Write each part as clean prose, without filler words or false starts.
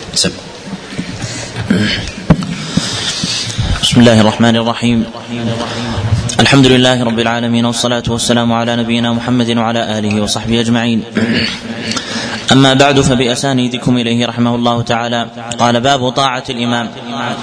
بسم الله الرحمن الرحيم. الحمد لله رب العالمين، والصلاة والسلام على نبينا محمد وعلى آله وصحبه أجمعين. أما بعد، فبأسانيدكم إليه رحمه الله تعالى قال: باب طاعة الإمام.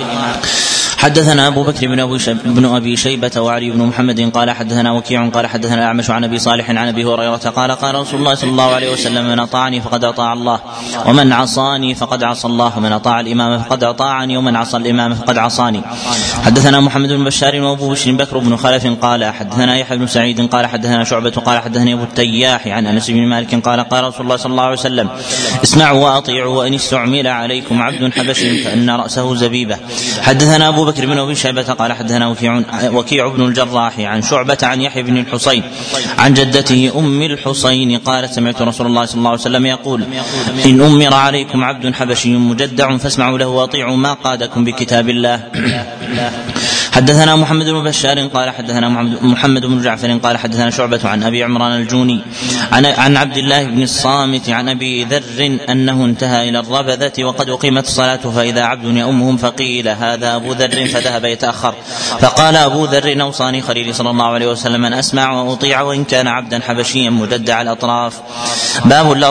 حدثنا أبو بكر بن أبي شيبة وعلي بن محمد قال حدثنا وكيع قال حدثنا الأعمش عن أبي صالح عن أبي هريرة قال: قال رسول الله صلى الله عليه وسلم: من أطاعني فقد أطاع الله، ومن عصاني فقد عصى الله، ومن أطاع الإمام فقد أطاعني، ومن عصى الإمام فقد عصاني. حدثنا محمد بن بشار وأبو بشر بكر بن خلف قال حدثنا يحيى بن سعيد قال حدثنا شعبة قال حدثني أبو التياح عن أنس بن مالك قال: قال رسول الله صلى الله عليه وسلم: اسمعوا وأطيعوا، وإن استعمل عليكم عبد حبشي فإن رأسه زبيبة. حدثنا أبو بكر بن أبي شيبة قال حدثنا وكيع بن الجراح عن شعبة عن يحيى بن الحصين عن جدته أم الحصين قالت: سمعت رسول الله صلى الله عليه وسلم يقول: إن أمر عليكم عبد حبشي مجدع فاسمعوا له واطيعوا ما قادكم بكتاب الله. حدثنا محمد بن بشار قال حدثنا محمد بن جعفر قال حدثنا شعبة عن أبي عمران الجوني عن عبد الله بن الصامت عن أبي ذر أنه انتهى إلى الربذة وقد أقيمت الصلاة فإذا عبد يؤمهم، فقيل: هذا أبو ذر، فذهب يتأخر، فقال أبو ذر: أوصاني خليلي صلى الله عليه وسلم أن أسمع وأطيع وإن كان عبدا حبشيا مجدع الأطراف. باب لا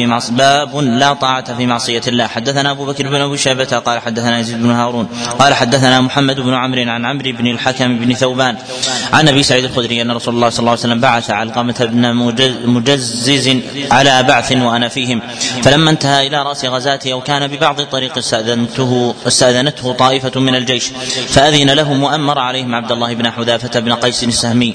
طاعة في معصية الله. حدثنا أبو بكر بن أبي شيبة قال حدثنا يزيد بن هارون قال حدثنا محمد بن عمرو عن عمرو بن الحكم بن ثوبان عن أبي سعيد الخدري أن رسول الله صلى الله عليه وسلم بعث علقمة بن مجزز على بعث وأنا فيهم، فلما انتهى إلى رأس غزاته وكان ببعض الطريق استأذنته طائفة من الجيش، فأذن لهم وأمر عليهم عبد الله بن حذافة بن قيس السهمي،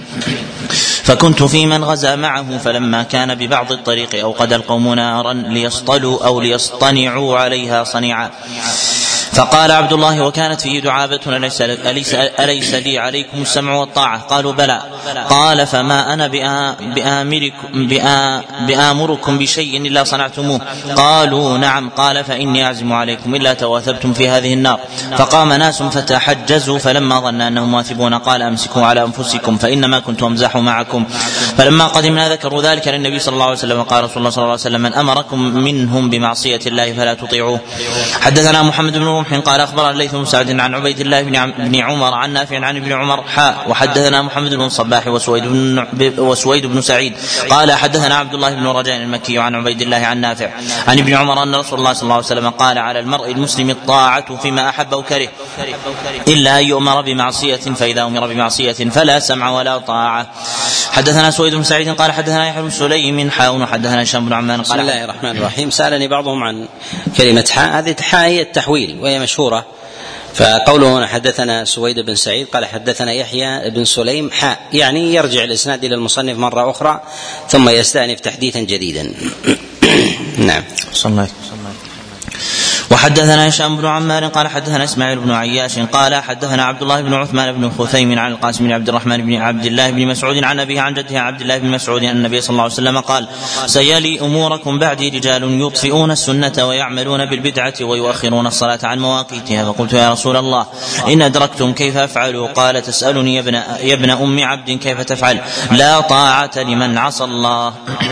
فكنت في من غزا معه، فلما كان ببعض الطريق أوقد القوم نارا ليصطلوا أو ليصطنعوا عليها صنيعا، فقال عبد الله: وكانت فيه دعابة: أليس لي عليكم السمع والطاعة؟ قالوا: بلى. قال: فما أنا بآمركم بشيء إلا صنعتموه؟ قالوا: نعم. قال: فإني أعزم عليكم إلا تواثبتم في هذه النار. فقام ناس فتحجزوا، فلما ظن أنهم واثبون قال: أمسكوا على أنفسكم فإنما كنت أمزح معكم. فلما قدمنا ذكروا ذلك للنبي صلى الله عليه وسلم، قال رسول الله صلى الله عليه وسلم: من أمركم منهم بمعصية الله فلا تطيعوه. حدثنا محمد بن رمح قال أخبرنا الليث بن سعد عن عبيد الله بن عمر عن نافع عن ابن عمر وحدثنا محمد بن الصباح وسويد بن سعيد قال حدثنا عبد الله بن رجاء المكي عن عبيد الله عن نافع عن ابن عمر أن رسول الله صلى الله عليه وسلم قال: على المرء المسلم الطاعة فيما أحب أو كره إلا أن يؤمر بمعصية، فإذا أمر بمعصية فلا سمع ولا طاعة. حدثنا سويد بن سعيد قال حدثنا يحيى بن سليم وحدثنا هشام بن عمان قال: بسم الله الرحمن الرحيم. سألني بعضهم عن كلمة حاء، هذه حاء هي التحويل وهي مشهورة، فقوله حدثنا سويد بن سعيد قال حدثنا يحيى بن سليم حاء، يعني يرجع الإسناد إلى المصنف مرة أخرى ثم يستأنف تحديثا جديدا. نعم. صلى الله. وحدثنا هشام بن عمار قال حدثنا اسماعيل بن عياش قال حدثنا عبد الله بن عثمان بن خثيم عن القاسم بن عبد الرحمن بن عبد الله بن مسعود عن أبيه عن جده عبد الله بن مسعود أن النبي صلى الله عليه وسلم قال: سيلي أموركم بعدي رجال يطفئون السنة ويعملون بالبدعة ويؤخرون الصلاة عن مواقيتها. فقلت: يا رسول الله، إن أدركتم كيف أفعل؟ قال: تسألني يا ابن أم عبد كيف تفعل؟ لا طاعة لمن عصى الله.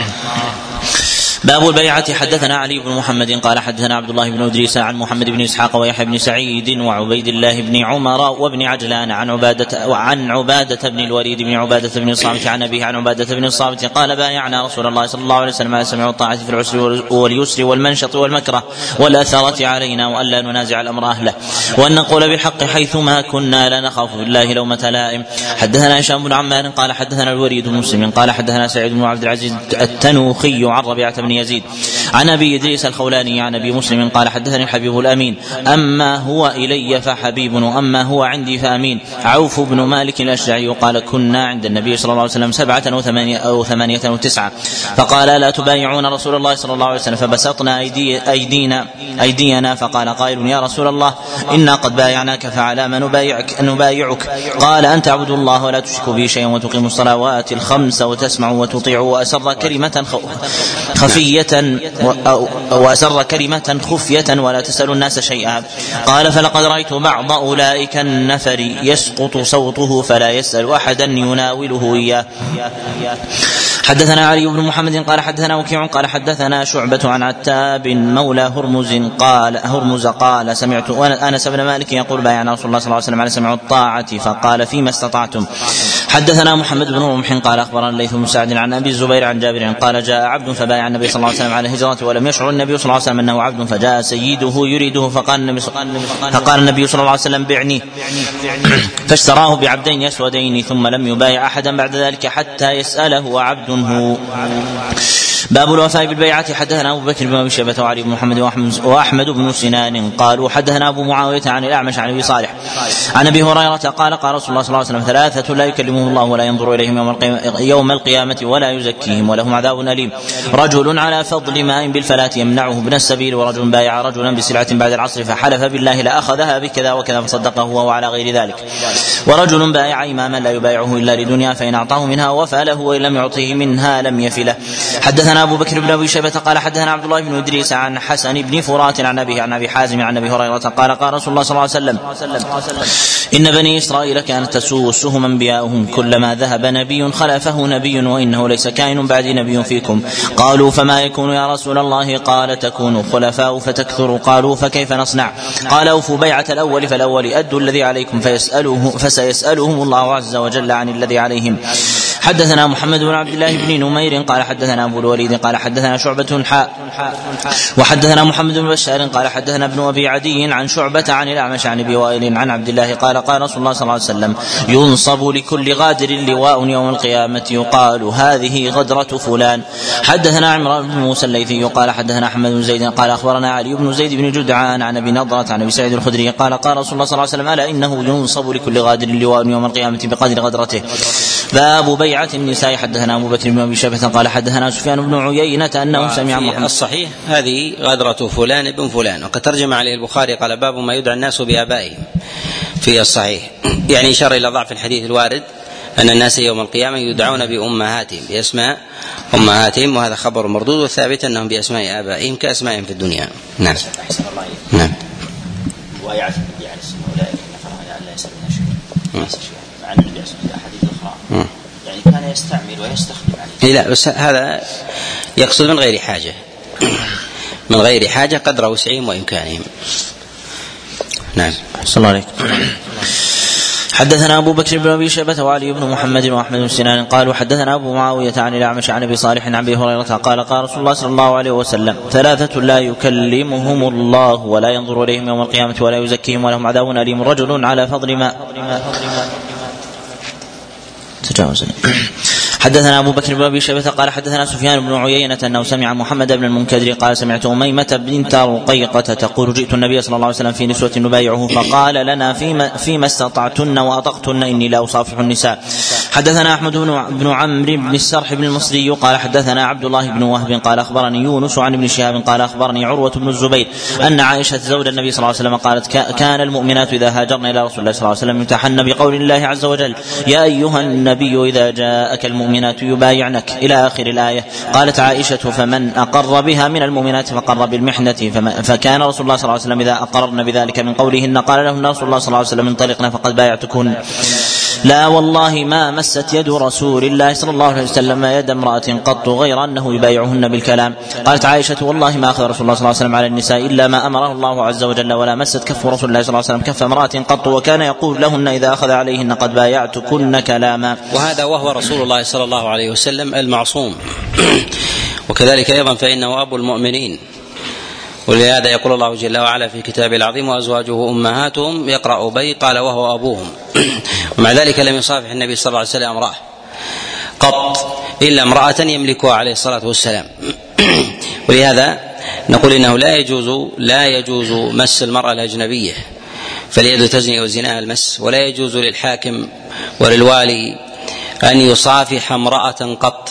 باب البيعة. حدثنا علي بن محمد قال حدثنا عبد الله بن إدريس عن محمد بن إسحاق ويحيى بن سعيد وعبيد الله بن عمر وابن عجلان عن عبادة بن الوليد بن عبادة بن الصامت عن أبيه عن عبادة بن الصامت قال: بايعنا رسول الله صلى الله عليه وسلم على السمع والطاعة في العسر واليسر والمنشط والمكره والأثرة علينا، وألا ننازع الأمر أهله، وأن نقول بالحق حيثما كنا لا نخاف بالله لومة لائم. حدثنا هشام بن عمار قال حدثنا الوليد بن مسلم قال حدثنا سعيد بن عبد العزيز التنوخي عن ربيعة بن يزيد عن أبي إدريس الخولاني عن أبي مسلم قال حدثني الحبيب الأمين: أما هو إلي فحبيب وأما هو عندي فأمين. عوف بن مالك الأشجعي قال: كنا عند النبي صلى الله عليه وسلم 7 أو 8 أو 9، فقال: لا تبايعون رسول الله صلى الله عليه وسلم؟ فبسطنا أيدينا فقال قائل: يا رسول الله، إنا قد بايعناك فعلى ما نبايعك؟ قال: أن تعبدوا الله ولا تشركوا به شيئا وتقيموا الصلوات الخمس وتسمعوا وتطيعوا، وأسر كلمة خفية ولا تسأل الناس شيئا. قال: فلقد رأيت بعض أولئك النفر يسقط صوته فلا يسأل أحدا يناوله إياه. حدثنا علي بن محمد قال حدثنا وكيع قال حدثنا شعبة عن عتاب مولى هرمز قال سمعت أنس بن مالك يقول بايعنا رسول الله صلى الله عليه وسلم على سمع الطاعة فقال فيما استطعتم. حدثنا محمد بن رمح قال أخبرنا الليث بن سعد عن أبي الزبير عن جابر قال جاء عبد فبايع النبي صلى الله عليه وسلم على هجرته ولم يشعر النبي صلى الله عليه وسلم أنه عبد فجاء سيده يريده فقال النبي صلى الله عليه وسلم بعني فاشتراه بعبدين أسودين ثم لم يبايع أحدا بعد ذلك حتى يسأله وعبد هو. باب الوفاء بالبيعة. حدثنا أبو بكر بن أبي شيبة وعلي بن محمد وأحمد بن سنان قالوا حدثنا أبو معاوية عن الأعمش عن أبي صالح عن أبي هريرة قال قال رسول الله صلى الله عليه وسلم ثلاثة لا يكلمهم الله ولا ينظر إليهم يوم القيامة ولا يزكيهم ولهم عذاب أليم رجل على فضل ماء بالفلاة يمنعه ابن السبيل ورجل بايع رجلا بسلعة بعد العصر فحلف بالله لأخذها بكذا وكذا فصدقه وهو على غير ذلك ورجل بايع إماما لا يبايعه إلا لدنيا فإن أعطاه منها وفى له وإن لم يعطيه منها لم يفله. حدثنا أبو بكر بن أبي شيبة قال حدثنا عبد الله بن إدريس عن حسن بن فرات عن أبي حازم عن أبي هريرة قال قال رسول الله صلى الله عليه وسلم إن بني إسرائيل كانت تسوسهم أنبياؤهم كلما ذهب نبي خلفه نبي وإنه ليس كائن بعد نبي فيكم قالوا فما يكون يا رسول الله قال تكونوا خلفاء فتكثروا قالوا فكيف نصنع قال أوفوا بيعة الأول فالأول أدوا الذي عليكم فسيسألهم الله عز وجل عن الذي عليهم. حدثنا محمد بن عبد الله بن نمير قال حدثنا أبو الوليد قال حدثنا شعبة وحدثنا محمد بن بشار قال حدثنا ابن أبي عدي عن شعبة عن الأعمش عن أبي وائل عن عبد الله قال قال رسول الله صلى الله عليه وسلم ينصب لكل غادر لواء يوم القيامة يقال هذه غدرة فلان. حدثنا عمران بن موسى الليثي قال حدثنا أحمد بن زيد قال أخبرنا علي بن زيد بن جدعان عن أبي نضرة عن أبي سعيد الخدري قال قال رسول الله صلى الله عليه وسلم ألا إنه ينصب لكل غادر لواء يوم القيامة بقدر غدرته. باب بيعة النساء. حدثنا أبو بكر بن أبي شيبة قال حدثنا سفيان بن عيينة أنه سمع محمد الصحيح هذه غدرة فلان ابن فلان وقد ترجم عليه البخاري قال باب ما يدعى الناس بآبائهم في الصحيح يعني إشارة إلى ضعف الحديث الوارد أن الناس يوم القيامة يدعون بأمهاتهم بأسماء أمهاتهم وهذا خبر مردود والثابت أنهم بأسماء آبائهم كأسمائهم في الدنيا. نعم نعم ويعرف يعني أولئك نفرها لا يسألون شيئا مع أن النبي صلى الله عليه وسلم يعني كان يستعمل ويستخدم عليه. لا بس هذا يقصد من غير حاجة من غير حاجة قدر وسعهم وإمكانهم. نعم صلى الله عليه. حدثنا أبو بكر بن أبي شيبة وعلي بن محمد وأحمد بن سنان قالوا حدثنا أبو معاوية عن الأعمش عن أبي صالح عن أبي هريرة قال قال رسول الله صلى الله عليه وسلم ثلاثة لا يكلمهم الله ولا ينظر إليهم يوم القيامة ولا يزكيهم ولهم عذاب أليم رجل على فضل ما تجاوزني. حدثنا أبو بكر بن أبي شيبة قال حدثنا سفيان بن عيينة أنه سمع محمد بن المنكدر قال سمعت أميمة بنت رقيقة تقول جئت النبي صلى الله عليه وسلم في نسوة نبايعه فقال لنا فيما استطعتن وأطقتن إني لا أصافح النساء. حدثنا أحمد بن عمرو بن السرح بن المصري قال حدثنا عبد الله بن وهب قال أخبرني يونس عن ابن شهاب قال أخبرني عروة بن الزبير أن عائشة زوج النبي صلى الله عليه وسلم قالت كان المؤمنات إذا هاجرن إلى رسول الله صلى الله عليه وسلم يمتحن بقول الله عز وجل يا أيها النبي إذا جاءك المؤمنات يبايعنك إلى آخر الآية. قالت عائشة فمن أقر بها من المؤمنات فقر بالمحنة فكان رسول الله صلى الله عليه وسلم إذا أقررن بذلك من قولهن قال لهن رسول الله صلى الله عليه وسلم انطلقنا فقد بايعتكن. لا والله ما مست يد رسول الله صلى الله عليه وسلم يد امرأة قط غير أنه يبايعهن بالكلام. قالت عائشة والله ما أخذ رسول الله صلى الله عليه وسلم على النساء إلا ما أمره الله عز وجل ولا مست كف رسول الله صلى الله عليه وسلم كف امرأة قط وكان يقول لهن إذا أخذ عليهن قد بايعتكن كلاما. وهذا وهو رسول الله صلى الله عليه وسلم المعصوم وكذلك أيضا فإنه أبو المؤمنين ولهذا يقول الله جل وعلا في كتابه العظيم وأزواجه أمهاتهم يقرأ بي قال وهو أبوهم. ومع ذلك لم يصافح النبي صلى الله عليه وسلم امرأة قط إلا امرأة يملكها عليه الصلاة والسلام. ولهذا نقول إنه لا يجوز مس المرأة الأجنبية فاليد تزني وزناها المس ولا يجوز للحاكم وللوالي أن يصافح امرأة قط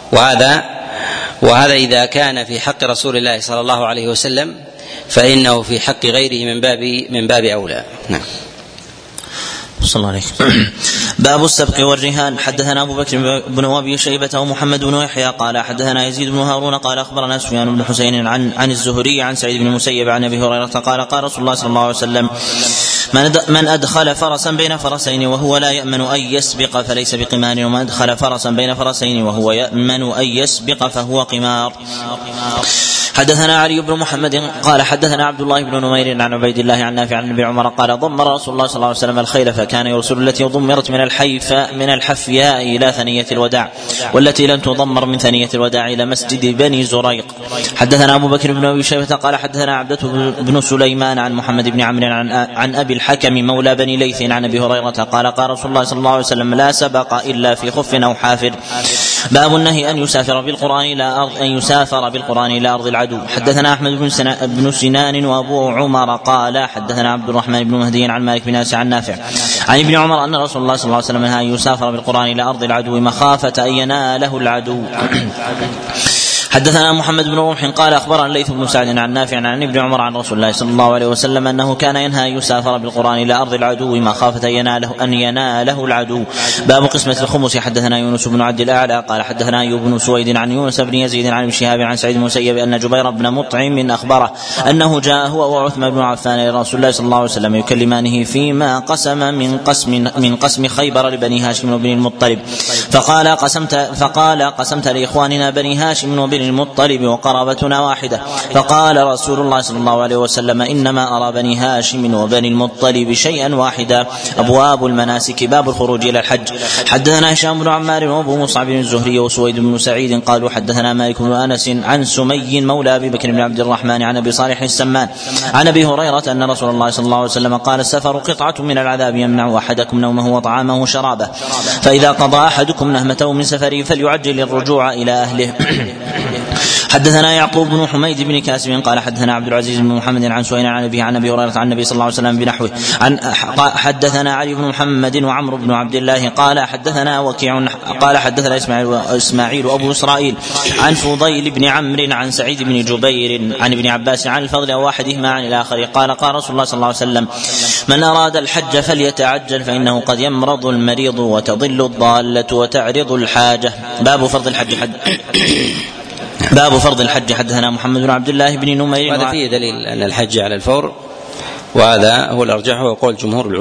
وهذا إذا كان في حق رسول الله صلى الله عليه وسلم فإنه في حق غيره من باب أولى. نعم صلى الله عليه وسلم. باب السبق والرهان. حدثنا أبو بكر بن أبي شيبة ومحمد بن يحيى قال حدثنا يزيد بن هارون قال أخبرنا سفيان بن حسين عن الزهري عن سعيد بن المسيب عن أبي هريرة قال قال رسول الله صلى الله عليه وسلم من أدخل فرسا بين فرسين وهو لا يأمن أن يسبق فليس بقمار، ومن أدخل فرسا بين فرسين وهو يأمن أن يسبق فهو قمار. حدثنا علي بن محمد قال حدثنا عبد الله بن نمير عن عبيد الله عن نافع عن ابن عمر قال ضمر رسول الله صلى الله عليه وسلم الخيل فكان يرسل التي ضمرت من الحفياء إلى ثنية الوداع، والتي لم تضمر من ثنية الوداع إلى مسجد بني زريق. حدثنا أبو بكر بن أبي شيبة قال حدثنا عبدة بن سليمان عن محمد بن عمرو عن أبي الحكم مولى بني ليث عن أبي هريرة قال قال رسول الله صلى الله عليه وسلم لا سبق إلا في خف أو حافر. باب النهي أن يسافر بالقرآن إلى أرض العدو. حدثنا أحمد بن سنان وأبو عمر قال حدثنا عبد الرحمن بن مهدي عن مالك بن أنس عن نافع عن ابن عمر أن رسول الله صلى الله عليه وسلم نهى أن يسافر بالقرآن إلى أرض العدو مخافة أن يناله العدو. حدثنا محمد بن رمح قال أخبرنا الليث بن سعد عن نافع عن ابن عمر عن رسول الله صلى الله عليه وسلم أنه كان ينهى أن يسافر بالقرآن إلى أرض العدو مخافة أن يناله العدو. باب قسمة الخمس. حدثنا يونس بن عبد الأعلى قال حدثنا أيوب بن سويد عن يونس بن يزيد عن ابن شهاب عن سعيد بن المسيب أن جبير بن مطعم أخبره أنه جاء هو وعثمان بن عفان إلى رسول الله صلى الله عليه وسلم يكلمانه فيما قسم من قسم خيبر لبني هاشم وبن المطلب، فقال قسمت لإخواننا بني هاشم وبن المطلب وقرابتنا واحدة. فقال رسول الله صلى الله عليه وسلم إنما أرى بني هاشم وبني المطلب شيئا واحدا. أبواب المناسك. باب الخروج إلى الحج. حدثنا هشام بن عمار وأبو مصعب الزهري وسويد بن سعيد قالوا حدثنا مالك بن أنس عن سمي مولى أبي بكر بن عبد الرحمن عن أبي صالح السمان عن أبي هريرة أن رسول الله صلى الله عليه وسلم قال السفر قطعة من العذاب يمنع أحدكم نومه وطعامه وشرابه، فإذا قضى أحدكم نهمته من سفره فليعجل الرجوع إلى أهله. حدثنا يعقوب بن حميد بن كاسب قال حدثنا عبد العزيز بن محمد عن سهيل عن أبي هريرة عن النبي صلى الله عليه وسلم بنحوه. حدثنا علي بن محمد وعمرو بن عبد الله قال حدثنا وكيع قال حدثنا إسماعيل أبو إسرائيل عن فضيل بن عمرو عن سعيد بن جبير عن ابن عباس عن الفضل أو واحدهما عن الآخر قال قال رسول الله صلى الله عليه وسلم من أراد الحج فليتعجل فإنه قد يمرض المريض وتضل الضالة وتعرض الحاجة. باب فرض الحج. حدثنا محمد بن عبد الله بن نمير. هذا فيه دليل أن الحج على الفور، وهذا هو الأرجح وقول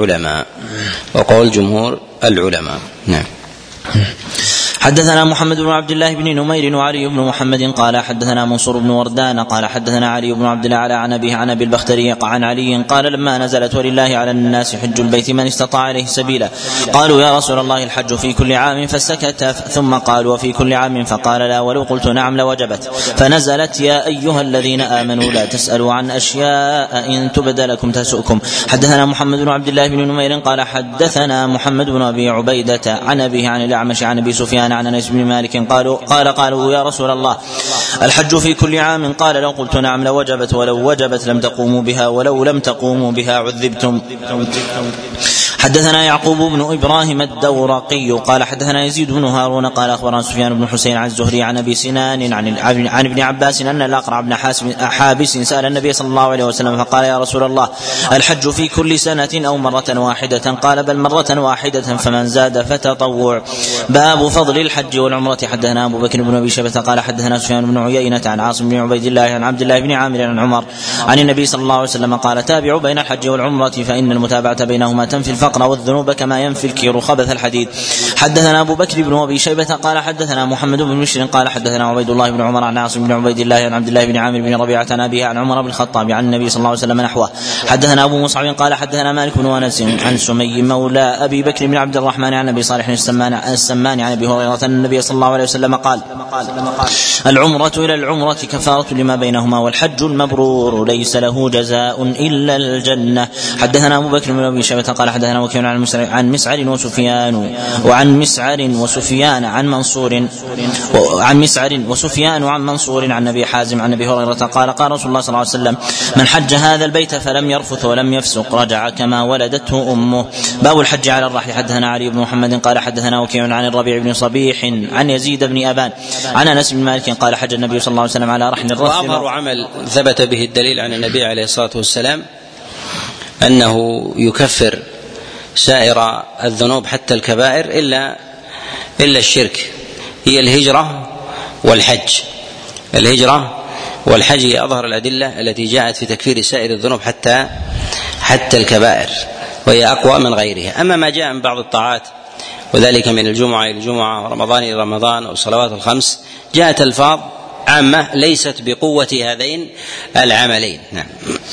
جمهور العلماء. نعم. حدثنا محمد بن عبد الله بن نمير وعلي بن محمد قال حدثنا منصور بن وردان قال حدثنا علي بن عبد الأعلى عن أبيه عن أبي البختري عن علي قال لما نزلت ولله على الناس حج البيت من استطاع عليه سبيلا قالوا يا رسول الله الحج في كل عام فسكت ثم قالوا وفي كل عام فقال لا ولو قلت نعم لوجبت فنزلت يا أيها الذين آمنوا لا تسألوا عن أشياء إن تبد لكم تسؤكم. حدثنا محمد بن عبد الله بن نمير قال حدثنا محمد بن أبي عبيدة عن أبيه عن الأعمش عن أبي سفيان عن أنس بن مالك قالوا يا رسول الله الحج في كل عام قال لو قلت نعم لوجبت ولو وجبت لم تقوموا بها ولو لم تقوموا بها عذبتم. حدثنا يعقوب بن إبراهيم الدورقي قال حدثنا يزيد بن هارون قال أخبرنا سفيان بن حسين عن الزهري عن أبي سنان عن ابن عباس أن الأقرع بن حابس سأل النبي صلى الله عليه وسلم فقال يا رسول الله الحج في كل سنة أو مرة واحدة قال بل مرة واحدة فمن زاد فتطوع. باب فضل الحج والعمرة. حدثنا أبو بكر بن أبي شيبة قال حدثنا سفيان بن عيينة عن عاصم بن عبيد الله عن عبد الله بن عامر عن عمر عن النبي صلى الله عليه وسلم قال تابعوا بين الحج والعمرة فإن المتابعة بينهما تنفي الفقر والذنوب كما ينفي الكير خبث الحديد. حدثنا أبو بكر بن أبي شيبة قال حدثنا محمد بن بشر قال حدثنا عبيد الله بن عمر عن عاصم بن عبيد الله عن عبد الله بن عامر بن ربيعة عن أبيه عن عمر بن الخطاب عن النبي صلى الله عليه وسلم نحوه. حدثنا أبو مصعب قال حدثنا مالك بن أنس عن سمي مولى أبي بكر بن عبد الرحمن عن أبي صالح السمان عن أبي هريرة أن النبي صلى الله عليه وسلم قال العمرة إلى العمرة كفارة لما بينهما والحج المبرور ليس له جزاء إلا الجنة. حدثنا أبو بكر بن أبي شيبة قال حدثنا وكيع عن مسعر وسفيان عن منصور عن أبي حازم عن أبي هريرة قال قال رسول الله صلى الله عليه وسلم من حج هذا البيت فلم يرفث ولم يفسق رجع كما ولدته أمه. باب الحج على الرحل. حدثنا علي بن محمد قال حدثنا وكيع عن الربيع بن صبيح عن يزيد بن أبان عن أنس بن مالك قال حج النبي صلى الله عليه وسلم على رحل الرث. وأظهر عمل ثبت به الدليل عن النبي عليه الصلاة والسلام أنه يكفر سائر الذنوب حتى الكبائر إلا الشرك. هي الهجرة والحج هي أظهر الأدلة التي جاءت في تكفير سائر الذنوب حتى الكبائر. وهي أقوى من غيرها. أما ما جاء من بعض الطاعات وذلك من الجمعة إلى الجمعة ورمضان إلى رمضان أو صلوات الخمس جاءت ألفاظ عامة ليست بقوة هذين العملين. نعم.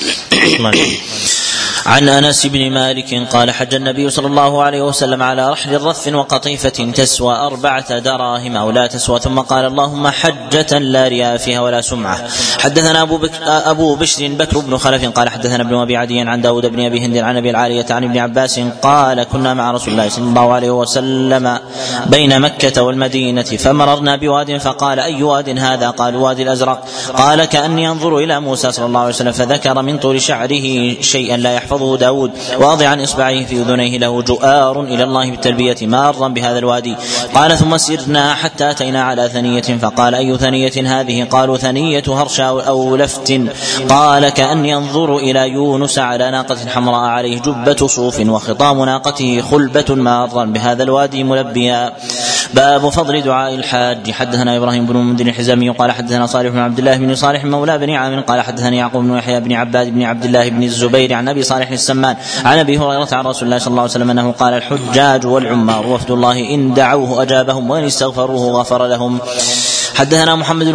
عن أنس بن مالك قال حج النبي صلى الله عليه وسلم على رحل رث وقطيفة تسوى 4 دراهم أو لا تسوى، ثم قال اللهم حجة لا رياء فيها ولا سمعة. حدثنا أبو بشر بكر بن خلف قال حدثنا ابن أبي عدي عن داود بن أبي هند عن أبي العالية عن ابن عباس قال كنا مع رسول الله صلى الله عليه وسلم بين مكة والمدينة فمررنا بواد فقال أي واد هذا؟ قال وادي الأزرق. قال كأني أنظر إلى موسى صلى الله عليه وسلم، فذكر من طول شعره شيئا لا يحفظه داود واضعا إصبعيه في أذنيه له جؤار إلى الله بالتلبية مارا بهذا الوادي. قال ثم سرنا حتى أتينا على ثنية فقال أي ثنية هذه؟ قالوا ثنية هرشا أو لفت. قال كأني أنظر إلى يونس على ناقة حمراء عليه جبة صوف وخطام ناقته خلبة مارا بهذا الوادي ملبيا. باب فضل دعاء الحاج. حدثنا إبراهيم بن منذر الحزامي قال حدثنا صالح بن عبد الله بن صالح مولى بن عامر قال حدثني يعقوب بن يحيى بن عباد بن عبد الله بن الزبير عن أبي صالح السمان عن أبي هريرة عن رسول الله صلى الله عليه وسلم أنه قال الحجاج والعمار وفد الله إن دعوه أجابهم وإن استغفروه غفر لهم. حدثنا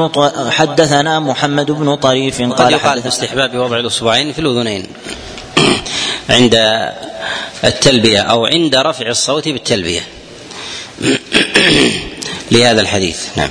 محمد بن طريف قال يقال في استحباب وضع الأصبعين في الأذنين عند التلبية أو عند رفع الصوت بالتلبية لهذا الحديث. نعم.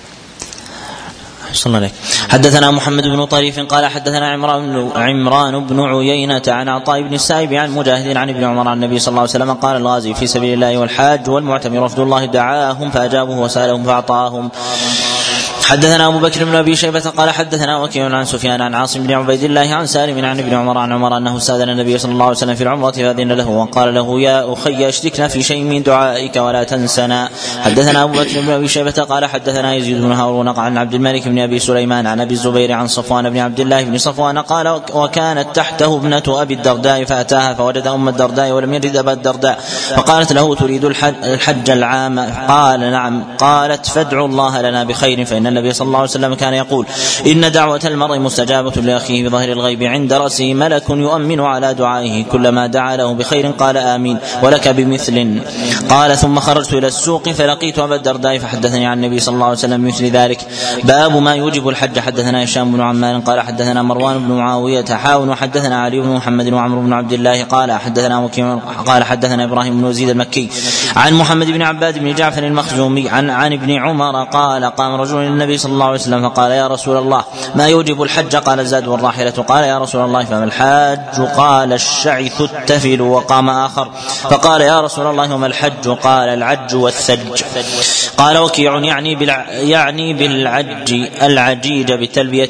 حدثنا محمد بن طريف قال حدثنا عمران بن عيينة عن عطاء بن السائب عن مجاهد عن ابن عمر عن النبي صلى الله عليه وسلم قال الغازي في سبيل الله والحاج والمعتمر وفد الله دعاهم فأجابوه وسألهم فأعطاهم. حدثنا أبو بكر بن أبي شيبة قال حدثنا وكيع عن سفيان عن عاصم بن عبيد الله عن سالم عن ابن عمر عن عمر أنه استأذن النبي صلى الله عليه وسلم في العمرة فأذن له وقال له يا أخي اشركنا في شيء من دعائك ولا تنسنا. حدثنا أبو بكر بن أبي شيبة قال حدثنا يزيد بن هارون عن عبد الملك بن أبي سليمان عن أبي الزبير عن صفوان بن عبد الله بن صفوان قال وكانت تحته ابنة أبي الدرداء فأتاها فوجد أم الدرداء ولم يجد أبا الدرداء فقالت له تريد الحج العام؟ قال نعم. قالت فادعوا الله لنا بخير فإن النبي صلى الله عليه وسلم كان يقول إن دعوة المرء مستجابة لأخيه بظهر الغيب عند رأسه ملك يؤمن على دعائه كلما دعا له بخير قال آمين ولك بمثل. قال ثم خرجت إلى السوق فلقيت أبا الدرداء فحدثني عن النبي صلى الله عليه وسلم مثل ذلك. باب ما يوجب الحج. حدثنا هشام بن عمار قال حدثنا مروان بن معاوية حاون وحدثنا علي بن محمد وعمرو بن عبد الله قال حدثنا وكيع قال حدثنا إبراهيم بن يزيد المكي عن محمد بن عباد بن جعفر المخزومي عن ابن عمر قال قام رجل النبي صلى الله عليه وسلم فقال يا رسول الله ما يوجب الحج؟ قال الزاد والراحلة. قال يا رسول الله فما الحاج؟ قال الشعث التفل. وقام آخر فقال يا رسول الله وما الحج؟ قال العج والثج. قال وكيع يعني بالعج العجيج بالتلبية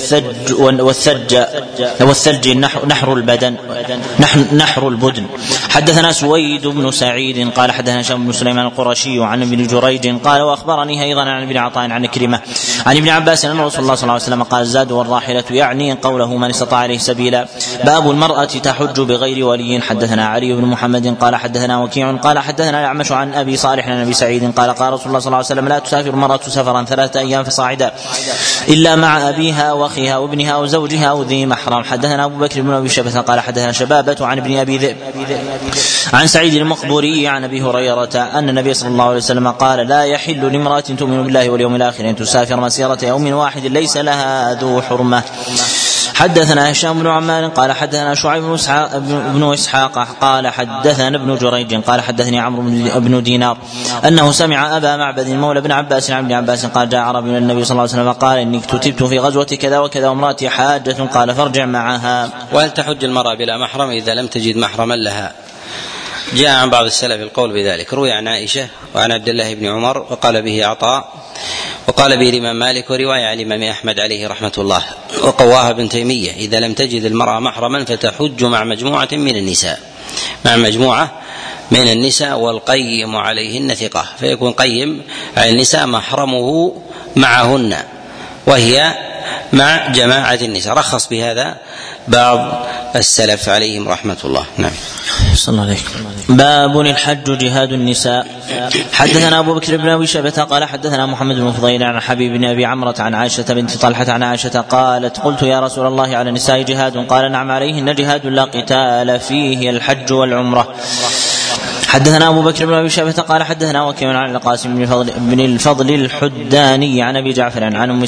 والثج نحر البدن نحر البدن. حدثنا سويد بن سعيد قال حدثنا هشام بن سليمان القرشي عن ابن جريج قال واخبرني ايضا عن ابن عطاء عن كريمة عن ابن عباس ان رسول الله صلى الله عليه وسلم قال الزاد والراحلة يعني قوله من استطاع عليه سبيلا. باب المرأة تحج بغير ولي. حدثنا علي بن محمد قال حدثنا وكيع قال حدثنا الأعمش عن ابي صالح عن ابي سعيد قال قال رسول الله صلى الله عليه وسلم لا تسافر المرأة سفرا 3 أيام فصاعدا إلا مع أبيها وأخيها وابنها أو زوجها أو ذي محرم. حدثنا أبو بكر بن أبي شيبة قال حدثنا شبابة عن ابن أبي ذئب عن سعيد المقبوري عن أبي هريرة أن النبي صلى الله عليه وسلم قال لا يحل لامرأة تؤمن بالله واليوم الآخر أن تسافر مسيرة يوم واحد ليس لها ذو حرمة. حدثنا هشام بن عمار قال حدثنا شعيب بن إسحاق قال حدثنا ابن جريج قال حدثني عمرو بن دينار أنه سمع أبا معبد مولى بن عباس عن ابن عباس قال جاء عربي من النبي صلى الله عليه وسلم قال إني كتبت في غزوة كذا وكذا وامرأتي حاجة قال فارجع معها. وهل تحج المرأة بلا محرم إذا لم تجد محرما لها؟ جاء عن بعض السلف القول بذلك، روي عن عائشة وعن عبد الله بن عمر وقال به عطاء وقال به الإمام مالك ورواية عن الإمام أحمد عليه رحمة الله وقواها ابن تيمية إذا لم تجد المرأة محرما فتحج مع مجموعة من النساء والقيم عليهن ثقة، فيكون قيم على النساء محرمه معهن وهي مع جماعة النساء. رخص بهذا بعض السلف عليهم رحمة الله. نعم. صلى الله عليه. باب الحج جهاد النساء. حدثنا أبو بكر بن أبي شيبة قال حدثنا محمد بن فضيل عن حبيب بن أبي عمرة عن عائشة بنت طلحة عن عائشة قالت قلت يا رسول الله على النساء جهاد؟ قال نعم عليهن جهاد لا قتال فيه الحج والعمرة. حدثنا أبو بكر بن أبي شيبة قال حدثنا وكيع عن القاسم بن الفضل الحداني عن أبي جعفر عن أم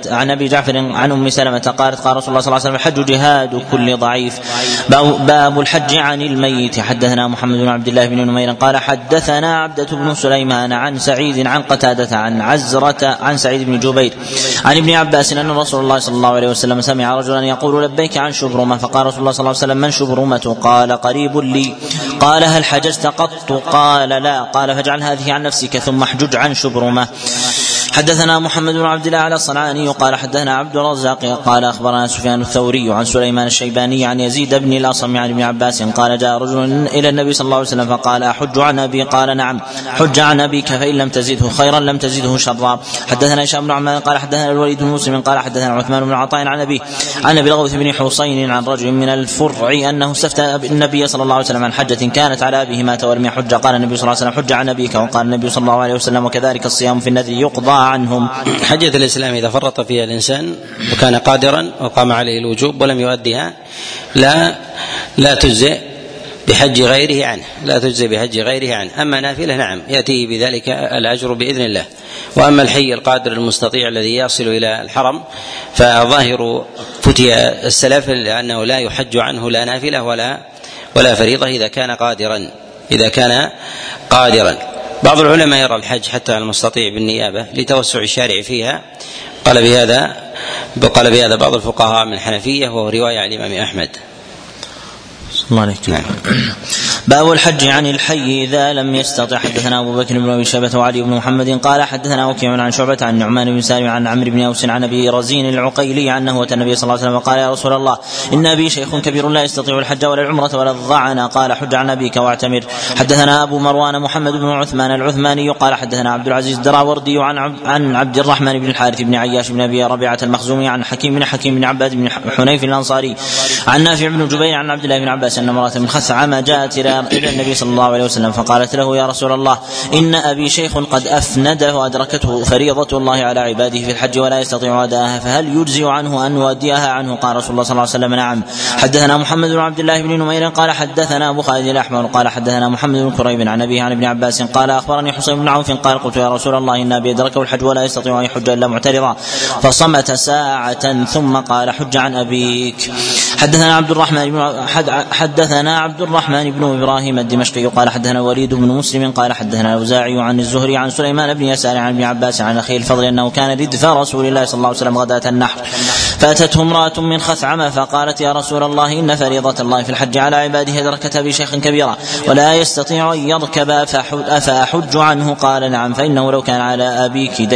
سلمة قالت قال رسول الله صلى الله عليه وسلم الحج جهاد كل ضعيف. باب الحج عن الميت. حدثنا محمد بن عبد الله بن نمير قال حدثنا عبدة بن سليمان عن سعيد عن قتادة عن عزرة عن سعيد بن جبير عن ابن عباس أن رسول الله صلى الله عليه وسلم سمع رجلا يقول لبيك عن شبرمة، فقال رسول الله صلى الله عليه وسلم من شبرمة؟ قال قريب لي. قال هل حججت قط؟ قال لا. قال فاجعل هذه عن نفسك ثم احجج عن شبرمة. حدثنا محمد بن عبد الله على الصنعاني قال حدثنا عبد الرزاق قال أخبرنا سفيان الثوري عن سليمان الشيباني عن يزيد بن الأصم عن ابن عباس قال جاء رجل إلى النبي صلى الله عليه وسلم فقال أحج عن أبي؟ قال نعم. حج عن أبيك فإن لم تزده خيرا لم تزده شرا. حدثنا هشام بن عمان قال حدثنا الوليد بن مسلم قال حدثنا عثمان بن عطاء عن أبي الغوث بن حسين عن رجل من الفرع أنه استفتى النبي صلى الله عليه وسلم عن حجة كانت على أبيه مات ولم يحج. قال النبي صلى الله عليه وسلم حج عن أبيك. وقال النبي صلى الله عليه وسلم وكذلك الصيام في النذر يقضى عنهم. حجة الإسلام إذا فرط فيها الإنسان وكان قادرا وقام عليه الوجوب ولم يؤديها لا تجزئ بحج غيره عنه، لا تجزئ بحج غيره عنه. أما نافلة نعم يأتيه بذلك الأجر بإذن الله. وأما الحي القادر المستطيع الذي يصل إلى الحرم فظاهر فتي السلف لأنه لا يحج عنه لا نافلة ولا فريضة إذا كان قادرا. بعض العلماء يرى الحج حتى على المستطيع بالنيابة لتوسع الشارع فيها. قال بهذا بعض الفقهاء من الحنفية وهو رواية عن الإمام أحمد. نعم. باب الحج عن الحي إذا لم يستطع. حدثنا أبو بكر بن أبي شيبة وعلي بن محمد قال حدثنا وكيع عن شعبة عن نعمان بن سالم عن عمرو بن أوس عن أبي رزين العقيلي أنه أتى النبي صلى الله عليه وسلم وقال يا رسول الله إن أبي شيخ كبير لا يستطيع الحج ولا العمرة ولا الظعن. قال حج عن أبيك واعتمر. حدثنا أبو مروان محمد بن عثمان العثماني قال حدثنا عبد العزيز الدراوردي عن عبد الرحمن بن الحارث بن عياش بن أبي ربيعة المخزومي عن حكيم بن عباد بن حنيف الأنصاري عن نافع بن جبير عن عبد الله بن عباس أن امرأة من خثعم جاءت إلى النبي صلى الله عليه وسلم فقالت له يا رسول الله إن أبي شيخ قد أفنده وأدركته فريضة الله على عباده في الحج ولا يستطيع أداءها فهل يجزئ عنه أن يؤديها عنه؟ قال رسول الله صلى الله عليه وسلم نعم. حدثنا محمد بن عبد الله بن نمير قال حدثنا أبو خالد الأحمر قال حدثنا محمد بن كريب عن أبيه عن ابن عباس قال أخبرني حسين بن عوف قال قلت يا رسول الله إن أبي أدركه الحج ولا يستطيع أن يحج إلا معترضا فصمت ساعة ثم قال حج عن أبيك. حدثنا عبد الرحمن بن إبراهيم الدمشقي قال حدثنا وليد بن مسلم قال حدثنا الأوزاعي عن الزهري عن سليمان بن يسار عن ابن عباس عن أخي الفضل أنه كان ردف رسول الله صلى الله عليه وسلم غداة النحر فأتته امرأة من خثعم فقالت يا رسول الله إن فريضة الله في الحج على عباده أدركتها بشيخ كبيرا ولا يستطيع أن يركب أفأحج عنه؟ قال نعم فإنه لو كان على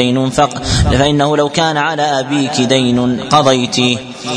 أبيك دين قضيتيه.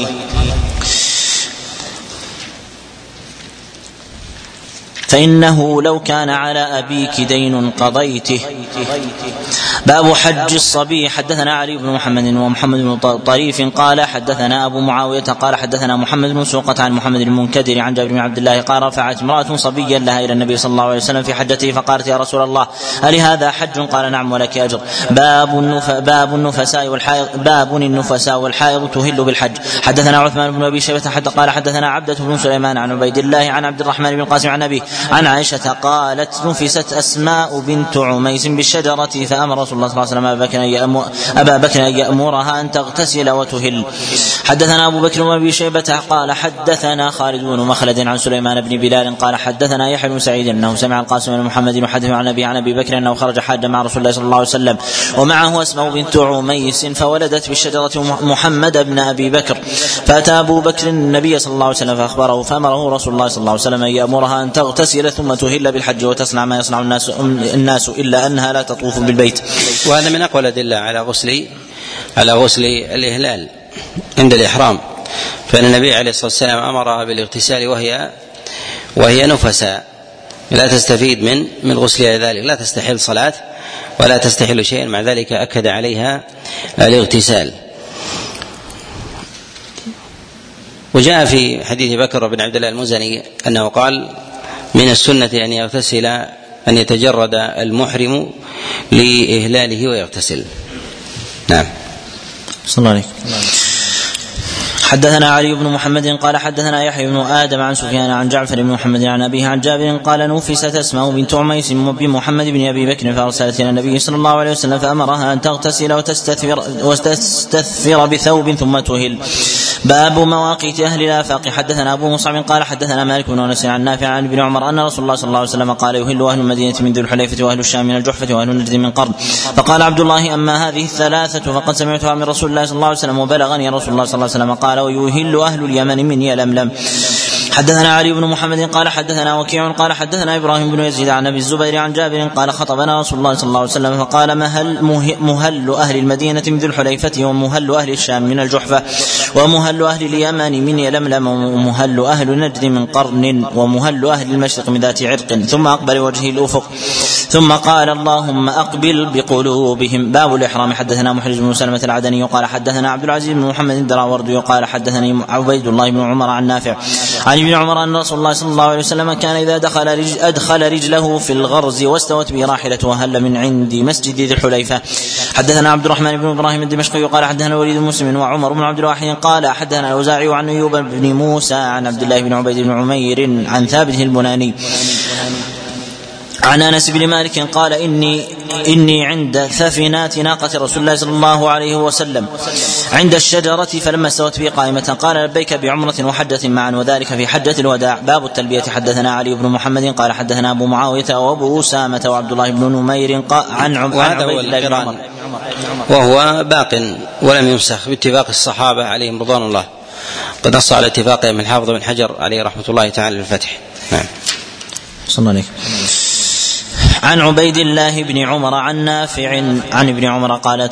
فإنه لو كان على أبيك دين قضيته. باب حج الصبي. حدثنا علي بن محمد ومحمد بن طريف قال حدثنا أبو معاوية قال حدثنا محمد بن سوقة عن محمد المنكدر عن جابر بن عبد الله قال رفعت امرأة صبيا لها إلى النبي صلى الله عليه وسلم في حجته فقالت يا رسول الله هل هذا حج؟ قال نعم ولك أجر. باب النفساء والحائض تهل بالحج. حدثنا عثمان بن أبي شيبة قال حدثنا عبدة بن سليمان عن عبيد الله عن عبد الرحمن بن القاسم عن أبيه عن عائشة قالت نفست أسماء بنت عميس بالشجرة فأمر رسول الله صلى الله عليه وسلم أبا بكر أن يأمرها أن تغتسل وتهل. حدثنا أبو بكر وأبي شيبة قال حدثنا خالد بن مخلد عن سليمان بن بلال قال حدثنا يحيى بن سعيد أنه سمع القاسم بن محمد يحدث عن أبي بكر أنه خرج حاجا مع رسول الله صلى الله عليه وسلم ومعه أسماء بنت عميس فولدت بالشجرة محمد بن أبي بكر فأتى أبو بكر النبي صلى الله عليه وسلم فأخبره فأمره رسول الله صلى الله عليه وسلم أن يأمرها أن تغتسل ثم تهل بالحج وتصنع ما يصنع الناس إلا أنها لا تطوف بالبيت. وهذا من أقوى الأدلة على غسل الإهلال عند الإحرام، فإن النبي عليه الصلاة والسلام أمرها بالاغتسال وهي نفساء لا تستفيد من غسلها ذلك، لا تستحل صلاة ولا تستحل شيئا، مع ذلك أكد عليها الاغتسال. وجاء في حديث بكر بن عبد الله المزني أنه قال من السنة أن يغتسل أن يتجرد المحرم لإهلاله ويغتسل. نعم. صلى الله عليه. حدثنا علي بن محمد قال حدثنا يحيى بن آدم عن سفيان عن جعفر بن محمد عن أبيه عن جابر قال نوفست أسماء بنت عميس بمحمد بن أبي بكر فأرسلت إلى النبي صلى الله عليه وسلم فأمرها أن تغتسل وتستثفر بثوب ثم تهل. باب مواقيت أهل الآفاق. حدثنا أبو مصعب قال حدثنا مالك بن أنس عن نافع عن ابن عمر أن رسول الله صلى الله عليه وسلم قال يهل أهل المدينة من ذي الحليفة وأهل الشام من الجحفة وأهل نجد من قرن. فقال عبد الله أما هذه الثلاثة فقد سمعتها من رسول الله صلى الله عليه وسلم وبلغني رسول الله صلى الله عليه وسلم قال ويهل أهل اليمن من يلملم. حدثنا علي بن محمد قال حدثنا وكيع قال حدثنا إبراهيم بن يزيد عن أبي الزبير عن جابر قال خطبنا رسول الله صلى الله عليه وسلم فقال مهل أهل المدينة من ذي الحليفة ومهل أهل الشام من الجحفة ومهل أهل اليمن من يلملم ومهل أهل نجد من قرن ومهل أهل المشرق من ذات عرق ثم أقبل وجهه الأفق ثم قال اللهم أقبل بقلوبهم. باب الإحرام. حدثنا محرز بن سلمة العدني قال حدثنا عبد العزيز بن محمد الدراوردي قال حدثني عبيد الله بن عمر عن نافع عن ابن عمر أن رسول الله صلى الله عليه وسلم كان إذا أدخل رجله في الغرز واستوت به راحلته وهل من عند مسجد ذي الحليفة. حدثنا عبد الرحمن بن إبراهيم الدمشقي قال حدثنا وليد مسلم وعمر بن عبد الواحد قال حدثنا الأوزاعي عن أيوب بن موسى عن عبد الله بن عبيد بن عمير عن ثابت البناني عن أنس بن مالك قال إني عند ثفنات ناقة رسول الله صلى الله عليه وسلم عند الشجرة فلما استوت بي قائمة قال لبيك بعمرة وحجة معا وذلك في حجة الوداع. باب التلبية. حدثنا علي بن محمد قال حدثنا أبو معاوية وأبو أسامة وعبد الله بن نمير عن عبيد الله بن عمر وهو باق ولم يمسخ باتفاق الصحابة عليهم رضوان الله. قد نص على اتفاقهم الحافظ بن حجر عليه رحمة الله تعالى الفتح. نعم. صلى الله عليه. عن عبيد الله بن عمر عن نافع عن ابن عمر قال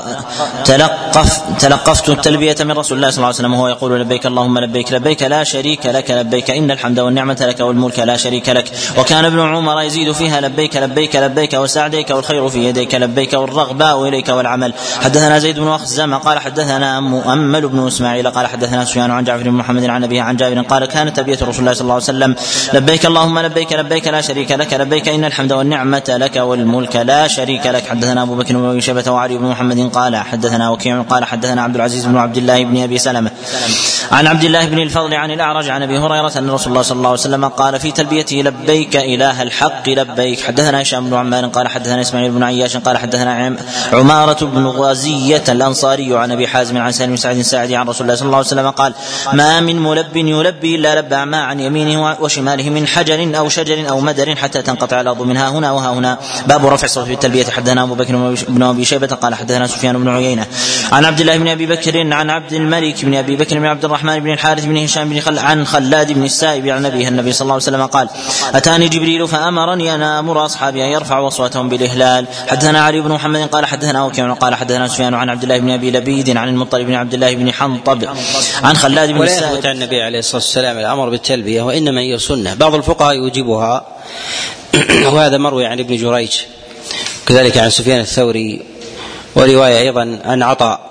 تلقفت التلبية من رسول الله صلى الله عليه وسلم وهو يقول لبيك اللهم لبيك لبيك لا شريك لك لبيك إن الحمد والنعمة لك والملك لا شريك لك. وكان ابن عمر يزيد فيها لبيك لبيك لبيك وسعديك والخير في يديك لبيك والرغباء إليك والعمل. حدثنا زيد بن أخزم قال حدثنا مؤمل بن إسماعيل قال حدثنا سفيان عن جعفر بن محمد عن أبيه عن جابر قال كانت تلبية رسول الله صلى الله عليه وسلم لبيك اللهم لبيك لبيك لا شريك لك لبيك إن الحمد والنعمة لك والملك لا شريك لك. حدثنا أبو بكر بن أبي شيبة وعلي بن محمد قال حدثنا وكيع قال حدثنا عبد العزيز بن عبد الله بن أبي سلمة عن عبد الله بن الفضل عن الأعرج عن أبي هريرة أن رسول الله صلى الله عليه وسلم قال في تلبيته لبيك إله الحق لبيك. حدثنا هشام بن عمار قال حدثنا إسماعيل بن عياش قال حدثنا عمارة بن غازية الأنصاري عن أبي حازم عن سالم بن سعد الساعدي عن رسول الله صلى الله عليه وسلم قال ما من ملب يلبي إلا لبى ما عن يمينه وشماله من حجر أو شجر أو مدر حتى تنقطع الأرض منها هنا وها هنا. باب رفع الصوت في التلبية. حدثنا أبو بكر بن أبي شيبة قال حدثنا سفيان بن عيينة عن عبد الله بن أبي بكر عن عبد الملك بن أبي بكر بن عبد الرحمن بن الحارث بن هشام بن عن خلاد بن السائب عن نبيه النبي صلى الله عليه وسلم قال أتاني جبريل فأمرني أن آمر أصحابي أن يرفعوا أصواتهم بالإهلال. حدثنا علي بن محمد قال حدثنا وكيع قال حدثنا سفيان عن عبد الله بن أبي لبيد عن المطلب بن عبد الله بن حنطب عن خلاد بن السائب. ولا يثبت عن النبي عليه الصلاة والسلام الأمر بالتلبية وإنما هي سنة. بعض الفقهاء يوجبها وهذا مروي عن ابن جريج كذلك عن سفيان الثوري ورواية أيضا عن عطاء.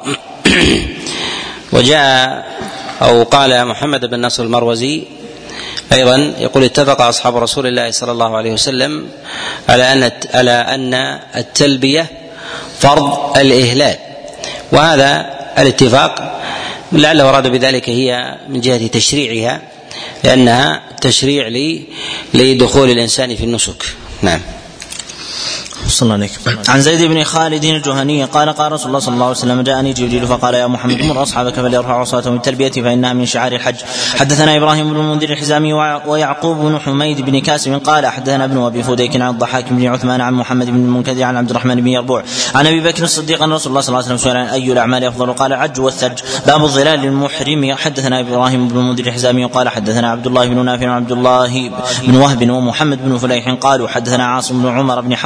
وجاء أو قال محمد بن نصر المروزي أيضا يقول اتفق أصحاب رسول الله صلى الله عليه وسلم على أن التلبية فرض الإهلال. وهذا الاتفاق لعله أراد بذلك هي من جهة تشريعها لأنها تشريع لدخول الإنسان في النسك. نعم. صلى الله عليه. عن زيد بن خالد الجهني قال قال رسول الله صلى الله عليه وسلم جاءني جبريل فقال يا محمد مر أصحابك فليرفعوا أصواتهم بالتلبية فإنها من شعار الحج. حدثنا إبراهيم بن المنذر الحزامي ويعقوب بن حميد بن كاسم قال حدثنا ابن أبي فديك عن الضحاك بن عثمان عن محمد بن المنكدر عن عبد الرحمن بن يربوع عن أبي بكر الصديق أن رسول الله صلى الله عليه وسلم سئل عن أي الأعمال أفضل قال العج والثلج. باب الظلال للمحرم. حدثنا إبراهيم بن المنذر الحزامي قال حدثنا عبد الله بن نافع وعبد الله بن وهب ومحمد بن فليح قالوا حدثنا عاصم بن عمر بن حفص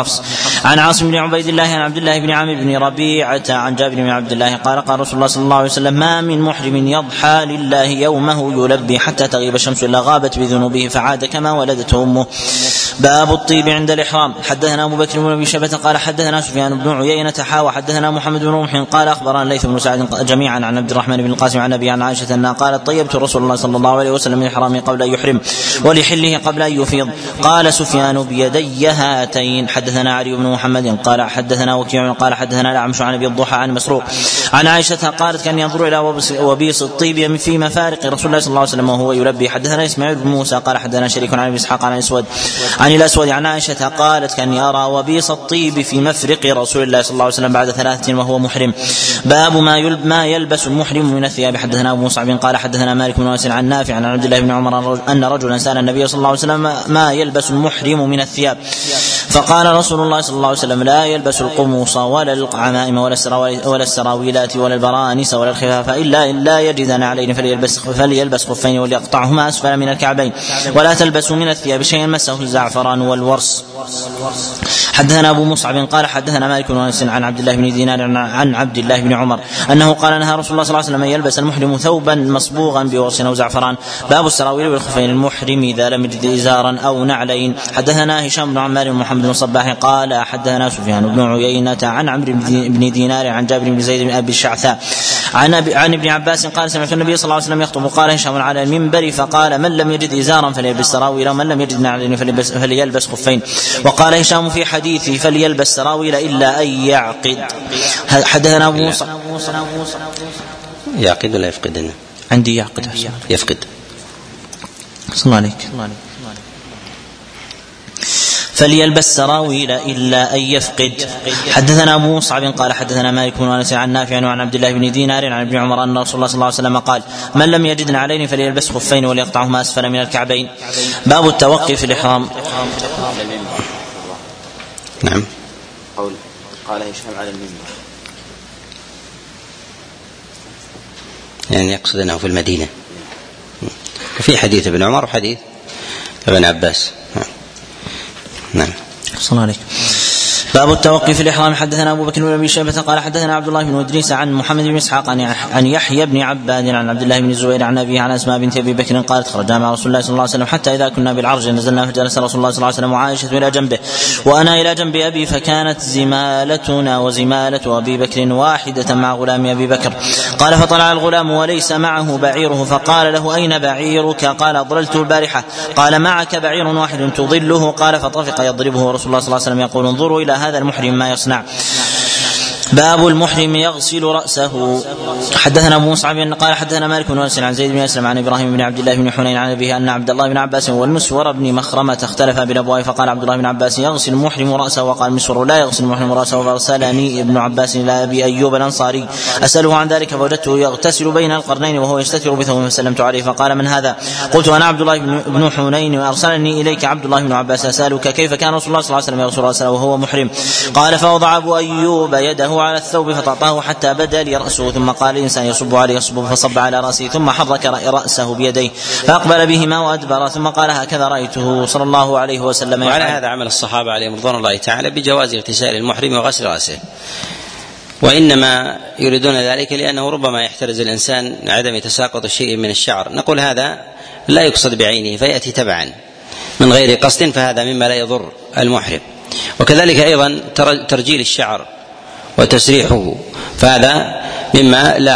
عن عاصم بن عبيد الله عن عبد الله بن عامر بن ربيعة عن جابر بن عبد الله قال قال رسول الله صلى الله عليه وسلم ما من محرم يضحى لله يومه يلبي حتى تغيب الشمس إلا غابت بذنوبه فعاد كما ولدته أمه. باب الطيب عند الإحرام. حدثنا أبو بكر بن أبي شيبة قال حدثنا سفيان بن عيينة وحدثنا محمد بن رمح قال أخبرنا الليث بن سعد جميعا عن عبد الرحمن بن القاسم عن أبي عن عائشة أنها قالت طيبت رسول الله صلى الله عليه وسلم من إحرامه قبل أن يحرم ولحله قبل أن يفيض. قال سفيان بيدي هاتين. حدثنا علي بن محمد قال حدثنا وكيع قال حدثنا الأعمش عن أبي الضحى عن مسروق عن عائشة قالت كان ينظر إلى وبيص الطيب في مفارق رسول الله صلى الله عليه وسلم وهو يلبي. حدثنا إسماعيل بن موسى قال حدثنا شريك عن أبي إسحاق عن الأسود عن عائشة قالت كان يرى وبيص الطيب في مفرق رسول الله صلى الله عليه وسلم بعد 3 وهو محرم. باب ما يلبس المحرم من الثياب. حدثنا أبو مصعب قال حدثنا مالك بن أنس عن نافع عن عبد الله بن عمر أن رجلا سأل النبي صلى الله عليه وسلم ما يلبس المحرم من الثياب فقال رسول الله صلى الله عليه وسلم لا يلبس القموص ولا العمائم ولا السراويلات ولا البرانس ولا الخفاف إلا يجدن عليه فليلبس خفين وليقطعهما أسفل من الكعبين ولا تلبسوا من الثياب شيئا مسه الزعفران والورس. حدثنا أبو مصعب قال حدثنا مالك بن أنس عن عبد الله بن دينار عن عبد الله بن عمر أنه قال نهى رسول الله صلى الله عليه وسلم يلبس المحرم ثوبا مصبوغا بورس أو زعفران. باب السراويل والخفين المحرم إذا لم يجد إزارا أو نعلين. حدثنا هشام بن عمار محمد بن صباح قال حدثنا سفيان بن عيينة عن عمرو بن دينار عن جابر بن زيد بن أبي الشعثاء عن ابن عباس قال سمعت النبي صلى الله عليه وسلم يخطب قال هشام على المنبر فقال من لم يجد إزارا فليلبس سراويل ومن لم يجد نعلين فليلبس خفين. وقال هشام في حديثه فليلبس سراويل إلا أن يعقد. حدثنا أبو موسى يعقد ولا يفقد؟ عندي يعقد يفقد. صلى الله عليك. فليلبس سراويل إلا أن يفقد. حدثنا أبو مصعب قال حدثنا مالك بن أنس عن نافع وعن عبد الله بن دينار عن ابن عمر أن رسول الله صلى الله عليه وسلم قال من لم يجد نعلين فليلبس خفين وليقطعهما أسفل من الكعبين. باب التوقي في الإحرام. نعم. قال هشام على المنبر يعني يقصد أنه في المدينة. وفي حديث ابن عمر وحديث ابن عباس. نعم. صلى الله عليك. باب التوقي في الإحرام. حدثنا أبو بكر بن أبي شيبة قال حدثنا عبد الله بن إدريس عن محمد بن إسحاق عن يحيى بن عباد عن عبد الله بن الزبير عن أبيه عن أسماء بنت أبي بكر قالت خرجنا مع رسول الله صلى الله عليه وسلم حتى إذا كنا بالعرج نزلنا فجلس رسول الله صلى الله عليه وسلم وعائشة إلى جنبه وأنا إلى جنب أبي فكانت زمالتنا وزمالة أبي بكر واحدة مع غلام أبي بكر. قال فطلع الغلام وليس معه بعيره فقال له أين بعيرك؟ قال أضللته البارحة. قال معك بعير واحد تضله؟ قال فطفق يضربه ورسول الله صلى الله عليه وسلم يقول انظروا إلى هذا المحرم ما يصنع. باب المحرم يغسل رأسه. حدثنا أبو مصعب قال حدثنا مالك بن أنس عن زيد بن أسلم عن إبراهيم بن عبد الله بن حنين عن أبيه أن عبد الله بن عباس والمسور بن مخرمة اختلفا بالأبواب فقال عبد الله بن عباس يغسل المحرم رأسه وقال المسور لا يغسل المحرم رأسه. فأرسلني ابن عباس إلى أبي أيوب الأنصاري أسأله عن ذلك فوجدته يغتسل بين القرنين وهو يستتر بثوب فسلمت عليه فقال من هذا؟ قلت أنا عبد الله بن حنين وأرسلني إليك عبد الله بن عباس أسألك كيف كان رسول الله صلى الله عليه وسلم يغسل رأسه وهو محرم؟ قال فوضع أبو أيوب يده على الثوب فطأطاه حتى بدا لي رأسه ثم قال الإنسان يصب عليه يصب فصب على رأسه ثم حرك رأسه بيديه فأقبل بهما وأدبر ثم قال هكذا رأيته صلى الله عليه وسلم. وعلى هذا عمل الصحابة عليهم رضوان الله تعالى بجواز اغتسال المحرم وغسل رأسه وإنما يريدون ذلك لأنه ربما يحترز الإنسان عدم تساقط شيء من الشعر. نقول هذا لا يقصد بعينه فيأتي تبعا من غير قصد فهذا مما لا يضر المحرم. وكذلك أيضا ترجيل الشعر وتسريحه فهذا مما لا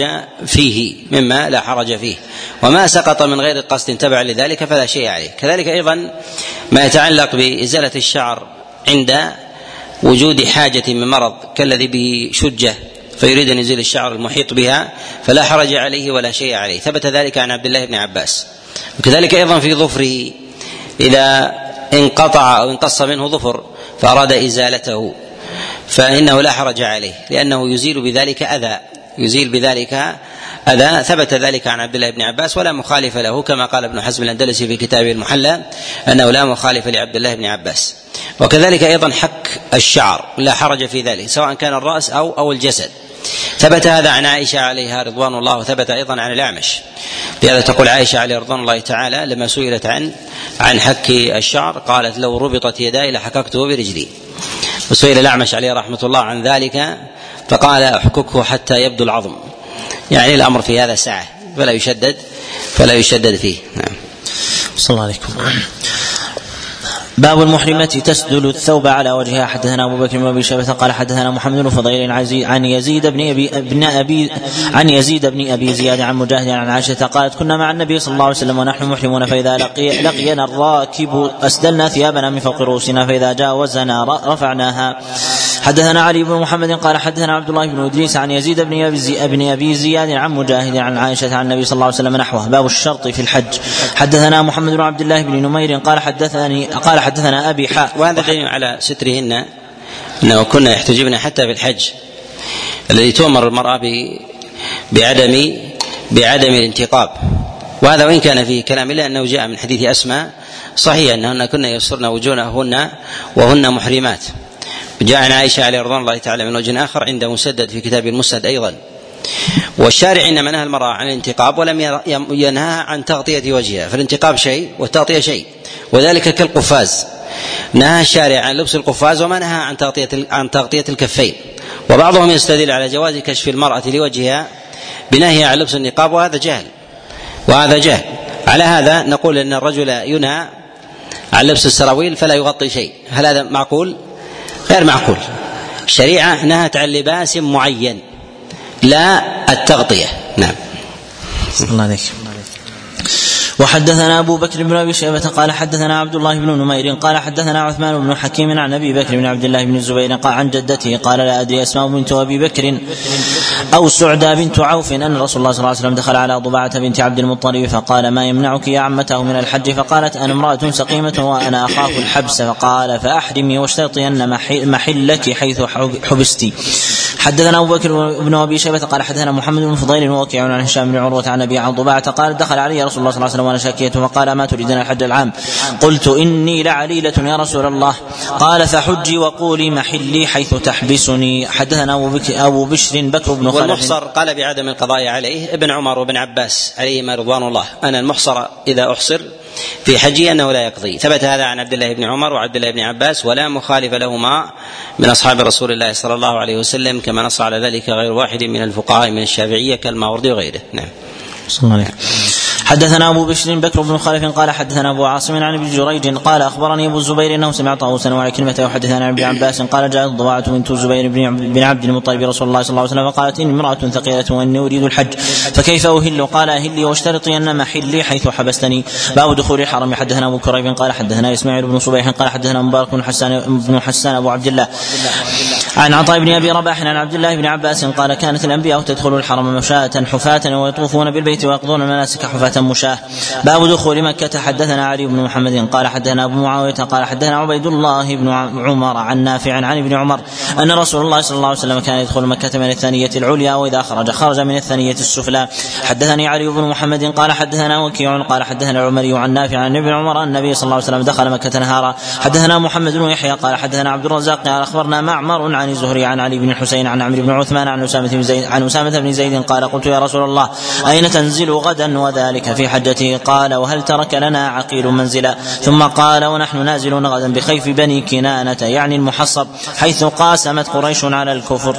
حرج فيه وما سقط من غير قصد تبع لذلك فلا شيء عليه. كذلك أيضا ما يتعلق بإزالة الشعر عند وجود حاجة من مرض كالذي به شجة فيريد أن يزيل الشعر المحيط بها فلا حرج عليه ولا شيء عليه. ثبت ذلك عن عبد الله بن عباس. وكذلك أيضا في ظفره إذا انقطع أو انقص منه ظفر فأراد إزالته فإنه لا حرج عليه لأنه يزيل بذلك أذى. ثبت ذلك عن عبد الله بن عباس ولا مخالف له كما قال ابن حزم الأندلسي في كتابه المحلى أنه لا مخالف لعبد الله بن عباس. وكذلك أيضا حك الشعر لا حرج في ذلك سواء كان الرأس أو الجسد. ثبت هذا عن عائشة عليها رضوان الله وثبت أيضا عن الأعمش. لهذا تقول عائشة عليه رضوان الله تعالى لما سئلت عن حك الشعر قالت لو ربطت يداي لحككته برجلي. وسئل الأعمش عليه رحمة الله عن ذلك فقال احككه حتى يبدو العظم، يعني الأمر في هذا سعة فلا يشدد فيه. نعم. صلى الله عليكم. باب المحرمة تسدل الثوب على وجهها. حدثنا أبو بكر بن أبي شيبة قال حدثنا محمد بن فضيل عن يزيد بن أبي زياد عن مجاهد عن عائشة قالت كنا مع النبي صلى الله عليه وسلم ونحن محرمون فإذا لقينا الراكب أسدلنا ثيابنا من فوق رؤوسنا فإذا جاوزنا رفعناها. حدثنا علي بن محمد قال حدثنا عبد الله بن إدريس عن يزيد بن أبي زياد عن مجاهد عن عائشة عن النبي صلى الله عليه وسلم نحوه. باب الشرط في الحج. حدثنا محمد بن عبد الله بن نمير قال حدثنا أبي حاء. وهذا دليل على سترهن أنه كنا يحتجبن حتى في الحج الذي تؤمر المرأة بعدم الانتقاب، وهذا وإن كان فيه كلام إلا أنه جاء من حديث أسماء صحيح أنهن كنا يسرن وجوههن وهن محرمات. جاء عن عائشة عليه رضوان الله تعالى من وجه آخر عند مسدد في كتاب المسند أيضا. والشارع إنما نهى المرأة عن الانتقاب ولم ينهى عن تغطية وجهها، فالانتقاب شيء والتغطية شيء، وذلك كالقفاز نهى الشارع عن لبس القفاز وما نهى عن تغطية الكفين. وبعضهم يستدل على جواز كشف المرأة لوجهها بنهي عن لبس النقاب، وهذا جهل. على هذا نقول أن الرجل ينهى عن لبس السراويل فلا يغطي شيء. هل هذا معقول؟ غير معقول. الشريعة نهت عن لباس معين لا التغطية. نعم. الله عليك. وحدثنا أبو بكر بن أبي شيبة قال حدثنا عبد الله بن نمير قال حدثنا عثمان بن حكيم عن أبي بكر بن عبد الله بن الزبير قال عن جدته قال لا أدري أسماء بنت أبي بكر أو سعدى بنت عوف أن رسول الله صلى الله عليه وسلم دخل على ضبعة بنت عبد المطلب فقال ما يمنعك يا عمته من الحج؟ فقالت أنا امرأة سقيمة وأنا أخاف الحبس. فقال فأحرمي واشترطي أن محلك حيث حبستي. حدثنا أبو بكر بن أبي شيبة قال حدثنا محمد بن فضيل ووكيع عن هشام بن عروة عن أبي عن ضبعة قال دخل علي رسول الله صلى الله عليه وسلم وأنا شاكية فقال ما تريدين الحج العام؟ قلت إني لعليلة يا رسول الله. قال فحجي وقولي محلي حيث تحبسني. حدثنا أبو بشر بكر بن خلف. والمحصر قال بعدم القضاء عليه ابن عمر وابن عباس عليهما رضوان الله أن المحصر إذا أحصر في حجه أنه لا يقضي. ثبت هذا عن عبد الله بن عمر وعبد الله بن عباس ولا مخالف لهما من أصحاب رسول الله صلى الله عليه وسلم، كما نص على ذلك غير واحد من الفقهاء من الشافعية كالماوردي وغيره. نعم. صلى الله عليه. حدثنا أبو بشر بكر بن خلف قال حدثنا أبو عاصم عن ابن جريج قال أخبرني أبو الزبير أنه سمع طاووسا وعكرمة يحدثنا عن ابن عباس قال جاءت ضباعة بنت الزبير بن عبد المطلب رسول الله صلى الله عليه وسلم وقالت إني امرأة ثقيلة وإني أريد الحج فكيف أهل؟ قال أهلي واشترطي أن محلي حيث حبستني. باب دخول الحرم. حدثنا أبو كريب قال حدثنا إسماعيل بن صبيح قال حدثنا مبارك بن حسان أبو عبد الله عن عطاء بن أبي رباح عن عبد الله بن عباس قال كانت الأنبياء تدخل الحرم مشاة حفاة ويطوفون بالبيت ويقضون المناسك حفاة مشاة. باب دخول مكة. حدثنا علي بن محمد قال حدثنا أبو معاوية قال حدثنا عبيد الله بن عمر عن نافع عن ابن عمر أن رسول الله صلى الله عليه وسلم كان يدخل مكة من الثانية العليا وإذا خرج من الثانية السفلى. حدثني علي بن محمد قال حدثنا وكيع قال حدثنا العمري عن نافع عن ابن عمر أن النبي صلى الله عليه وسلم دخل مكة نهارا. حدثنا محمد بن يحيى قال حدثنا عبد الرزاق قال أخبرنا معمر عن الزهري عن علي بن الحسين عن عمرو بن عثمان عن أسامة بن زيد قال قلت يا رسول الله أين تنزل غدا وذلك في حجته؟ قال وهل ترك لنا عقيل منزلا؟ ثم قال ونحن نازلون غدا بخيف بني كنانة يعني المحصب حيث قاسمت قريش على الكفر،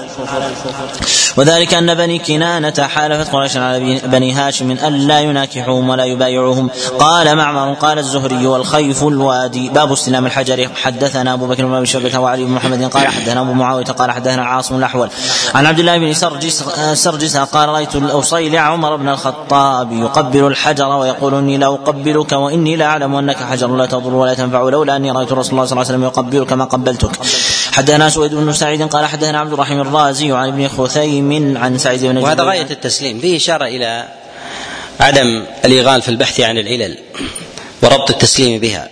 وذلك أن بني كنانة حالفت قريش على بني هاشم ألا يناكحوهم ولا يبايعوهم. قال معمر قال الزهري والخيف الوادي. باب استلام الحجر. حدثنا أبو بكر بن أبي شيبة وعلي بن محمد قال حدثنا أبو معاوية قال حدثنا عاصم الأحول عن عبد الله بن سرجس قال رأيت الأصيلع عمر بن الخطاب يقبل الحجر ويقول إني لا أقبلك وإني لا أعلم أنك حجر لا تضر ولا تنفع لولا أني رأيت رسول الله صلى الله عليه وسلم يقبلك ما قبلتك. حدثنا سويد بن سعيد قال حدثنا عبد الرحيم الرازي عن ابن خثيم عن سعيد بن جبير. وهذا غاية التسليم، فيه إشارة إلى عدم الإغال في البحث عن العلل وربط التسليم بها،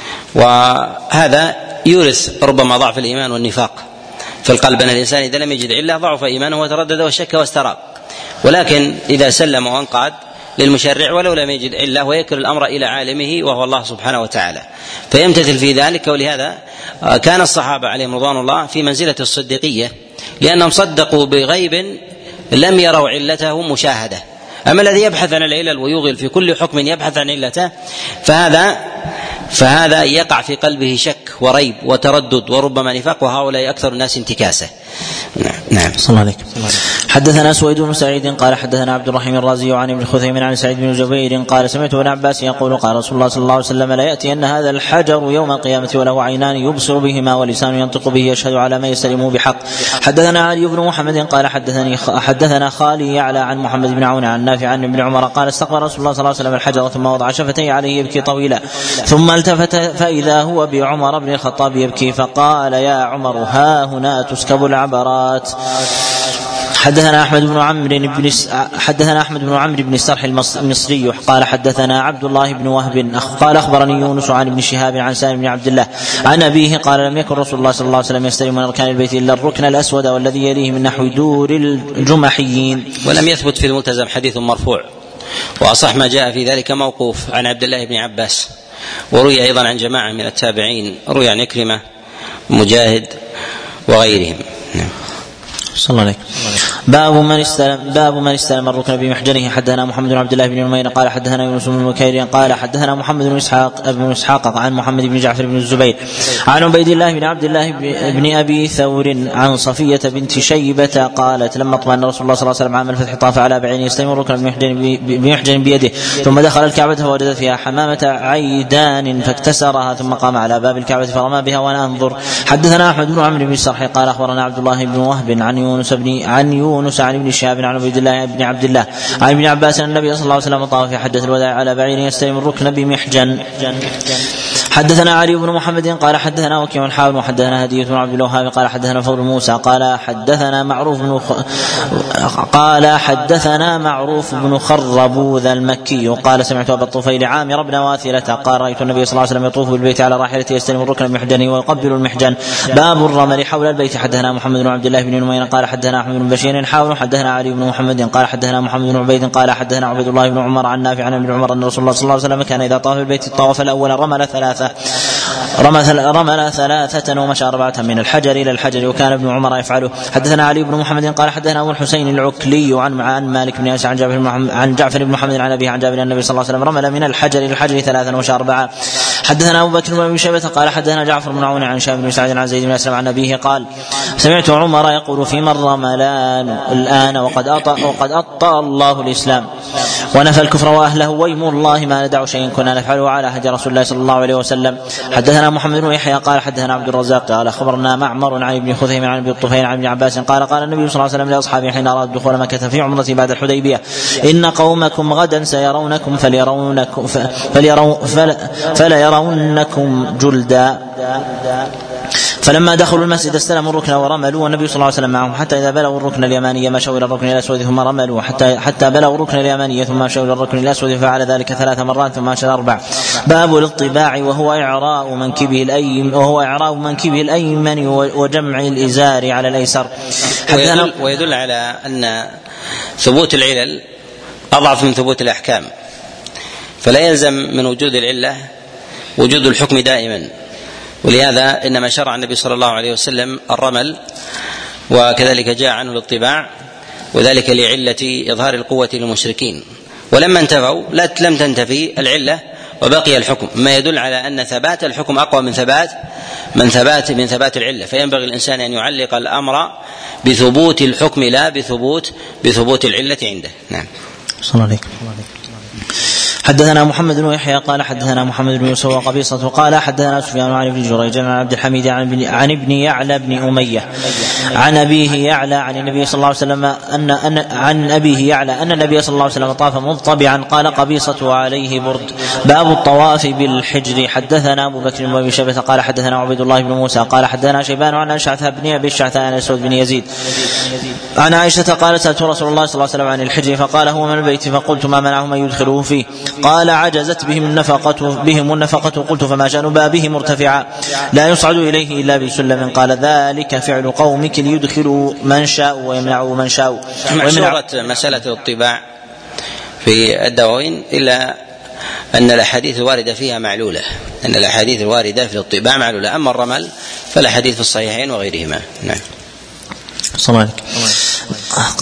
وهذا يورث ربما ضعف الإيمان والنفاق في القلب، أن الإنسان إذا لم يجد علة ضعف إيمانه وتردد وشك واستراب. ولكن إذا سلم وانقاد للمشرع ولو لم يجد علة ويكل الأمر إلى عالمه وهو الله سبحانه وتعالى فيمتثل في ذلك. ولهذا كان الصحابة عليهم رضوان الله في منزلة الصديقية لأنهم صدقوا بغيب لم يروا علته مشاهدة. أما الذي يبحث عن العلل ويغل في كل حكم يبحث عن علته فهذا فهذا يقع في قلبه شك وريب وتردد وربما نفاق، وهؤلاء أكثر الناس انتكاسة. نعم. صلى الله عليك. حدثنا سويد بن سعيد قال حدثنا عبد الرحيم الرازي عن ابن خثيم عن سعيد بن جبير قال سمعت ابن عباس يقول قال رسول الله صلى الله عليه وسلم لا يأتي أن هذا الحجر يوم القيامة وله عينان يبصر بهما ولسان ينطق به يشهد على ما يستلم بحق. حدثنا علي بن محمد قال حدثنا خالي يعلى عن محمد بن عون عن نافع عن ابن عمر قال استقبل رسول الله صلى الله عليه وسلم الحجر ثم وضع شفتيه عليه يبكي طويلا ثم التفت فإذا هو بعمر بن الخطاب يبكي فقال يا عمر ها هنا تسكب العبرات. حدثنا أحمد بن عمرو بن السرح المصري قال حدثنا عبد الله بن وهب قال أخبرني يونس عن ابن شهاب عن سالم بن عبد الله عن أبيه قال لم يكن رسول الله صلى الله عليه وسلم يستلم من أركان البيت إلا الركن الأسود والذي يليه من نحو دور الجمحيين. ولم يثبت في الملتزم حديث مرفوع، وأصح ما جاء في ذلك موقوف عن عبد الله بن عباس، وروي أيضا عن جماعة من التابعين، روي عن إكرمة مجاهد وغيرهم. صلى الله عليه. باب من استلم الركن بمحجنه. حدثنا محمد بن عبد الله بن نمير قال حدثنا يونس بن بكير قال حدثنا محمد بن اسحاق عن محمد بن جعفر بن الزبير عن عبيد الله بن عبد الله بن ابي ثور عن صفيه بنت شيبه قالت لما اطمأن رسول الله صلى الله عليه وسلم عام الفتح طاف على بعينه يستلم الركن بمحجن بيده ثم دخل الكعبه فوجد فيها حمامه عيدان فاكتسرها ثم قام على باب الكعبه فرمى بها وانا انظر. حدثنا احمد بن عمرو بن السرح قال اخبرنا عبد الله بن وهب عن يونس عن ابن شهاب عن عبيد الله بن عبد الله عن ابن عباس أن النبي صلى الله عليه وسلم طاف في حجة الوداع على بعير يستلم الركن بمحجن. حدثنا علي بن محمد قال حدثنا وكيع حاول وحدثنا هدية بن عبد الوهاب قال حدثنا فضل موسى قال حدثنا معروف بن خربوذ المكي قال سمعت أبا الطفيل عامر بن واثلة قال رأيت النبي صلى الله عليه وسلم يطوف بالبيت على راحلته يستلم الركن بمحجنه ويقبل المحجن. باب الرمل حول البيت. حدثنا محمد بن عبد الله بن نمير قال حدثنا أحمد بن بشير حاول حدثنا علي بن محمد قال حدثنا محمد بن عبيد قال حدثنا عبيد الله بن عمر عن نافع عن ابن عمر أن رسول الله صلى الله عليه وسلم كان إذا طاف البيت الطواف الأول رمل ثلاثة ومشى 4 من الحجر إلى الحجر وكان ابن عمر يفعله. حدثنا علي بن محمد قال حدثنا أبو الحسين العكلي عن مالك بن أنس عن جعفر بن محمد عن أبيه عن جابر النبي صلى الله عليه وسلم رمل من الحجر إلى الحجر 3 ومشى 4. حدثنا أبو بكر بن أبي شيبة قال حدثنا جعفر بن عون عن شاب بن سعد عن زيد بن أسلم عن أبيه قال سمعت عمر يقول في من رملان الآن وقد أطأ الله الإسلام ونفى الكفر وأهله ويم الله ما ندع شيء كنا نفعله على هدي رسول الله صلى الله عليه وسلم. حدثنا محمد بن يحيى قال حدثنا عبد الرزاق قال خبرنا معمر عن ابن خثيم عن ابي الطفيل عن ابن عباس قال النبي صلى الله عليه وسلم لاصحابه حين اراد دخول مكة في عمرة بعد الحديبية ان قومكم غدا سيرونكم فليرونكم جلدا. فلما دخلوا المسجد استلموا الركن ورملوا والنبي صلى الله عليه وسلم معهم حتى إذا بلغوا الركن اليماني مشوا إلى الركن الأسود ثم رملوا حتى بلغوا الركن اليماني ثم مشوا إلى الركن الأسود فعل ذلك 3 مرات ثم مشى 4. باب الاطباع وهو إعراء منكبه الأيمن وجمع الإزار على الأيسر. ويدل على أن ثبوت العلل أضعف من ثبوت الأحكام، فلا يلزم من وجود العلة وجود الحكم دائما، ولهذا إنما شرع النبي صلى الله عليه وسلم الرمل وكذلك جاء عنه الاطباع، وذلك لعلة إظهار القوة للمشركين. ولما انتفوا لم تنتفي العلة وبقي الحكم، ما يدل على أن ثبات الحكم أقوى من ثبات العلة. فينبغي الإنسان أن يعلق الأمر بثبوت الحكم لا بثبوت العلة عنده. نعم. صلى الله عليه. حدثنا محمد بن يحيى قال حدثنا محمد بن يوسف وقبيصة قال حدثنا سفيان عن ابن جريج عن عبد الحميد عن ابن يعلى بن أمية عن أبيه يعلى عن النبي صلى الله عليه وسلم عن أبيه يعلى أن النبي صلى الله عليه وسلم طاف مضطبعا قال قبيصة عليه برد. باب الطواف بالحجر. حدثنا أبو بكر بن أبي شيبة قال حدثنا عبيد الله بن موسى قال حدثنا شيبان عن أشعث بن أبي الشعثاء عن أسود بن يزيد عن عائشة قالت سألت رسول الله صلى الله عليه وسلم عن الحجر فقال هو من البيت فقلت ما منعهم أن يدخلوه فيه قال عجزت بهم النفقة قلت فما شأن بابه مرتفعا لا يصعد إليه إلا بسلم قال ذلك فعل قومك ليدخلوا من شاء ويمنعوا من شاء. مشهورة مسألة الطباع في الدواوين إلا أن الأحاديث الواردة فيها معلولة، أن الأحاديث الواردة في الطباع معلولة، أما الرمل فالأحاديث في الصحيحين وغيرهما. نعم. صلى الله عليه.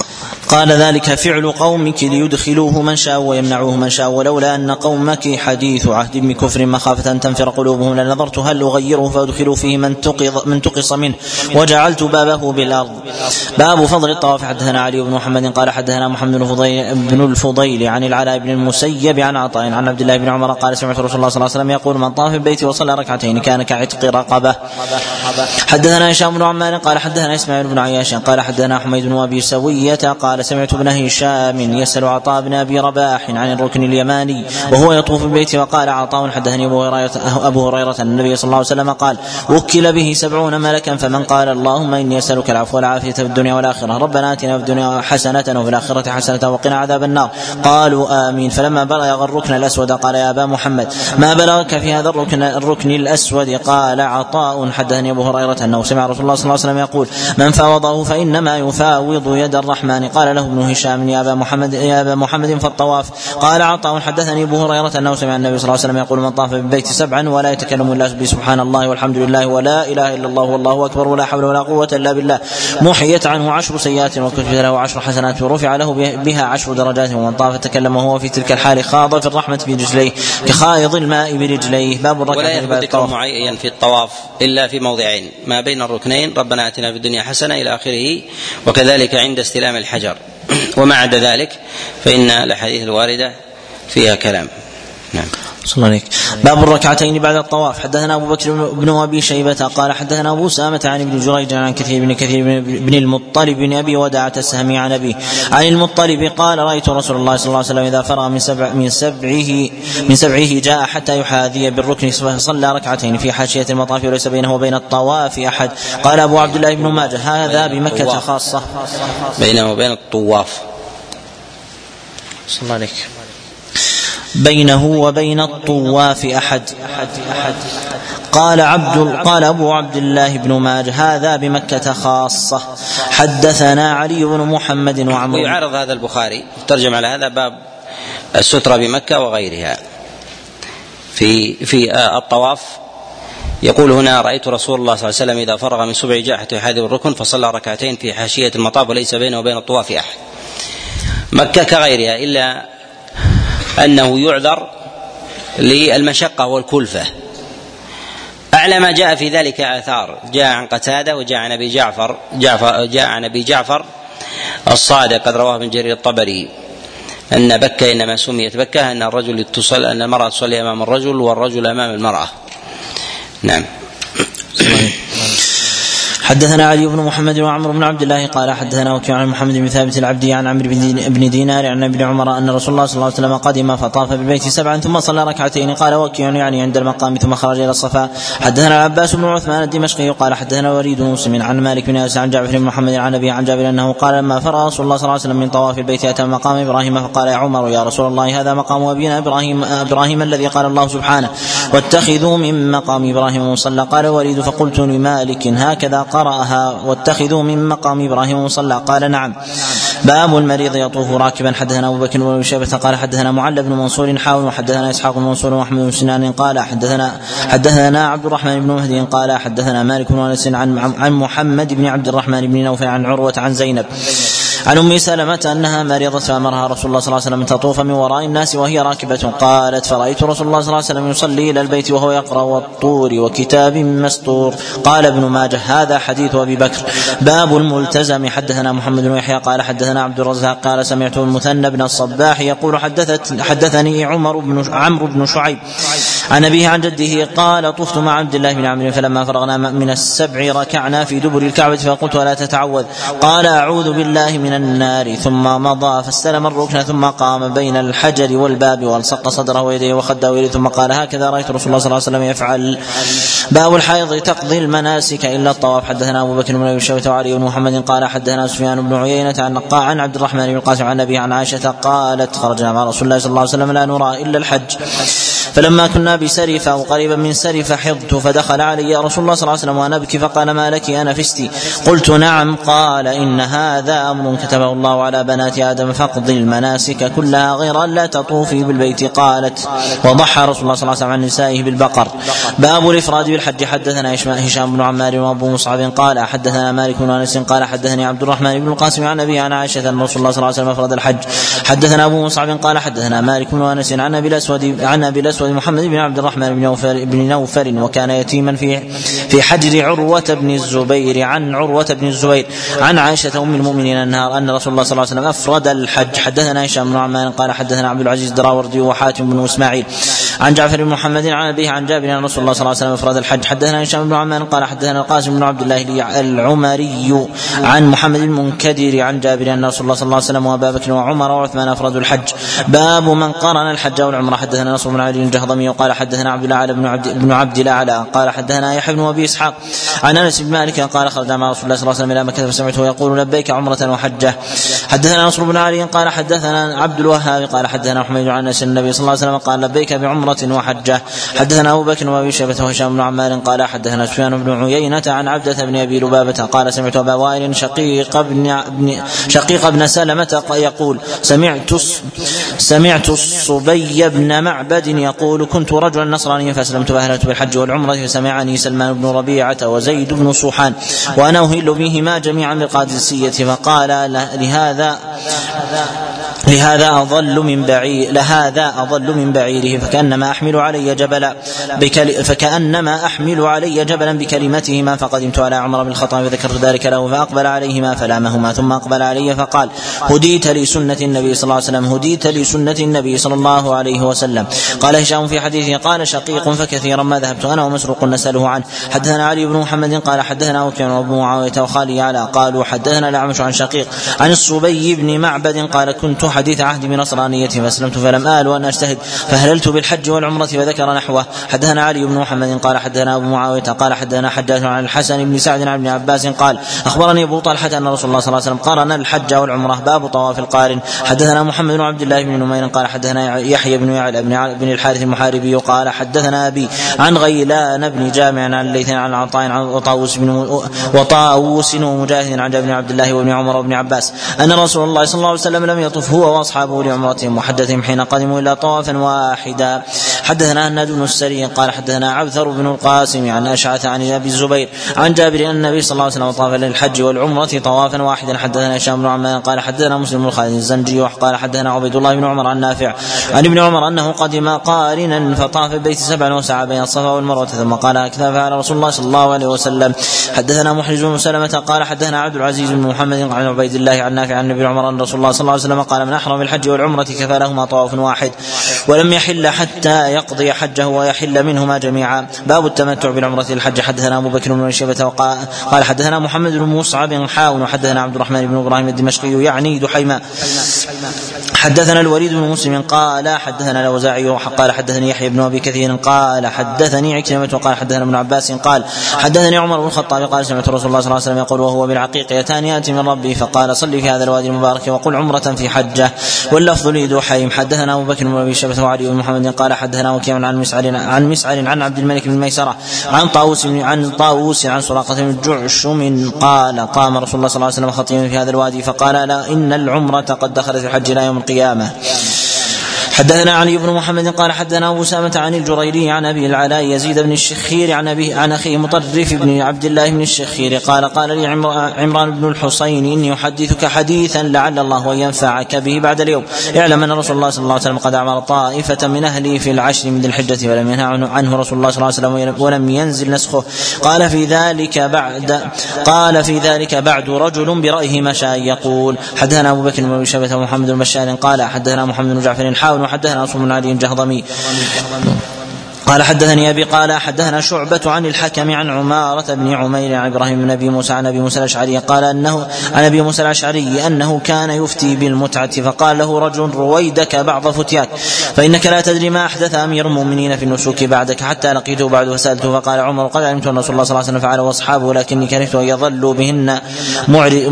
قال ذلك فعل قومك ليدخلوه من شاء ويمنعوه من شاء، ولولا أن قومك حديث عهد بكفر مخافة أن تنفر قلوبهم لنظرت هل أغيره فأدخلوا فيه من تقص منه وجعلت بابه بالأرض. باب فضل الطواف. حدثنا علي بن محمد قال حدثنا محمد بن الفضيل عن العلاء بن المسيب عن عطاء عن عبد الله بن عمر قال سمعت رسول الله صلى الله عليه وسلم يقول من طاف البيت وصلى ركعتين كان كعتق رقبة. حدثنا هشام بن عمار قال حدثنا اسماعيل بن عياش قال حدثنا حميد بن أبي سوية قال سمعت ابن هشام يسأل عطاء بن أبي رباح عن الركن اليماني وهو يطوف البيت وقال عطاء حدثني أبو هريرة النبي صلى الله عليه وسلم قال وكل به 70 ملكا فمن قال اللهم إني أسألك العفو والعافية في الدنيا والآخرة ربنا آتنا في الدنيا حسنة وفي الآخرة حسنة وقنا عذاب النار قالوا آمين. فلما بلغ الركن الأسود قال يا أبا محمد ما بلغك في هذا الركن الأسود؟ قال عطاء حدثني أبو هريرة أنه سمع رسول الله صلى الله عليه وسلم يقول من فاوضه فإنما يفاوض يد الرحمن. قال له ابن هشام يا أبا محمد فالطواف. قال عطاء حدثني أبو هريرة أنه سمع النبي صلى الله عليه وسلم يقول من طاف بالبيت 7 ولا يتكلم إلا بسبحان الله والحمد لله ولا إله إلا الله والله أكبر ولا حول ولا قوة إلا بالله محيت عنه 10 سيئات وكتبت له 10 حسنات ورفع له بها 10 درجات. ومن طاف تكلم وهو في تلك الحال خاض في الرحمة برجليه كخائض الماء برجليه. باب الركعة. ولا يثبت ذكر معين في الطواف إلا في موضعين ما بين الركنين ربنا آتنا في الدنيا حسنة إلى آخره وكذلك عند استلام الحجر، وما عدا ذلك فإن الأحاديث الواردة فيها كلام. نعم. صلى الله عليك. باب الركعتين بعد الطواف. حدثنا أبو بكر بن أبي شيبة قال حدثنا أبو سامة عن ابن جريج عن كثير بن المطلب بن أبي وداعة السهمي عن أبيه عن المطلب قال رأيت رسول الله صلى الله عليه وسلم إذا فرغ من سبعه جاء حتى يحاذي بالركن فصلى ركعتين في حاشية المطاف وليس بينه وبين الطواف أحد. قال أبو عبد الله بن ماجه هذا بمكة خاصة. بينه وبين الطواف. صلى الله عليك. بينه وبين الطواف أحد. قال أبو عبد الله بن ماجه هذا بمكة خاصة. حدثنا علي بن محمد وعمر. ويعرض هذا البخاري ترجم على هذا باب السترة بمكة وغيرها في الطواف. يقول هنا رأيت رسول الله صلى الله عليه وسلم إذا فرغ من سبع جاء حتى يحاذي الركن فصلى ركعتين في حاشية المطاف وليس بينه وبين الطواف أحد. مكة كغيرها إلا أنه يعذر للمشقة والكلفة. أعلى ما جاء في ذلك آثار جاء عن قتادة وجاء عن أبي جعفر الصادق قد رواه ابن جرير الطبري أن بكة إنما سميت بكة أن المرأة تصلي أمام الرجل والرجل أمام المرأة. نعم. حدثنا علي بن محمد وعمر بن عبد الله قال حدثنا وكيع عن محمد بن ثابت العبدي عن عمرو بن دينار عن ابن عمر أن رسول الله صلى الله عليه وسلم قدم فطاف بالبيت 7 ثم صلى ركعتين. قال وكيع يعني عند المقام ثم خرج إلى الصفا. حدثنا العباس بن عثمان الدمشقي قال حدثنا وليد بن مسلم عن مالك بن أنس عن جعفر بن محمد عن أبي عن جابر أنه قال لما فرغ رسول الله صلى الله عليه وسلم من طواف البيت أتى مقام إبراهيم فقال يا عمر يا رسول الله هذا مقام أبينا إبراهيم الذي قال الله سبحانه واتخذوا من مقام إبراهيم مصلى. قال وليد فقلت لمالك هكذا قرأها واتخذوا من مقام إبراهيم مصلى؟ قال نعم. باب المريض يطوف راكبا. حدثنا أبو بكر بن شيبة قال حدثنا معل بن منصور حاول وحدثنا إسحاق بن منصور وأحمد بن سنان قال حدثنا عبد الرحمن بن مهدي قال حدثنا مالك بن أنس عن محمد بن عبد الرحمن بن نوفل عن عروة عن زينب عن أم سلمة أنها مريضة فأمرها رسول الله صلى الله عليه وسلم تطوف من وراء الناس وهي راكبة. قالت فرأيت رسول الله صلى الله عليه وسلم يصلي إلى البيت وهو يقرأ والطور وكتاب مسطور. قال ابن ماجه هذا حديث أبي بكر. باب الملتزم. حدثنا محمد بن يحيى قال حدثنا عبد الرزاق قال سمعت المثنى بن الصباح يقول حدثني عمرو بن شعيب عن أبيه عن جده قال طفت مع عبد الله بن عمرو فلما فرغنا من 7 ركعنا في دبر الكعبة فقلت ولا تتعوذ؟ قال أعوذ بالله من النار. ثم مضى فاستلم الركن ثم قام بين الحجر والباب والصق صدره ويديه وخده ويديه ثم قال هكذا رأيت رسول الله صلى الله عليه وسلم يفعل. باب الحيض تقضي المناسك إلا الطواف. حدثنا أبو بكر بن أبي شيبة وعلي بن محمد قال حدثنا سفيان بن عيينة عن عبد الرحمن بن القاسم عن أبي عن عائشة قالت خرجنا مع رسول الله صلى الله عليه وسلم لا نرى إلا الحج فلما كنا بباب سرف أو قريبا من سرف حضت فدخل علي رسول الله صلى الله عليه وسلم وأنا أبكي فقال ما لك أنفستي؟ قلت نعم. قال إن هذا أمر كتبه الله على بنات آدم فاقضي المناسك كلها غير أن لا تطوفي بالبيت. قالت وضحى رسول الله صلى الله عليه وسلم عن نسائه بالبقر. باب الإفراد بالحج. حدثنا هشام بن عمار وأبو مصعب قال حدثنا مالك بن أنس قال حدثني عبد الرحمن بن القاسم عن أبي عن عائشة أن رسول الله صلى الله عليه وسلم أفرد الحج. حدثنا أبو مصعب قال حدثنا مالك بن أنس عن أبي الأسود محمد بن عبد الرحمن بن نوفل وكان يتيما في حجر عروة بن الزبير عن عروة بن الزبير عن عائشة أم المؤمنين أن رسول الله صلى الله عليه وسلم أفرد الحج. حدثنا هشام بن عمار قال حدثنا عبد العزيز الدراوردي وحاتم بن إسماعيل عن جعفر بن محمد عن أبيه عن جابر أن رسول الله صلى الله عليه وسلم أفرد الحج. حدثنا هشام بن عمار قال حدثنا القاسم بن عبد الله العمري عن محمد المنكدر عن جابر أن رسول الله صلى الله عليه وسلم وأبا بكر وعمر وعثمان أفردوا الحج. باب من قرن الحج والعمرة. حدثنا نصر بن علي الجهضمي وقال حدثنا عبد الأعلى بن عبد الأعلى قال حدثنا يحيى بن أبي إسحاق عن أنس بن مالك قال خرج مع رسول الله صلى الله عليه وسلم إلى مكة فسمعته يقول لبيك عمرة وحجة. حدثنا نصر بن علي قال حدثنا عبد الوهاب قال حدثنا حميد عن أنس النبي صلى الله عليه وسلم قال لبيك بعمرة وحجة. حدثنا أبو بكر وأبي شيبة وهشام بن عمار قال حدثنا سفيان بن عيينة عن عبدة بن أبي لبابة قال سمعت أبا وائل شقيق بن سلمة يقول سمعت الصبي بن معبد يقول كنت رجلا نصرانيا فأسلمت فأهلت بالحج والعمرة فسمعني سلمان بن ربيعة وزيد بن صوحان وأنا أهل بهما جميعا بالقادسية فقال لهذا أضل من بعيره فكأنما أحمل علي جبلا بكلمتهما فقدمت على عمر بن الخطاب وذكرت ذلك له فأقبل عليهما فلامهما ثم أقبل علي فقال هديت لي سنة النبي صلى الله عليه وسلم. قال هشام في حديثه قال شقيق فكثيرا ما ذهبت أنا ومسروق نسأله عنه. حدثنا علي بن محمد قال حدثنا وكيع وأبو معاوية وخالي على قالوا حدثنا الأعمش عن شقيق عن الصبي بن معبد قال كنت حديث عهد بنصرانية فأسلمت فلم آل وأن أجتهد فهللت بالحج والعمرة فذكر نحوه. حدثنا علي بن محمد قال حدثنا أبو معاوية قال حدثنا حجاج عن الحسن بن سعد عن ابن عباس قال أخبرني أبو طلحة أن رسول الله صلى الله عليه وسلم قارن الحج والعمرة. باب طواف القارن. حدثنا محمد بن عبد الله بن نمير قال حدثنا يحيى بن يعلى بن الحارث المحاربي قال حدثنا أبي عن غيلان بن جامع عن الليث عن عطاء عن وطاووس ومجاهد عن ابن عبد الله وابن عمر وابن عباس أن رسول الله صلى الله عليه وسلم لم يطف هو وأصحابه لعمرتهم وحدثهم حين قدموا إلا طوافا واحدا. حدثنا هناد بن السري قال حدثنا عبثر بن القاسم عن أشعث عن أبي الزبير عن جابر أن النبي صلى الله عليه وسلم طاف للحج والعمرة طوافا واحدا. حدثنا هشام بن عمار قال حدثنا مسلم بن خالد الزنجي قال حدثنا عبيد الله بن عمر عن نافع عن ابن عمر أنه قدم قارنا فطاف البيت 7 وسعى بين الصفا والمروة ثم قال هكذا فعل رسول الله صلى الله عليه وسلم. حدثنا محرز بن سلمة قال حدثنا عبد العزيز بن محمد عن عبيد الله عن نافع عن ابن عمر أن رسول الله صلى الله عليه وسلم قال من أحرم بالحج والعمرة كفى لهما طواف واحد ولم يحل حتى يقضي حجه ويحل منهما جميعا. باب التمتع بالعمرة للحج. حدثنا أبو بكر بن شيبة قال حدثنا محمد بن مصعب حاون وحدثنا عبد الرحمن بن إبراهيم الدمشقي يعني دحيمة. حدثنا الوليد بن مسلم قال حدثنا الأوزاعي قال حدثني يحيى بن أبي كثير قال حدثني عكرمة وقال حدثنا ابن عباس قال حدثني عمر بن الخطاب قال سمعت رسول الله صلى الله عليه وسلم يقول وهو بالعقيق يأتي من ربي فقال صل في هذا الوادي المبارك وقل عمرة في حجة واللفظ لي دحيم. حدثنا أبو بكر بن أبي شيبة وعلي بن محمد قال حدثنا وكيع عن مسعر عن عبد الملك بن ميسرة عن طاووس عن سراقة بن جعشم قال قام رسول الله صلى الله عليه وسلم خطيبا في هذا الوادي فقال لا إن العمرة قد دخلت في الحج إلى يوم القيامة. حدثنا علي بن محمد قال حدثنا أبو سامة عن الجريري عن أبي العلاء يزيد بن الشخير عن أخيه مطرف بن عبد الله بن الشخير قال لي عمران بن الحصين إني أحدثك حديثا لعل الله ينفعك به بعد اليوم. اعلم أن رسول الله صلى الله عليه وسلم قد أعمر طائفة من أهلي في العشر من ذي الحجة ولم ينهى عنه رسول الله صلى الله عليه وسلم ولم ينزل نسخه. قال في ذلك بعد رجل برأيه ما شاء يقول. حدثنا أبو بكر بن شيبة ومحمد بن بشار قال حدثنا محمد بن جعفر حاول وحدثنا أصل بن علي الجهضمي قال حدثني أبي قال حدثنا شعبة عن الحكم عن عمارة بن عمير عن إبراهيم بن أبي موسى عن أبي موسى الأشعري قال أنه عن أبي موسى الأشعري أنه كان يفتي بالمتعة فقال له رجل رويدك بعض فتياك فإنك لا تدري ما أحدث أمير المؤمنين في النسوك بعدك حتى لقيته بعد فسألته فقال عمر قد علمت أن رسول الله صلى الله عليه وسلم فعله وأصحابه لكني كرهت أن يظلوا بهن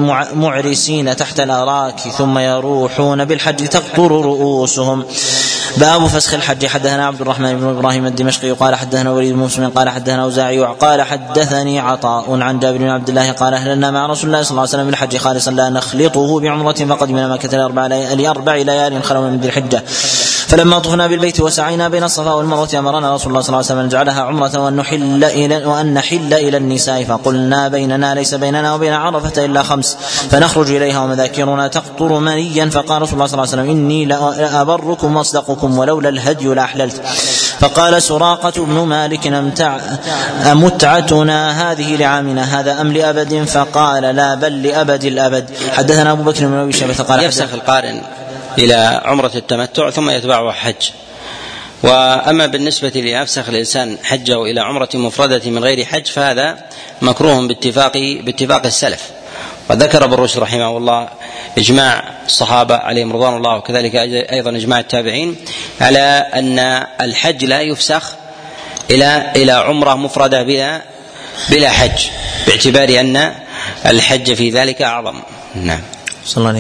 معرسين تحت الأراك ثم يروحون بالحج تقطر رؤوسهم. باب فسخ الحج. حدثنا عبد الرحمن بن ابراهيم الدمشقي قال حدثنا وليد بن مسلم قال حدثنا اوزاعي قال حدثني عطاء عن جابر بن عبد الله قال اهللنا مع رسول الله صلى الله عليه وسلم بالحج خالصا لا نخلطه بعمرة فقدمنا مكة لأربع ليال خلونا من ذي الحجة فلما طفنا بالبيت وسعينا بين الصفا والمروة أمرنا رسول الله صلى الله عليه وسلم أن نجعلها عمرة وأن نحل إلى النساء فقلنا بيننا ليس بيننا وبين عرفة إلا 5 فنخرج إليها ومذاكرنا تقطر منيا فقال رسول الله صلى الله عليه وسلم إني لأبركم واصدقكم ولولا الهدي لأحللت. فقال سراقة بن مالك متعتنا هذه لعامنا هذا أم لأبد؟ فقال لا بل لأبد الأبد. حدثنا أبو بكر بن أبي شيبة قال يفسخ القارن إلى عمرة التمتع ثم يتبعها حج. وأما بالنسبة لأفسخ الإنسان حجه إلى عمرة مفردة من غير حج فهذا مكروه باتفاق السلف. وذكر ابن رشد رحمه الله إجماع الصحابة عليهم رضوان الله وكذلك أيضا إجماع التابعين على أن الحج لا يفسخ إلى عمرة مفردة بلا حج باعتبار أن الحج في ذلك أعظم. نعم. صلى الله عليه.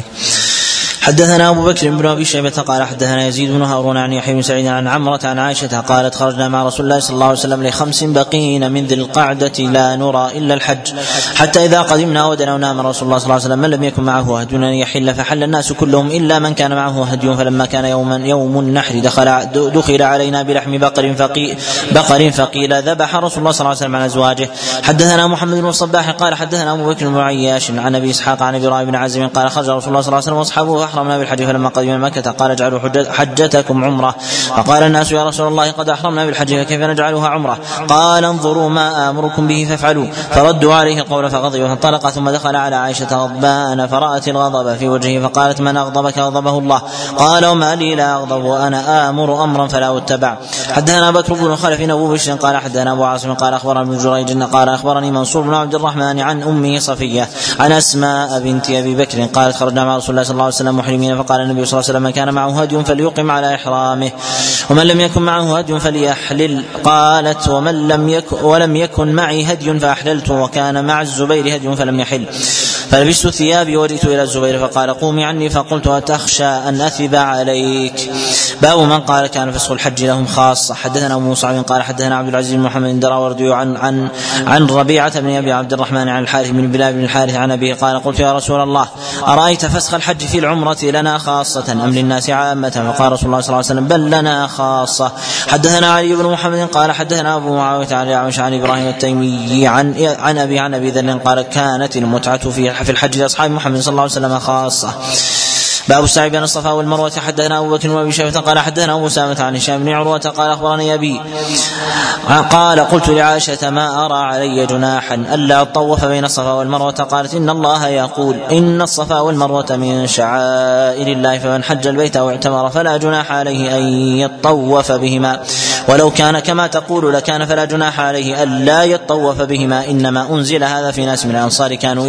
حدثنا أبو بكر بن أبي شيبة قال حدثنا يزيد بن هارون عن يحيى بن سعيد عن عمرة عن عائشة قالت خرجنا مع رسول الله صلى الله عليه وسلم ل5 بقين من ذي القعدة لا نرى إلا الحج حتى إذا قدمنا ودنونا من رسول الله صلى الله عليه وسلم من لم يكن معه هدي يحل فحل الناس كلهم إلا من كان معه هدي فلما كان يوم النحر دخل علينا بلحم بقر فقيل ذبح رسول الله صلى الله عليه وسلم عن أزواجه. حدثنا محمد بن الصباح قال حدثنا أبو بكر بن عياش عن أبي إسحاق عن أبي بن عازم قال خرج رسول الله صلى الله عليه وسلم واصحابه أحرمنا بالحج فلما قدمنا مكة قال اجعلوا حجتكم عمرة. فقال الناس يا رسول الله قد أحرمنا بالحج فكيف نجعلها عمرة؟ قال انظروا ما آمركم به فافعلوا. فردوا عليه القول فغضب فانطلق ثم دخل على عائشة غضبان فرأت الغضب في وجهه فقالت من أغضبك؟ أغضبه الله. قال وما لي لا أغضب وأنا آمر أمرا فلا أتبع. حدثنا بكر بن خلف أبو بشر قال حدثنا أبو عاصم قال أخبرنا ابن جريج قال أخبرني منصور بن عبد الرحمن عن أمه صفية عن أسماء بنت أبي بكر قالت خرجنا مع رسول الله صلى الله عليه وسلم محرمين فقال النبي صلى الله عليه وسلم من كان معه هدي فليقم على إحرامه ومن لم يكن معه هدي فليحلل. قالت ولم يكن معي هدي فأحللت وكان مع الزبير هدي فلم يحل فلبست ثيابي وجئت إلى الزبير فقال قومي عني فقلت أتخشى أن أثب عليك. باب من قال كان فسخ الحج لهم خاصة. حدثنا أبو مصعب قال حدثنا عبد العزيز بن محمد الدراوردي عن ربيعة بن أبي عبد الرحمن عن الحارث بن بلال بن الحارث عن أبيه قال قلت يا رسول الله أرأيت فسخ الحج في العمرة لنا خاصة أم للناس عامة؟ فقال رسول الله صلى الله عليه وسلم بل لنا خاصة. حدثنا علي بن محمد قال حدثنا أبو معاوية عن إبراهيم التيمي عن أبي ذر قال كانت المتعة في الحج لأصحاب محمد صلى الله عليه وسلم خاصة. باب السعي بين الصفا والمروة. حدثنا أبو بكر وأبي شيبة قال حدثنا أبو أسامة عن هشام بن عروة قال أخبرني أبي قال قلت لعائشة ما أرى علي جناحا ألا أطوف بين الصفا والمروة؟ قالت إن الله يقول إن الصفا والمروة من شعائر الله فمن حج البيت أو اعتمر فلا جناح عليه أن يطوف بهما ولو كان كما تقول لكان فلا جناح عليه ألا يطوف بهما إنما أنزل هذا في ناس من الأنصار كانوا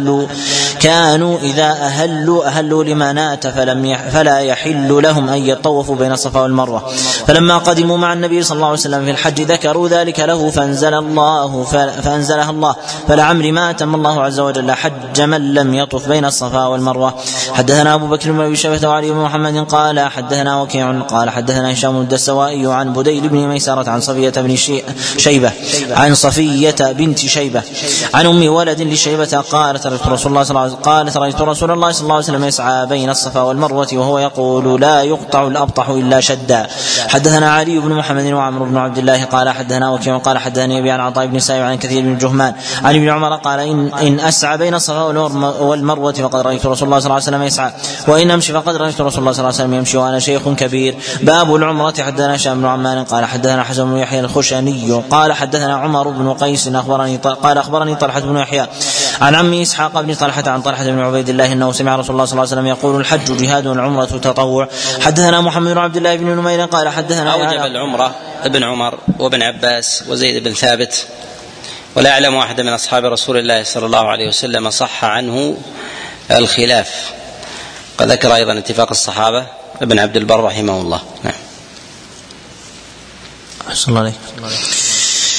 إذا أهلوا لمنات فلا يحل لهم أن يطوفوا بين الصفا والمروة فلما قدموا مع النبي صلى الله عليه وسلم في الحج ذكروا ذلك له فأنزلها الله فلعمر ما أتم الله عز وجل حج من لم يطف بين الصفا والمروة. حدثنا أبو بكر بن أبي شيبة وعلي بن محمد قال حدثنا وكيع قال حدثنا هشام الدستوائي عن بديل بن ميسرة عن صفية بن شيبة عن صفية بنت شيبة عن أم ولد لشيبة قالت رأيت رسول الله صلى الله عليه وسلم يسعى بين الصفا والمروة وهو يقول لا يقطع الأبطح إلا شدا. حدثنا علي بن محمد وعمرو بن عبد الله قال حدثنا وكيع قال حدثني أبي عن عطاء بن سائب عن كثير بن جهمان عن ابن عمر قال إن أسعى بين الصفا والمروة فقد رأيت رسول الله صلى الله عليه وسلم يسعى وإن أمشي فقد رأيت رسول الله صلى الله عليه وسلم يمشي وأنا شيخ كبير. باب العمرة. حدثنا هشام بن عمان قال حدثنا حسن بن يحيى الخشني قال حدثنا عمر بن قيس قال أخبرني طلحة بن يحيى عن عمي إسحاق بن طلحة عن طلحة بن عبيد الله أنه سمع رسول الله صلى الله عليه وسلم يقول الحج جهاد والعمرة تطوع. حدثنا محمد بن عبد الله بن نمير قال حدثنا أوجب العمرة ابن عمر وابن عباس وزيد بن ثابت ولا أعلم واحد من أصحاب رسول الله صلى الله عليه وسلم صح عنه الخلاف. قد ذكر أيضا اتفاق الصحابة ابن عبد البر رحمه الله. نعم. أحسن الله عليك.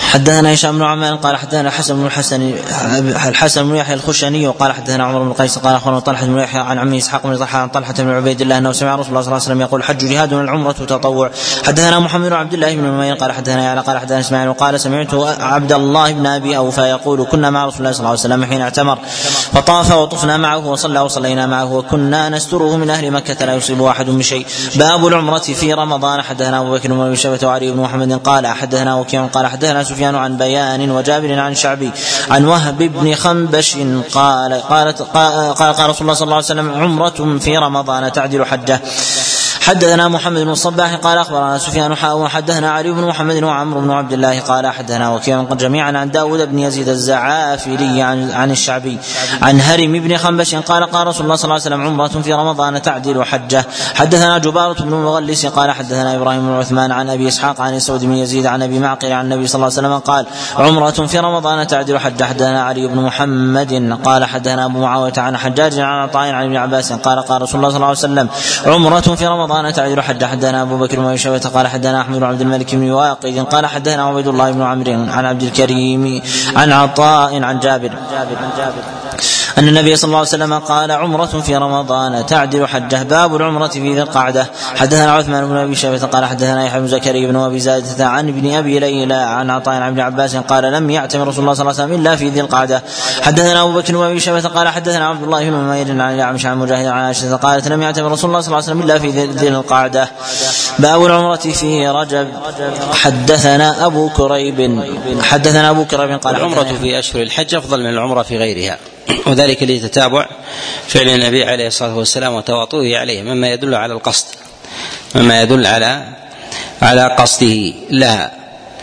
حدثنا هشام بن عمان قال حدثنا الحسن بن يحيى الخشني قال حدثنا عمر بن قيس قال اخبرنا طلحة بن يحيى عن عمه اسحاق بن طلحة عن طلحة بن عبيد الله انه سمع رسول الله صلى الله عليه وسلم يقول الحج جهاد والعمرة تطوع. حدثنا محمد بن عبد الله بن نمير قال حدثنا يعلى قال حدثنا اسماعيل وقال سمعت عبد الله بن ابي اوفى يقول كنا مع رسول الله صلى الله عليه وسلم حين اعتمر فطاف وطفنا معه وصلى وصلينا معه وكنا نستره من اهل مكة لا يصيب احد بشيء. باب العمرة في رمضان. حدثنا ابو بكر بن ابي شيبة وعلي بن محمد قال حدثنا وكيع قال حدثنا سفيان عن بيان وجابر عن شعبي عن وهب بن خنبش قال رسول الله صلى الله عليه وسلم عمرة في رمضان تعدل حجة. حدثنا محمد بن الصباح قال اخبرنا سفيان وحدثنا علي بن محمد وعمرو بن عبد الله قال حدثنا وكيع جميعا عن داود بن يزيد الزعافري عن الشعبي عن هرم بن خنبش قال رسول الله صلى الله عليه وسلم عمرة في رمضان تعدل حجة. حدثنا جبارة بن مغلس قال حدثنا ابراهيم بن عثمان عن ابي اسحاق عن سعود بن يزيد عن ابي معقل عن النبي صلى الله عليه وسلم قال عمرة في رمضان تعدل حجة. حدثنا علي بن محمد قال حدثنا ابو معاوية عن حجاج عن عطاء عن ابن عباس قال رسول الله صلى الله عليه وسلم عمرة في رمضان تعدل حجة. حدثنا ابو بكر بن ابي شيبة قال حدثنا احمد بن عبد الملك بن واقد قال حدثنا عبيد الله بن عمرو عن عبد الكريم عن عطاء عن جابر أن النبي صلى الله عليه وسلم قال عمرة في رمضان تعدل حجة. باب العمرة في ذي القعدة. حدثنا عثمان بن أبي شيبة قال حدثنا يحيى بن زكريا بن أبي زائدة عن ابن أبي ليلى عن عطاء عن ابن عباس قال لم يعتمر رسول الله صلى الله عليه وسلم إلا في ذي القعدة. حدثنا أبو بكر بن أبي شيبة قال حدثنا عبد الله بن نمير عن الأعمش عن مجاهد عن عائشة قالت لم يعتمر رسول الله صلى الله عليه وسلم إلا في ذي القعدة. باب العمرة في رجب. حدثنا أبو كريب قال العمرة في أشهر الحج أفضل من العمرة في غيرها، وذلك لتتابع فعل النبي عليه الصلاة والسلام وتواطؤه عليه مما يدل على القصد، مما يدل على قصده لها.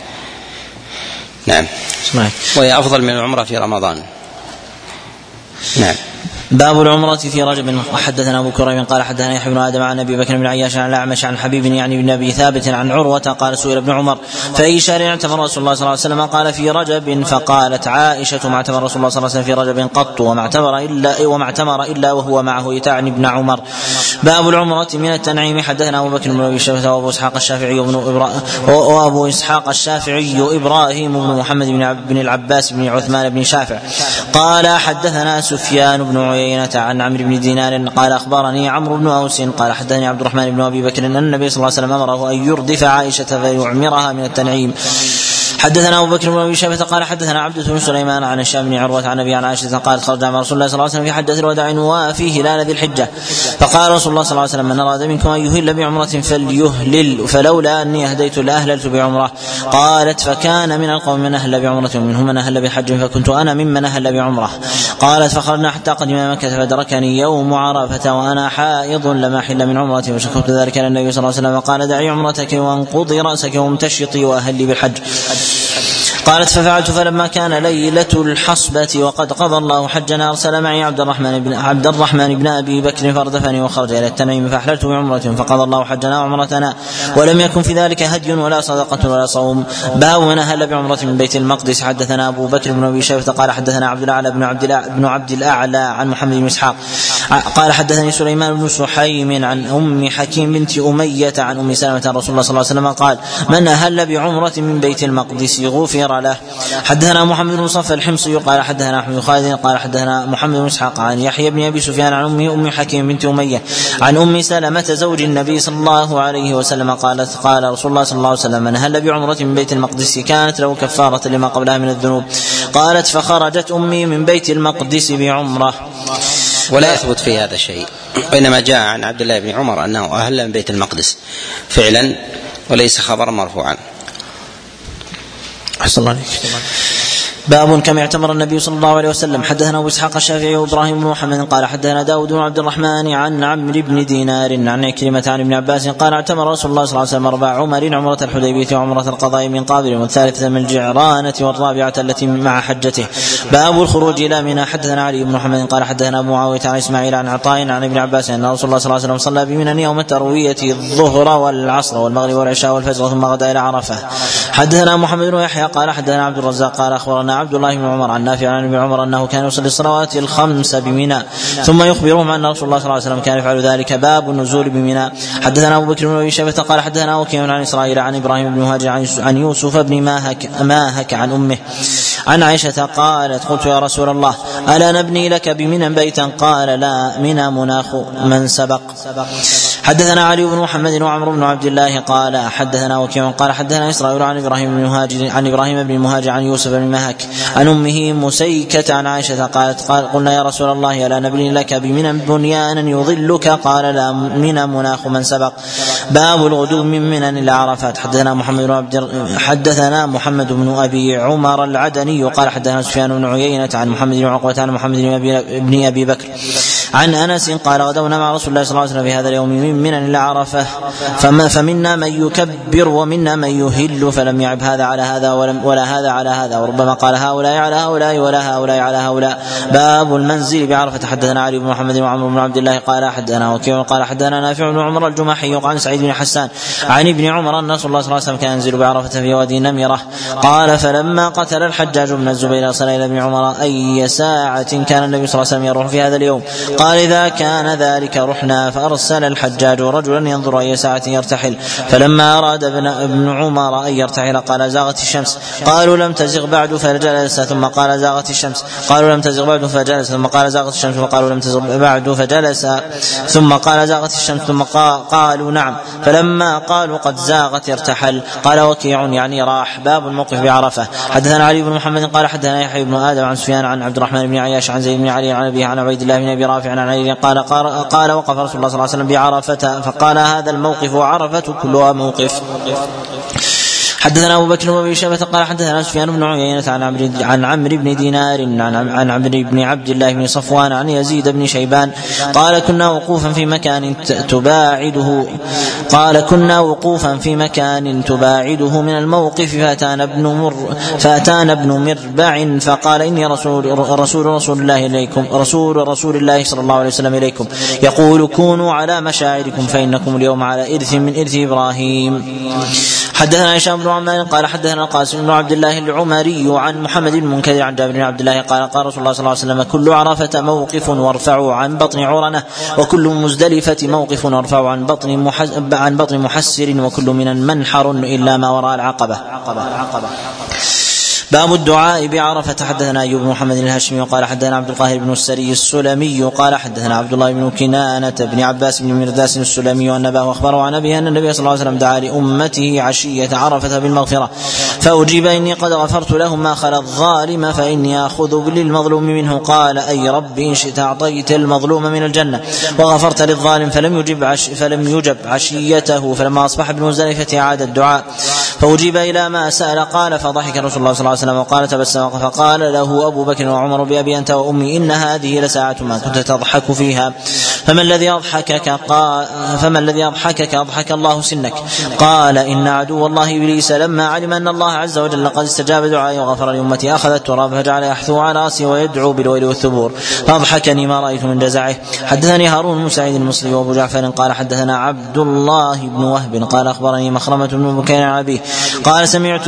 نعم، وهي أفضل من العمرة في رمضان. نعم. باب العمرة في رجب. حدثنا أبو كريم قال حدثنا يحيى بن آدم عن أبي بكر بن عياش عن الأعمش عن حبيب يعني بن أبي ثابت عن عروة قال سئل ابن عمر فأي شهر اعتمر رسول الله صلى الله عليه وسلم قال في رجب، فقالت عائشة ما اعتمر رسول الله صلى الله عليه وسلم في رجب قط وما اعتمر إلا وهو معه، تعني ابن عمر. باب العمرة من التنعيم. حدثنا أبو بكر بن أبي شيبة وأبو إسحاق الشافعي إبراهيم بن محمد بن العباس بن عثمان بن شافع قال حدثنا سفيان بن عيينة عن عمرو بن دينار قال أخبرني عمرو بن أوس قال حدثني عبد الرحمن بن أبي بكر أن النبي صلى الله عليه وسلم أمره أن يردف عائشة فيعمرها من التنعيم. حدثنا أبو بكر بن أبي شيبة قال حدثنا عبد بن سليمان عن هشام بن عروة عن أبي عن عائشة قالت خرج مع رسول الله صلى الله عليه وسلم في حجة الوداع وفي هلال ذي الحجة، فقال رسول الله صلى الله عليه وسلم من أراد منكم أن يهل بعمرة فليهلل، فلولا أني أهديت لأهللت بعمرة. قالت فكان من القوم من أهل بعمرة ومنهم من أهل بحج، فكنت أنا ممن أهل بعمرة. قالت فخرجنا حتى قدمنا مكة فدركني يوم عرفة وأنا حائض لم أحل من عمرتي، وشكوت ذلك للنبي صلى الله عليه وسلم قال دعي عمرتك وانقضي رأسك وامتشطي وأهلي بالحج. قالت ففعلت، فلما كان ليلة الحصبة وقد قضى الله حجنا أرسل معي عبد الرحمن بن أبي بكر فاردفني وخرج إلى التنعيم فأحللت بعمرة فقضى الله حجنا وعمرتنا، ولم يكن في ذلك هدي ولا صدقة ولا صوم. باب من أهل بعمرة من بيت المقدس. حدثنا أبو بكر بن أبي شيبة قال حدثنا عبد الأعلى بن عبد الأعلى عن محمد بن إسحاق قال حدثني سليمان بن سحيم عن أم حكيم بنت أمية عن أم سلمة رسول الله صلى الله عليه وسلم قال من أهل بعمرة من بيت المقدس غفر له. حدثنا محمد بن صفى الحمصي قال حدثنا أحمد خالد قال حدثنا محمد بن إسحاق عن يحيى بن أبي سفيان عن أم حكيم بنت أمية عن أم سلمة زوج النبي صلى الله عليه وسلم قالت قال رسول الله صلى الله عليه وسلم من أهل بعمرة من بيت المقدس كانت له كفارة لما قبلها من الذنوب. قالت فخرجت أمي من بيت المقدس بعمرة. ولا يثبت في هذا شيء، وإنما جاء عن عبد الله بن عمر أنه أهل من بيت المقدس فعلا وليس خبرا مرفوعا. أحسن الله عليك. باب كما اعتمر النبي صلى الله عليه وسلم. حدثنا أبو إسحاق الشافعي وإبراهيم بن محمد قال حدثنا داود بن عبد الرحمن عن عمرو بن دينار عن عكرمة عن ابن عباس قال اعتمر رسول الله صلى الله عليه وسلم 4 عمر عمرة الحديبية وعمرة القضاء من قابل والثالثة من الجعرانة والرابعة التي مع حجته. باب الخروج إلى منى. حدثنا علي بن محمد قال حدثنا أبو معاوية عن إسماعيل عن عطاء عن ابن عباس أن رسول الله صلى الله عليه وسلم صلى بمنى يوم التروية الظهر والعصر والمغرب والعشاء والفجر ثم غدا إلى عرفة. حدثنا محمد بن يحيى قال حدثنا عبد الرزاق قال أخبرنا عبد الله بن عمر عن نافع عن ابن عمر أنه كان يصلي الصلوات الخمس بمنى ثم يخبرهم أن رسول الله صلى الله عليه وسلم كان يفعل ذلك. باب النزول بمنى. حدثنا أبو بكر بن أبي شيبة قال حدثنا وكيع عن إسرائيل عن إبراهيم بن مهاجر عن يوسف بن ماهك عن أمه عن عائشة قالت قلت يا رسول الله ألا نبني لك بمنى بيتا؟ قال لا، منى مناخ من سبق. حدثنا علي بن محمد وعمرو بن عبد الله قال حدثنا وكيع قال حدثنا إسرائيل عن إبراهيم بن مهاجر عن يوسف بن ماهك عن أمه مسيكة عن عائشة قالت قلنا يا رسول الله ألا نبني لك بمنى بنيانا يظلك؟ قال لا، منى مناخ من سبق. باب الغدو من منى إلى عرفات. حدثنا محمد بن أبي عمر العدني قال حدثنا سفيان بن عيينة عن محمد بن عقبة عن محمد بن أبي بكر عن أنس قال غدونا مع رسول الله صلى الله عليه وسلم في هذا اليوم من منى إلى عرفة فمنا من يكبر ومنا من يهل فلم يعب هذا على هذا ولا هذا على هذا، وربما قال هؤلاء على هؤلاء ولا هؤلاء على هؤلاء. باب المنزل بعرفة. حدثنا علي بن محمد وعمرو بن عبد الله قال حدثنا وكيع قال حدثنا نافع بن عمر الجمحي عن سعيد بن حسان عن ابن عمر أن رسول الله صلى الله عليه وسلم كان ينزل بعرفة في وادي نمرة. قال فلما قتل الحجاج بن الزبير صلى إلى ابن عمر أي ساعة كان النبي صلى الله عليه وسلم يروح في هذا اليوم؟ قال إذا كان ذلك رحنا. فأرسل الحجاج رجلا ينظر أي ساعة يرتحل، فلما أراد ابن عمر أن يرتحل قال زاغت الشمس. قالوا لم تزغ بعد فجلس، ثم قال زاغت الشمس. قالوا لم تزغ بعد فجلس، ثم قال زاغت الشمس. وقالوا لم تزغ بعد فجلس، ثم قال زاغت الشمس. ثم قالوا نعم. فلما قالوا قد زاغت ارتحل. قال وكيع يعني راح. باب الموقف بعرفة. حدثنا علي بن محمد قال حدثنا يحيى بن آدم عن سفيان عن عبد الرحمن بن عياش عن زيد بن علي عن أبيه عن عبيد الله بن أبي رافع عن علي قال وقف رسول الله صلى الله عليه وسلم بعرفة فقال هذا الموقف وعرفة كلها موقف. حدثنا أبو بكر وأبي شيبة قال حدثنا سفيان بن عيينة عن عمرو بن دينار عن عمرو بن عبد الله بن صفوان عن يزيد بن شيبان قال كنا وقوفا في مكان تباعده من الموقف فأتانا ابن مربع فقال إني رسول الله صلى الله عليه وسلم إليكم يقول كونوا على مشاعركم فإنكم اليوم على إرث من إرث إبراهيم. حدثنا هشام بن عمار قال حدثنا القاسم بن عبد الله العمري عن محمد بن منكدر عن جابر بن عبد الله قال رسول الله صلى الله عليه وسلم كل عرفة موقف وارفعوا عن بطن عرنة، وكل مزدلفة موقف وارفعوا عن بطن محسر، وكل من منحر إلا ما وراء العقبة. باب الدعاء بعرفة. حدثنا أيوب بن محمد الهاشمي قال حدثنا عبد القاهر بن السري السلمي قال حدثنا عبد الله بن كنانة بن عباس بن مرداس السلمي أن أباه أخبره عن أبيه أن النبي صلى الله عليه وسلم دعا لأمته عشية عرفة بالمغفرة فأجيب إني قد غفرت لهم ما خلا الظالم فإني آخذ للمظلوم منه. قال أي رب إن شئت أعطيت المظلوم من الجنة وغفرت للظالم فلم يجب عشيته. فلما أصبح ابن مزدلفة عاد الدعاء فأجيب إلى ما سأل. قال فضحك رسول الله صلى الله عليه وسلم وقال تبسم فقال له أبو بكر وعمر بأبي أنت وأمي إن هذه لساعة ما كنت تضحك فيها فما الذي أضحكك أضحك الله سنك. قال إن عدو الله إبليس لما علم أن الله عز وجل قد استجاب دعائي وغفر لأمتي أخذ التراب فجعل يحثو على رأسي ويدعو بالويل والثبور فأضحكني ما رأيت من جزعه. حدثني هارون بن سعيد المصري وأبو جعفر قال حدثنا عبد الله بن وهب قال أخبرني مخرمة بن بكير عن أبيه قال سمعت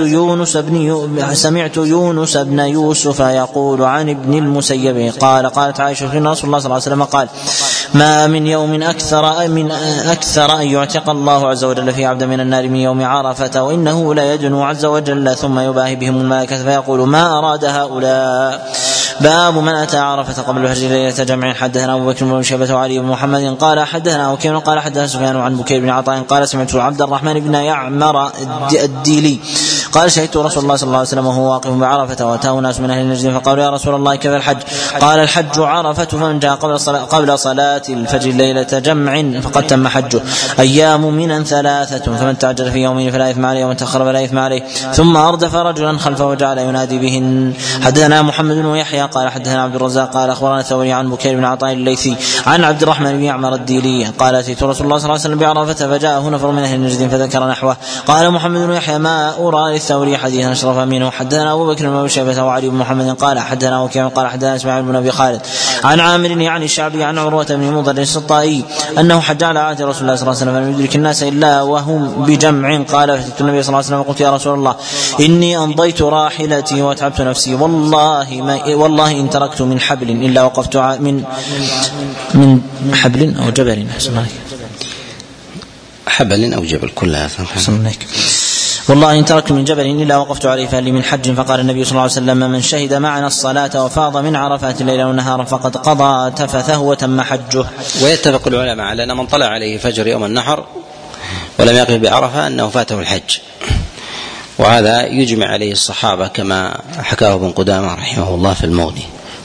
يونس بن يوسف يقول عن ابن المسيب قالت عائشة إن رسول الله صلى الله عليه وسلم قال ما من يوم أكثر أن يعتق الله عز وجل في عبد من النار من يوم عرفة وإنه لا يدنو عز وجل ثم يباهي بهم الملائكة فيقول ما أراد هؤلاء. باب من أتى عرفة قبل الهجر ليلة جمع. حدثنا أبو بكر بن شيبة وعلي بن محمد قال حدثنا وكيع قال حدثنا سفيان عن بكير بن عطاء قال سمعت عبد الرحمن بن يعمر الديلي قال شهدت رسول الله صلى الله عليه وسلم وهو واقف بعرفة وأتاه ناس من أهل النجد فقالوا يا رسول الله كيف الحج؟ قال الحج عرفة فمن جاء قبل صلاة الفجر ليلة جمع فقد تم حجه. أيام من 3 فمن تعجل في يومين فلا إثم عليه ومن تأخر فلا إثم عليه. ثم أردف رجلا خلفه وجعل ينادي بهن. حدثنا محمد بن يحيى قال حدثنا عبد الرزاق قال أخبرنا الثوري عن بكير بن عطاء الليثي عن عبد الرحمن بن يعمر الديلي قال أتيت رسول الله صلى الله عليه وسلم بعرفة فجاءه نفر من أهل النجد فذكر نحوه. قال محمد بن يحيى ما أرى الثوري حديثا أشرف منه. حدثنا أبو بكر بن أبي شيبة وعلي بن محمد قال حدثنا وكيع قال حدثنا إسماعيل بن أبي خالد عن عامر يعني الشعبي عن عروة بن مضر السطائي أنه حج على عهد رسول الله صلى الله عليه وسلم فلم يدرك الناس إلا وهم بجمع. قال فأتيت النبي صلى الله عليه وسلم وقلت يا رسول الله إني أمضيت راحلتي وتعبت نفسي والله إن تركت من حبل إلا وقفت من حبل أو جبل حبل أو جبل كلها والله إن تركت من جبل إلا وقفت عليه فهل لي من حج. فقال النبي صلى الله عليه وسلم من شهد معنا الصلاة وفاض من عرفات الليل ونهارا فقد قضى تفثه وتم حجه. ويتفق العلماء على أن من طلع عليه فجر يوم النحر ولم يقف بعرفة أنه فاته الحج، وهذا يجمع عليه الصحابة كما حكاه ابن قدامة رحمه الله في المغني.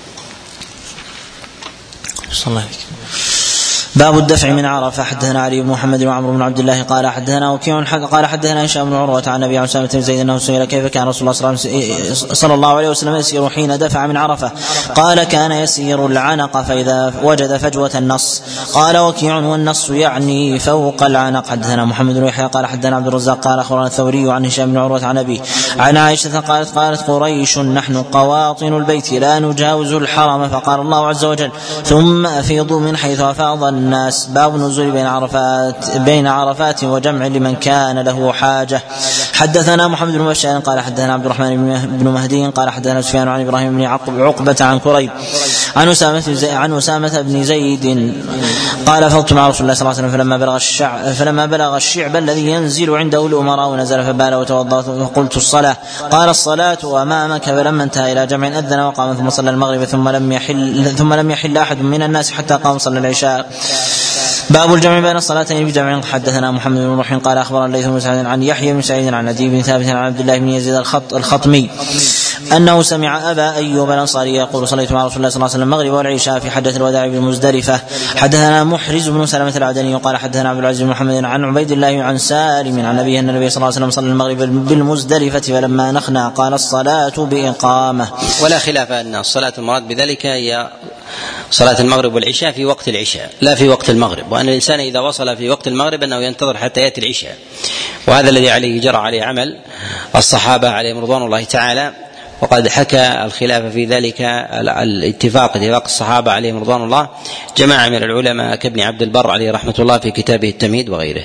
باب الدفع من عرفة. حدثنا علي بن محمد وعمرو بن عبد الله قال حدثنا وكيع قال حدثنا هشام بن عروة عن ابي اسامة بن زيد انه سئل كيف كان رسول الله صلى الله عليه وسلم يسير حين دفع من عرفة. قال كان يسير العنق فاذا وجد فجوة النص. قال وكيع والنص يعني فوق العنق. حدثنا محمد بن يحيى قال حدثنا عبد الرزاق قال اخبرنا الثوري عن هشام بن عروة عن ابي عن عائشة قالت قريش نحن قواطن البيت لا نجاوز الحرم. فقال الله عز وجل ثم افيضوا من حيث افاض الناس. باب النزول بين عرفات وجمع لمن كان له حاجة. حدثنا محمد بن بشار قال حدثنا عبد الرحمن بن مهدي قال حدثنا سفيان عن ابراهيم بن عقبة عن كريب عن أسامة بن زيد قال فضت مع رسول الله صلى الله عليه وسلم فلما بلغ الشعب الذي ينزل عنده الأمراء ونزل فبال وتوضأ فقلت الصلاة. قال الصلاة أمامك. فلما انتهى إلى جمع أذن وقام ثم صلى المغرب ثم لم يحل أحد من الناس حتى قام صلى العشاء. باب الجمع بين الصلاتين بجمع. حدثنا محمد بن رحيم قال اخبرنا الليث بن سعد عن يحيى بن سعيد عن عدي بن ثابت عن عبد الله بن يزيد الخطمي انه سمع ابا ايوب الانصاري يقول صليت مع رسول الله صلى الله عليه وسلم المغرب والعشاء في حجة الوداع بالمزدلفة. حدثنا محرز بن سلمة العدني قال حدثنا عبد العزيز بن محمد عن عبيد الله عن سالم عن ابيه ان النبي صلى الله عليه وسلم صلى المغرب بالمزدلفة فلما نخنا قال الصلاة بإقامة. ولا خلاف ان الصلاة المراد بذلك هي صلاة المغرب والعشاء في وقت العشاء لا في وقت المغرب، وأن الإنسان إذا وصل في وقت المغرب أنه ينتظر حتى يأتي العشاء، وهذا الذي عليه جرى عليه عمل الصحابة عليهم رضوان الله تعالى. وقد حكى الخلاف في ذلك اتفاق الصحابة عليهم رضوان الله جماعة من العلماء كابن عبد البر عليه رحمة الله في كتابه التمهيد وغيره.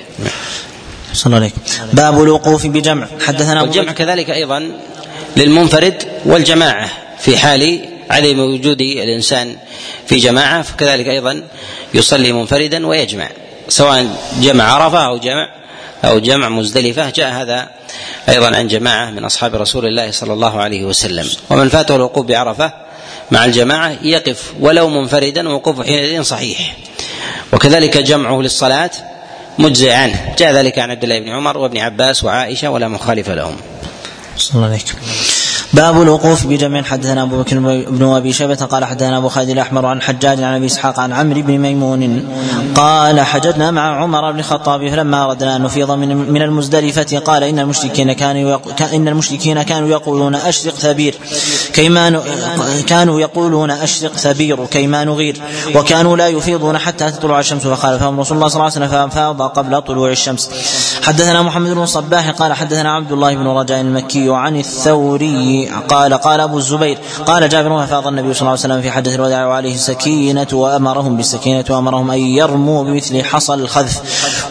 صلى الله عليه. باب الوقوف بجمع. حدثنا والجمع كذلك أيضا للمنفرد والجماعة في حال عدم وجود الإنسان في جماعة، فكذلك أيضا يصلي منفردا ويجمع سواء جمع عرفة أو جمع مزدلفة. جاء هذا أيضا عن جماعة من أصحاب رسول الله صلى الله عليه وسلم. ومن فاته الوقوف بعرفة مع الجماعة يقف ولو منفردا ووقوفه حينئذ صحيح، وكذلك جمعه للصلاة مجزئ عنه. جاء ذلك عن عبد الله بن عمر وابن عباس وعائشة ولا مخالف لهم. صلى الله عليه. باب الوقوف بجمع. حدثنا أبو بكر بن أبي شيبة قال حدثنا أبو خالد الأحمر عن حجاج عن أبي إسحاق عن عمرو بن ميمون قال حججنا مع عمر بن الخطاب فلما أردنا أن نفيض من المزدلفة قال إن المشركين كانوا يقولون أشرق ثبير كيما نغير وكانوا لا يفيضون حتى تطلع الشمس فخالفهم رسول الله صلى الله عليه وسلم فأفاض قبل طلوع الشمس. حدثنا محمد بن الصباح قال حدثنا عبد الله بن رجاء المكي عن الثوري قال أبو الزبير قال جابر فافاض النبي صلى الله عليه وسلم في حجة الوداع وعليه سكينة وأمرهم بالسكينة وأمرهم أن يرموا بمثل حصى الخذف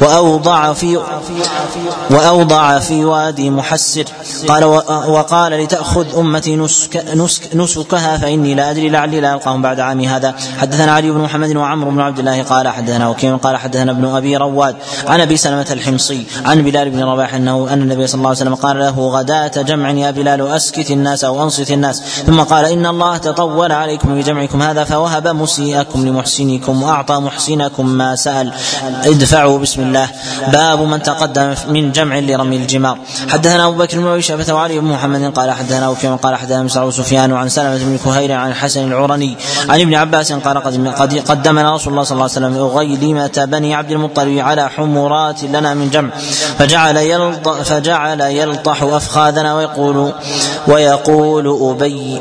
وأوضع في وادي محسر قال وقال لتأخذ أمتي نسكها فإني لا أدري لعلي لا ألقاهم بعد عامي هذا. حدثنا علي بن محمد وعمرو بن عبد الله قال حدثنا وكيع قال حدثنا ابن أبي رواد عن أبي سلمة الحمصي عن بلال بن رباح أن النبي صلى الله عليه وسلم قال له غداة جمع يا بلال أسكت الناس أو أنصت الناس، ثم قال إن الله تطول عليكم بجمعكم هذا فوهب مسيئكم لمحسنكم وأعطى محسنكم ما سأل ادفعوا بسم الله. باب من تقدم من جمع لرمي الجمار. حدثنا أبو بكر بن أبي شيبة وعلي بن محمد قال حدثنا وكيع قال حدثنا مسعود سفيان عن سلمة بن كهير عن الحسن العرني عن ابن عباس قال قدمنا رسول الله صلى الله عليه وسلم أغيلمة بني عبد المطلب على حمرات لنا من جمع فجعل يلطح أفخاذنا ويقول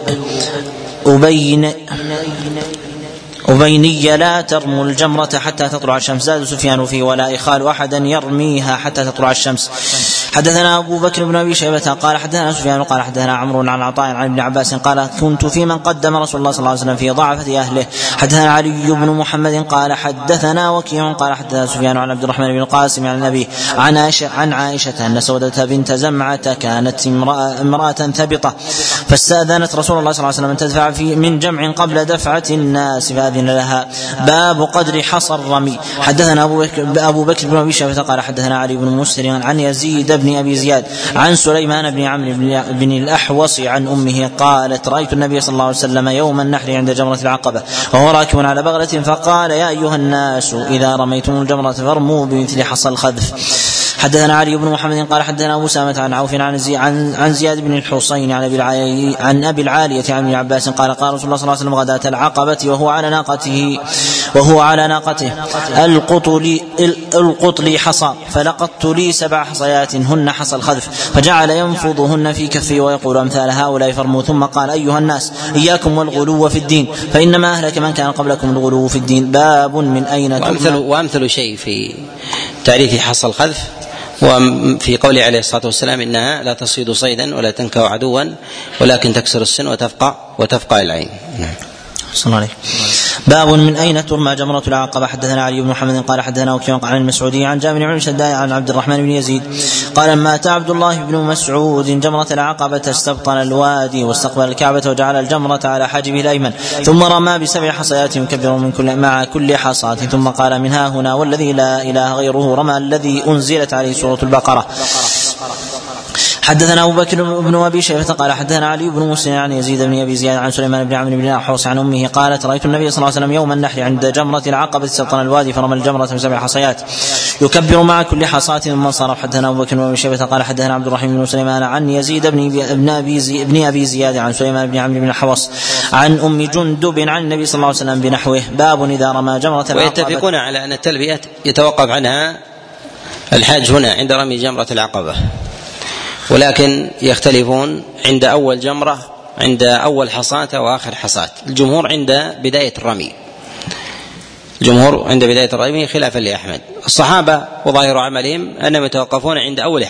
أبيني لا ترموا الجمرة حتى تطلع الشمس. زاد سفيان فيه ولا إخال أحدا يرميها حتى تطلع الشمس. حدثنا أبو بكر بن أبي شيبة قال حدثنا سفيان قال حدثنا عمرو عن عطاء عن ابن عباس قال كنت في من قدم رسول الله صلى الله عليه وسلم في ضعفة أهله. حدثنا علي بن محمد قال حدثنا وكيع قال حدثنا سفيان عن عبد الرحمن بن القاسم عن النبي عن عائشة أن سودة بنت زمعة كانت امرأة ثبطة فاستأذنت رسول الله صلى الله عليه وسلم أن تدفع من جمع قبل دفعة الناس فأذن لها. باب قدر حصى الرمي. حدثنا أبو بكر بن أبي شيبة قال حدثنا علي بن مسلم عن يزيد بن أبي زياد عن سليمان بن عمرو بن الأحوص عن أمه قالت رأيت النبي صلى الله عليه وسلم يوم النحر عند جمرة العقبة وهو راكب على بغلة فقال يا أيها الناس إذا رميتم الجمرة فارموا بمثل حصى الخذف. حدثنا علي بن محمد قال حدثنا أبو سامة عن عوف عن زياد بن الحصين عن أبي العالية عن ابن عباس قال قال رسول الله صلى الله عليه وسلم غداة العقبة وهو على ناقته القط لي حصى فلقطت لي 7 حصيات هن حصى الخذف فجعل ينفضهن في كفي ويقول أمثال هؤلاء فرموا. ثم قال أيها الناس إياكم والغلو في الدين فإنما أهلك من كان قبلكم الغلو في الدين. باب من أين وأمثل شيء في تعريف حصى الخذف وفي قوله عليه الصلاة والسلام إنها لا تصيد صيدا ولا تنكأ عدوا ولكن تكسر السن وتفقع العين. صلى الله عليه. باب من أين ترمى جمرة العقبة. حدثنا علي بن محمد قال حدثنا وكيع عن المسعودي عن جابر بن شداد عن عبد الرحمن بن يزيد قال لما أتى عبد الله بن مسعود جمرة العقبة استبطن الوادي واستقبل الكعبة وجعل الجمرة على حاجبه الأيمن ثم رمى ب7 حصيات يكبر مع كل حصاة ثم قال من ها هنا والذي لا إله غيره رمى الذي أنزلت عليه سورة البقرة. حدثنا أبو بكر بن أبي شيبة قال حدثنا علي بن مسلم عن يزيد بن أبي زياد عن سليمان بن عمرو بن الأحوص عن أمه قالت رأيت النبي صلى الله عليه وسلم يوم النحر عند جمرة العقبة استبطن الوادي فرمى الجمرة ب7 حصيات يكبر مع كل حصاة ثم انصرف. حدثنا أبو بكر بن أبي شيبة قال حدثنا عبد الرحيم بن سليمان عن يزيد بن أبي زياد عن سليمان بن عمرو بن الأحوص عن أم جندب عن النبي صلى الله عليه وسلم بنحوه. باب إذا رمى جمرة العقبة. ويتفقون على أن التلبية يتوقف عنها الحاج هنا عند رمي جمرة العقبة ولكن يختلفون عند أول جمرة عند أول حصاة وآخر حصاة. الجمهور عند بداية الرمي خلافا لأحمد. الصحابة وظاهر عملهم أنهم يتوقفون عند أول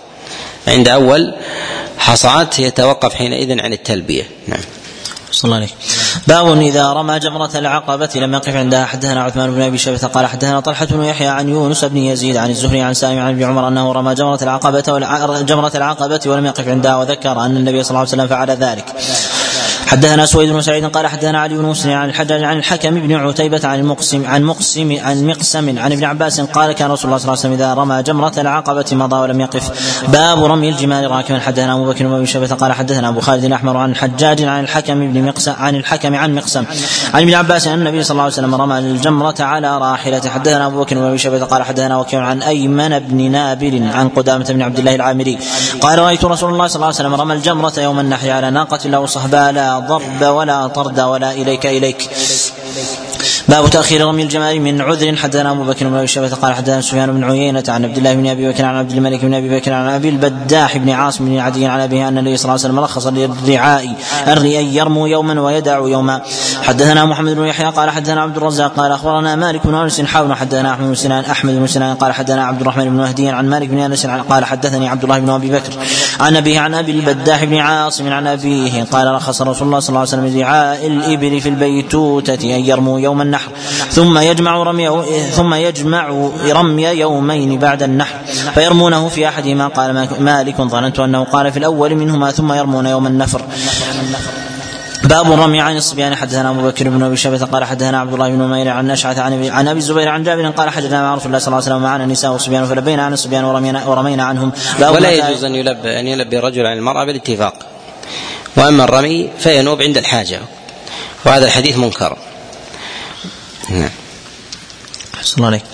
حصاة يتوقف حينئذ عن التلبية. نعم. صلى الله عليه. باب إذا رمى جمرة العقبة لم يقف عندها. حدثنا عثمان بن أبي شيبة قال حدثنا طلحة بن يحيى عن يونس بن يزيد عن الزهري عن سالم عن ابن عمر أنه رمى جمرة العقبة ولم يقف عندها وذكر أن النبي صلى الله عليه وسلم فعل ذلك. حدثنا سويد بن سعيد قال حدثنا علي بن مسلم عن الحجاج عن الحكم بن عتيبة عن مقسم عن ابن عباس قال كان رسول الله صلى الله عليه وسلم إذا رمى جمرة العقبة مضى ولم يقف. باب رمي الجمال راكبا. حدثنا أبو بكر بن أبي شيبة قال حدثنا أبو خالد الأحمر عن الحجاج عن الحكم عن مقسم عن ابن عباس أن النبي صلى الله عليه وسلم رمى الجمرة على راحلته. حدثنا أبو بكر بن أبي شيبة قال حدثنا وكيع عن أيمن بن نابل عن قدامة بن عبد الله العامري قال رأيت رسول الله صلى الله عليه وسلم رمى الجمرة يوم النحر على ناقة له صهباء لا ضرب ولا طرد ولا إليك. باب تأخير رمي الجمال من عذر. حدثنا أبو بكر بن أبي شيبة قال حدثنا سفيان بن عيينة عن عبد الله بن أبي بكر عن عبد الملك بن أبي بكر عن أبي البداح بن عاصم بن عدي عن أبيه أن النبي صلى الله عليه وسلم رخص للرعاء يرموا يوما ويدع يوما. حدثنا محمد بن يحيى قال حدثنا عبد الرزاق قال أخبرنا مالك بن أنس حاول حدثنا أحمد بن سنان قال حدثنا عبد الرحمن بن مهدي عن مالك بن أنس قال حدثني عبد الله بن أبي بكر عن أبيه عن أبي البداح بن عاصم عن أبيه قال رخص رسول الله صلى الله عليه وسلم لرعاء الإبل في البيتوتة أن يرموا يوم النحر ثم يجمع رمي يومين بعد النحر فيرمونه في أحدهما. قال مالك ظننت أنه قال في الأول منهما ثم يرمون يوم النفر. باب الرمي عن الصبيان. حدثنا أبو بكر بن أبي شيبة قال حدثنا عبد الله بن نمير عن أشعث عن أبي الزبير عن جابر قال حدثنا مع رسول الله صلى الله عليه وسلم معنا النساء والصبيان فلبينا عن الصبيان ورمينا عنهم. ولا يجوز أن يلبي الرجل عن المرأة بالاتفاق، وأما الرمي فينوب عند الحاجة، وهذا الحديث منكر. نعم. صلى الله عليه.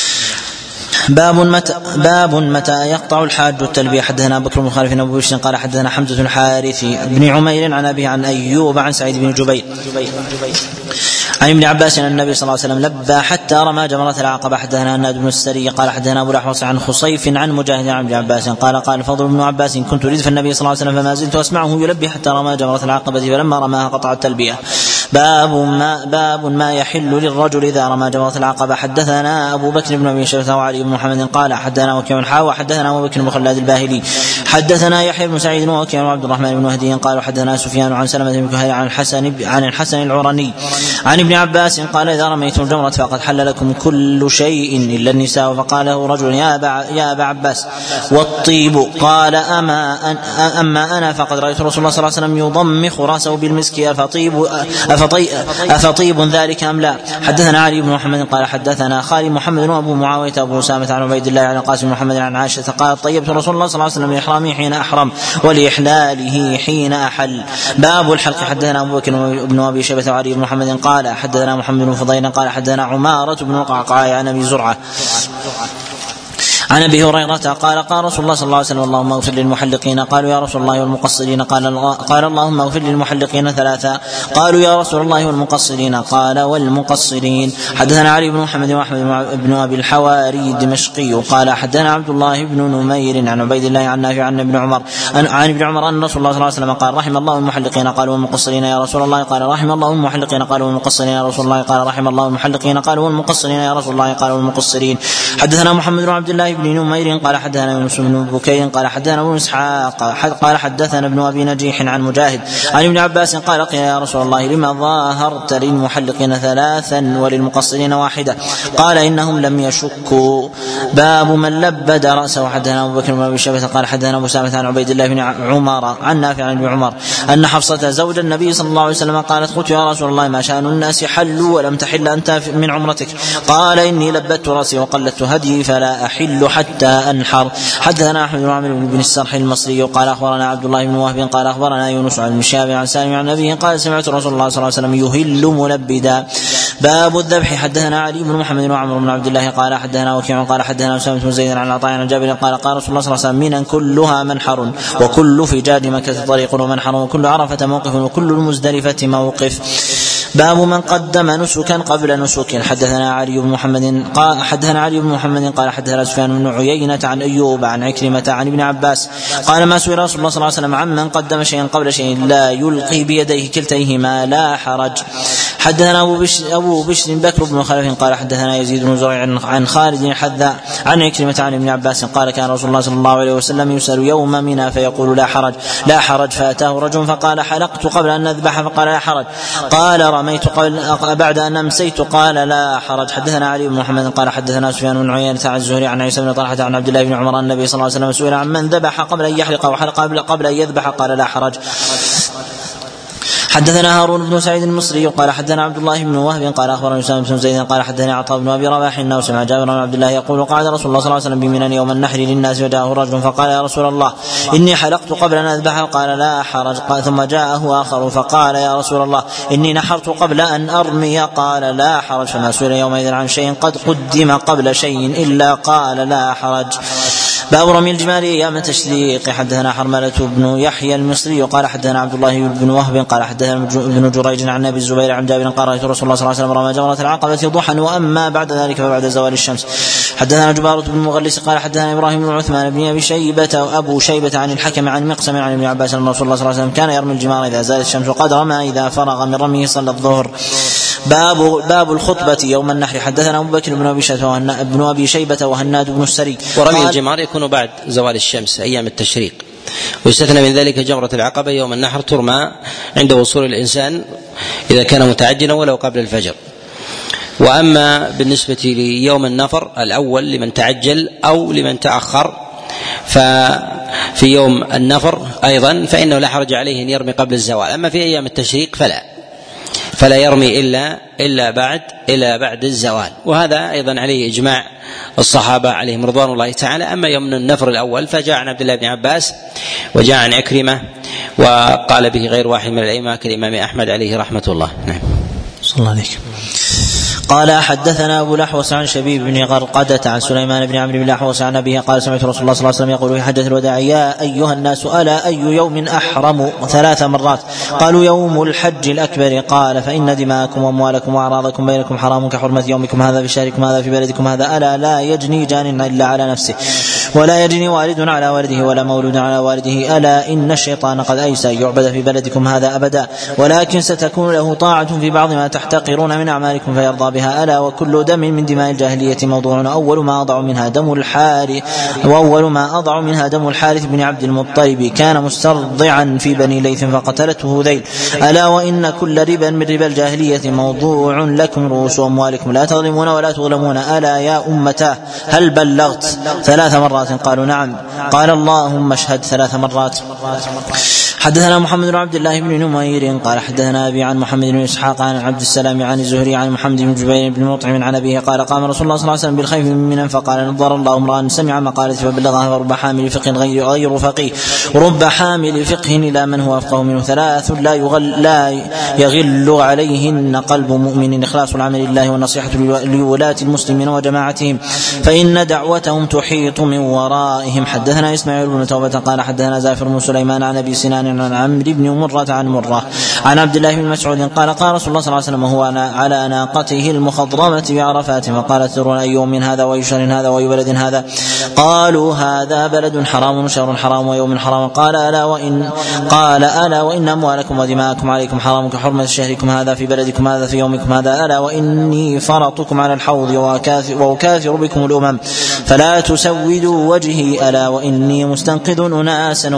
باب متى يقطع الحاج التلبية. حدثنا بكر بن خالد بن ابي بشر قال حدثنا حمزة الحارث بن عمير عن ابي عن ايوب عن سعيد بن جبير عن ابن عباس ان النبي صلى الله عليه وسلم لبى حتى رمى جمرة العقبة. حدثنا هناد بن السري قال حدثنا ابو الاحوص عن خصيف عن مجاهد عن ابن عباس قال فضل بن عباس كنت ردف النبي صلى الله عليه وسلم فما زلت اسمعه يلبي حتى رمى جمرة العقبة فلما رماها قطع التلبية. باب ما يحل للرجل إذا رمى جمرة العقبة. حدثنا أبو بكر بن أبي شيبة وعلي بن محمد قال حدثنا وكيع وحدثنا أبو بكر بن خلاد الباهلي حدثنا يحيى بن سعيد وكيع وعبد الرحمن بن مهدي قال حدثنا سفيان عن سلمة بن كهيل عن الحسن العرني عن ابن عباس قال إذا رميتم الجمرة فقد حل لكم كل شيء إلا النساء. فقال له رجل يا أبا عباس والطيب؟ قال أما أنا فقد رأيت رسول الله صلى الله عليه وسلم يضمخ رأسه بالمسك أفطيب ذلك أم لا؟ حدثنا علي بن محمد قال حدثنا خالد محمد وأبو معاوية أبو أسامة عن عبيد الله عن القاسم محمد عن عائشة قال طيبت رسول الله صلى الله عليه وسلم لإحرامه حين أحرم ولإحلاله حين أحل. باب الحلق. حدثنا أبو بكر بن أبي شيبة وعلي بن محمد قال حدثنا محمد بن فضيل قال حدثنا عمارة بن القعقاع عن أبي زرعة عن ابي هريره قال رسول الله صلى الله عليه وسلم اللهم اغفر للمحلقين. قالوا يا رسول الله والمقصرين؟ قال اللهم اغفر للمحلقين ثلاثا. قالوا يا رسول الله والمقصرين؟ قال والمقصرين. حدثنا علي بن محمد واحمد بن ابي الحواري الدمشقي قال حدثنا عبد الله بن نمير عن عبيد الله عن نافع عن ابن عمر ان رسول الله صلى الله عليه وسلم قال رحم الله المحلقين. قالوا والمقصرين يا رسول الله؟ قال رحم الله المحلقين. قالوا والمقصرين يا رسول الله؟ قال رحم الله المحلقين. قالوا والمقصرين يا رسول الله؟ قال والمقصرين. حدثنا محمد بن عبد الله بن نمير قال حدثنا يونس بن بكير قال حدثنا ابن اسحاق قال حدثنا ابن ابي نجيح عن مجاهد عن ابن عباس قال قيل يا رسول الله لما ظاهرت للمحلقين ثلاثا وللمقصرين واحدة؟ قال انهم لم يشكوا. باب من لبد رأسه. حدثنا ابو بكر بن ابي شيبة قال حدثنا ابو سامة عن عبيد الله بن عمر عن نافع عن ابن عمر ان حفصة زوج النبي صلى الله عليه وسلم قالت قلت يا رسول الله ما شأن الناس حلوا ولم تحل انت من عمرتك؟ قال اني لبدت رأسي وقلدت هدي فلا احل حتى أنحر. حدثنا أحمد بن عمرو بن السرح المصري قال أخبرنا عبد الله بن وهب قال أخبرنا يونس عن المشاب عن سالم عن أبيه قال سمعت رسول الله صلى الله عليه وسلم يهل ملبدا. باب الذبح. حدثنا علي بن محمد وعمر بن عبد الله قال حدثنا وكيع قال حدثنا أسامة بن زيد عن عطاء عن جابر قال قال رسول الله صلى الله عليه وسلم منا كلها منحر وكل فجاج مكة طريق ومنحر وكل عرفة موقف وكل المزدلفة موقف. باب من قدم نسكا قبل نسك. حدثنا علي بن محمد قال حدثنا سفيان بن عيينة عن أيوب عن عكرمة عن ابن عباس قال ما سئل رسول الله صلى الله عليه وسلم عمن قدم شيئا قبل شيء لا يلقي بيديه كلتيهما لا حرج. حدثنا أبو بشر بكر بن خلف قال حدثنا يزيد بن زريع عن خالد الحذاء عن عكرمة عن ابن عباس قال كان رسول الله صلى الله عليه وسلم يسأل يوم منى فيقول لا حرج فأتاه رجل فقال حلقت قبل أن نذبح فقال لا حرج. قال رميت بعد أن أمسيت قال لا حرج. حدثنا علي بن محمد قال حدثنا سفيان بن عيينة عن الزهري عن عيسى بن طلحة عن عبد الله بن عمر أن النبي صلى الله عليه وسلم سئل عن من ذبح قبل أن يحلق وحلق قبل أن يذبح قال لا حرج. حدثنا هارون بن سعيد المصري قال حدثنا عبد الله بن وهب قال اخبرنا أسامة بن زيد قال حدثني عطاء بن ابي رباح انه سمع جابر بن عبد الله يقول قعد رسول الله صلى الله عليه وسلم بمنى يوم النحر للناس وجاءه رجل فقال يا رسول الله اني حلقت قبل ان اذبح قال لا حرج. ثم جاءه اخر فقال يا رسول الله اني نحرت قبل ان ارمي قال لا حرج. فما سئل يومئذ عن شيء قد قدم قبل شيء الا قال لا حرج. باب رمي الجمال ايام التشريق. حدثنا حرملة بن يحيى المصري قال حدثنا عبد الله بن وهب قال حدثنا ابن جريج عن ابي الزبير عن جابر قال رأيت رسول الله صلى الله عليه وسلم رمى جمرة العقبة ضحى واما بعد ذلك فبعد زوال الشمس. حدثنا جبارة بن مغلس قال حدثنا ابراهيم بن عثمان بن ابو شيبة عن الحكم عن مقسم عن ابن عباس ان رسول الله صلى الله عليه وسلم كان يرمي الجمار اذا زالت الشمس وقد رمى اذا فرغ من رميه صلى الظهر. باب الخطبة يوم النحر. حدثنا أبو بكر بن أبي شيبة وهناد بن السري. ورمي الجمار يكون بعد زوال الشمس أيام التشريق ويستثنى من ذلك جمرة العقبة يوم النحر ترمى عند وصول الإنسان إذا كان متعجلا ولو قبل الفجر. وأما بالنسبة ليوم النفر الأول لمن تعجل أو لمن تأخر ففي يوم النفر أيضا فإنه لا حرج عليه أن يرمي قبل الزوال. أما في أيام التشريق فلا يرمي إلا بعد الزوال. وهذا أيضا عليه إجماع الصحابة عليهم رضوان الله تعالى. أما يوم النفر الأول فجاء عن عبد الله بن عباس وجاء عن عكرمة وقال به غير واحد من الأئمة كالإمام أحمد عليه رحمة الله. نعم. صلى الله عليك. قال حدثنا أبو الأحوص عن شبيب بن غرقدة عن سليمان بن عمرو بن الأحوص عن أبيه قال سمعت رسول الله صلى الله عليه وسلم يقول في حدث الوداع يا أيها الناس ألا أي يوم أحرم 3 مرات؟ قالوا يوم الحج الأكبر. قال فإن دماءكم وأموالكم وأعراضكم بينكم حرام كحرمة يومكم هذا في شهركم هذا في بلدكم هذا ألا لا يجني جان إلا على نفسه ولا يجني والد على والده ولا مولود على والده. ألا إن الشيطان قد أيسى أن يعبد في بلدكم هذا أبدا، ولكن ستكون له طاعة في بعض ما تحتقرون من أعمالكم فيرضى بها. ألا وكل دم من دماء الجاهلية موضوع، أول ما أضع منها دم الحارث بن عبد المطلب، كان مسترضعا في بني ليث فقتلته ذيل. ألا وإن كل ربا من ربا الجاهلية موضوع، لكم رؤوس أموالكم لا تظلمون ولا تظلمون. ألا يا أمتاه هل بلغت؟ 3 مرات. قالوا نعم. قال اللهم اشهد 3 مرات. حدثنا محمد بن عبد الله بن نمير قال حدثنا أبي عن محمد بن إسحاق عن عبد السلام عن الزهري عن محمد بن جبير بن مطعم عن أبيه قال قام رسول الله صلى الله عليه وسلم بالخيف من منى فقال نظر الله امرأ سمع مقالتي فبلغها، فرب حامل فقه غير فقيه، ورب حامل فقه إلى من هو أفقه منه. 3 لا يغل عليهن قلب مؤمن، إخلاص العمل لله والنصيحة لولاة المسلمين وجماعتهم، فإن دعوتهم تحيط من ورائهم. حدثنا إسماعيل بن توبة قال حدثنا زافر بن سليمان عن أبي سنان عن عمرو بن مرة عن مرة عن عبد الله بن مسعود قال قال رسول الله صلى الله عليه وسلم هو على ناقته المخضرمة بعرفات، فقال تدرون أي يوم هذا وأي شهر هذا وأي بلد هذا؟ قالوا هذا بلد حرام وشهر حرام ويوم حرام. قال ألا وإن أموالكم ودماءكم عليكم حرام كحرمة شهركم هذا في بلدكم هذا في يومكم هذا. ألا وإني فرطكم على الحوض وأكاثر بكم الأمم فلا تسودوا وجهي. ألا وإني مستنقذ أناسا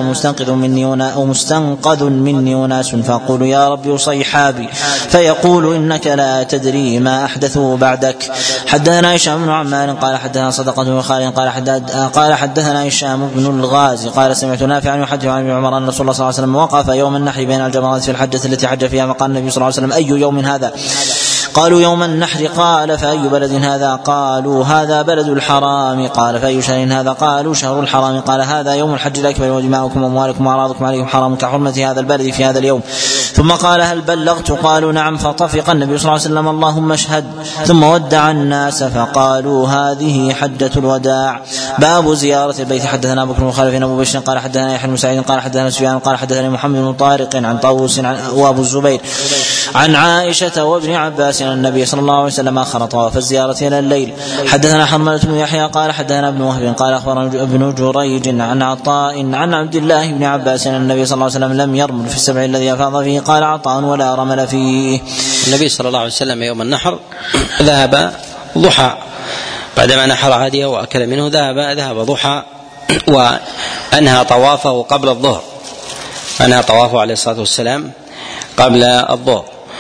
ومستنقذ مني أناس، فأقول يا ربي أصيحابي، فيقول إنك لا تدري ما أحدثوا بعدك. حدثنا هشام بن عمار قال حدثنا صدقة بن خالد قال حدثنا هشام بن الغازي قال سمعت نافعا يحدث عن ابن عمر أن رسول الله صلى الله عليه وسلم وقف يوم النحر بين الجمرات في الحجة التي حج فيها، فقال النبي صلى الله عليه وسلم أي يوم هذا؟ قالوا يوم النحر. قال فأي بلد هذا؟ قالوا هذا بلد الحرام. قال فأي شهر هذا؟ قالوا شهر الحرام. قال هذا يوم الحج الأكبر، ودماؤكم وأموالكم وأعراضكم عليكم حرام كحرمة هذا البلد في هذا اليوم. ثم قال هل بلغت؟ قالوا نعم. فطفق النبي صلى الله عليه وسلم اللهم اشهد، ثم ودع الناس فقالوا هذه حجة الوداع. باب زيارة البيت. حدثنا أبو بكر بن خالد أبو بشر قال حدثنا يحيى بن سعيد قال حدثنا سفيان قال حدثني محمد بن طارق عن طاووس وأبو الزبير عن عائشة وابن عباس أن النبي صلى الله عليه وسلم أخر طواف الزيارة إلى الليل. حدثنا حرملة بن يحيى قال حدثنا ابن وهب قال أخبرنا ابن جريج عن عطاء عن عبد الله بن عباس أن النبي صلى الله عليه وسلم لم يرمل في السبع الذي أفاض فيه. قال عطاء ولا رمل فيه. النبي صلى الله عليه وسلم يوم النحر ذهب ضحى، بعدما نحر هديه وأكل منه ذهب ضحى وأنهى طوافه قبل الظهر، أنهى طوافه عليه الصلاة والسلام قبل الظهر.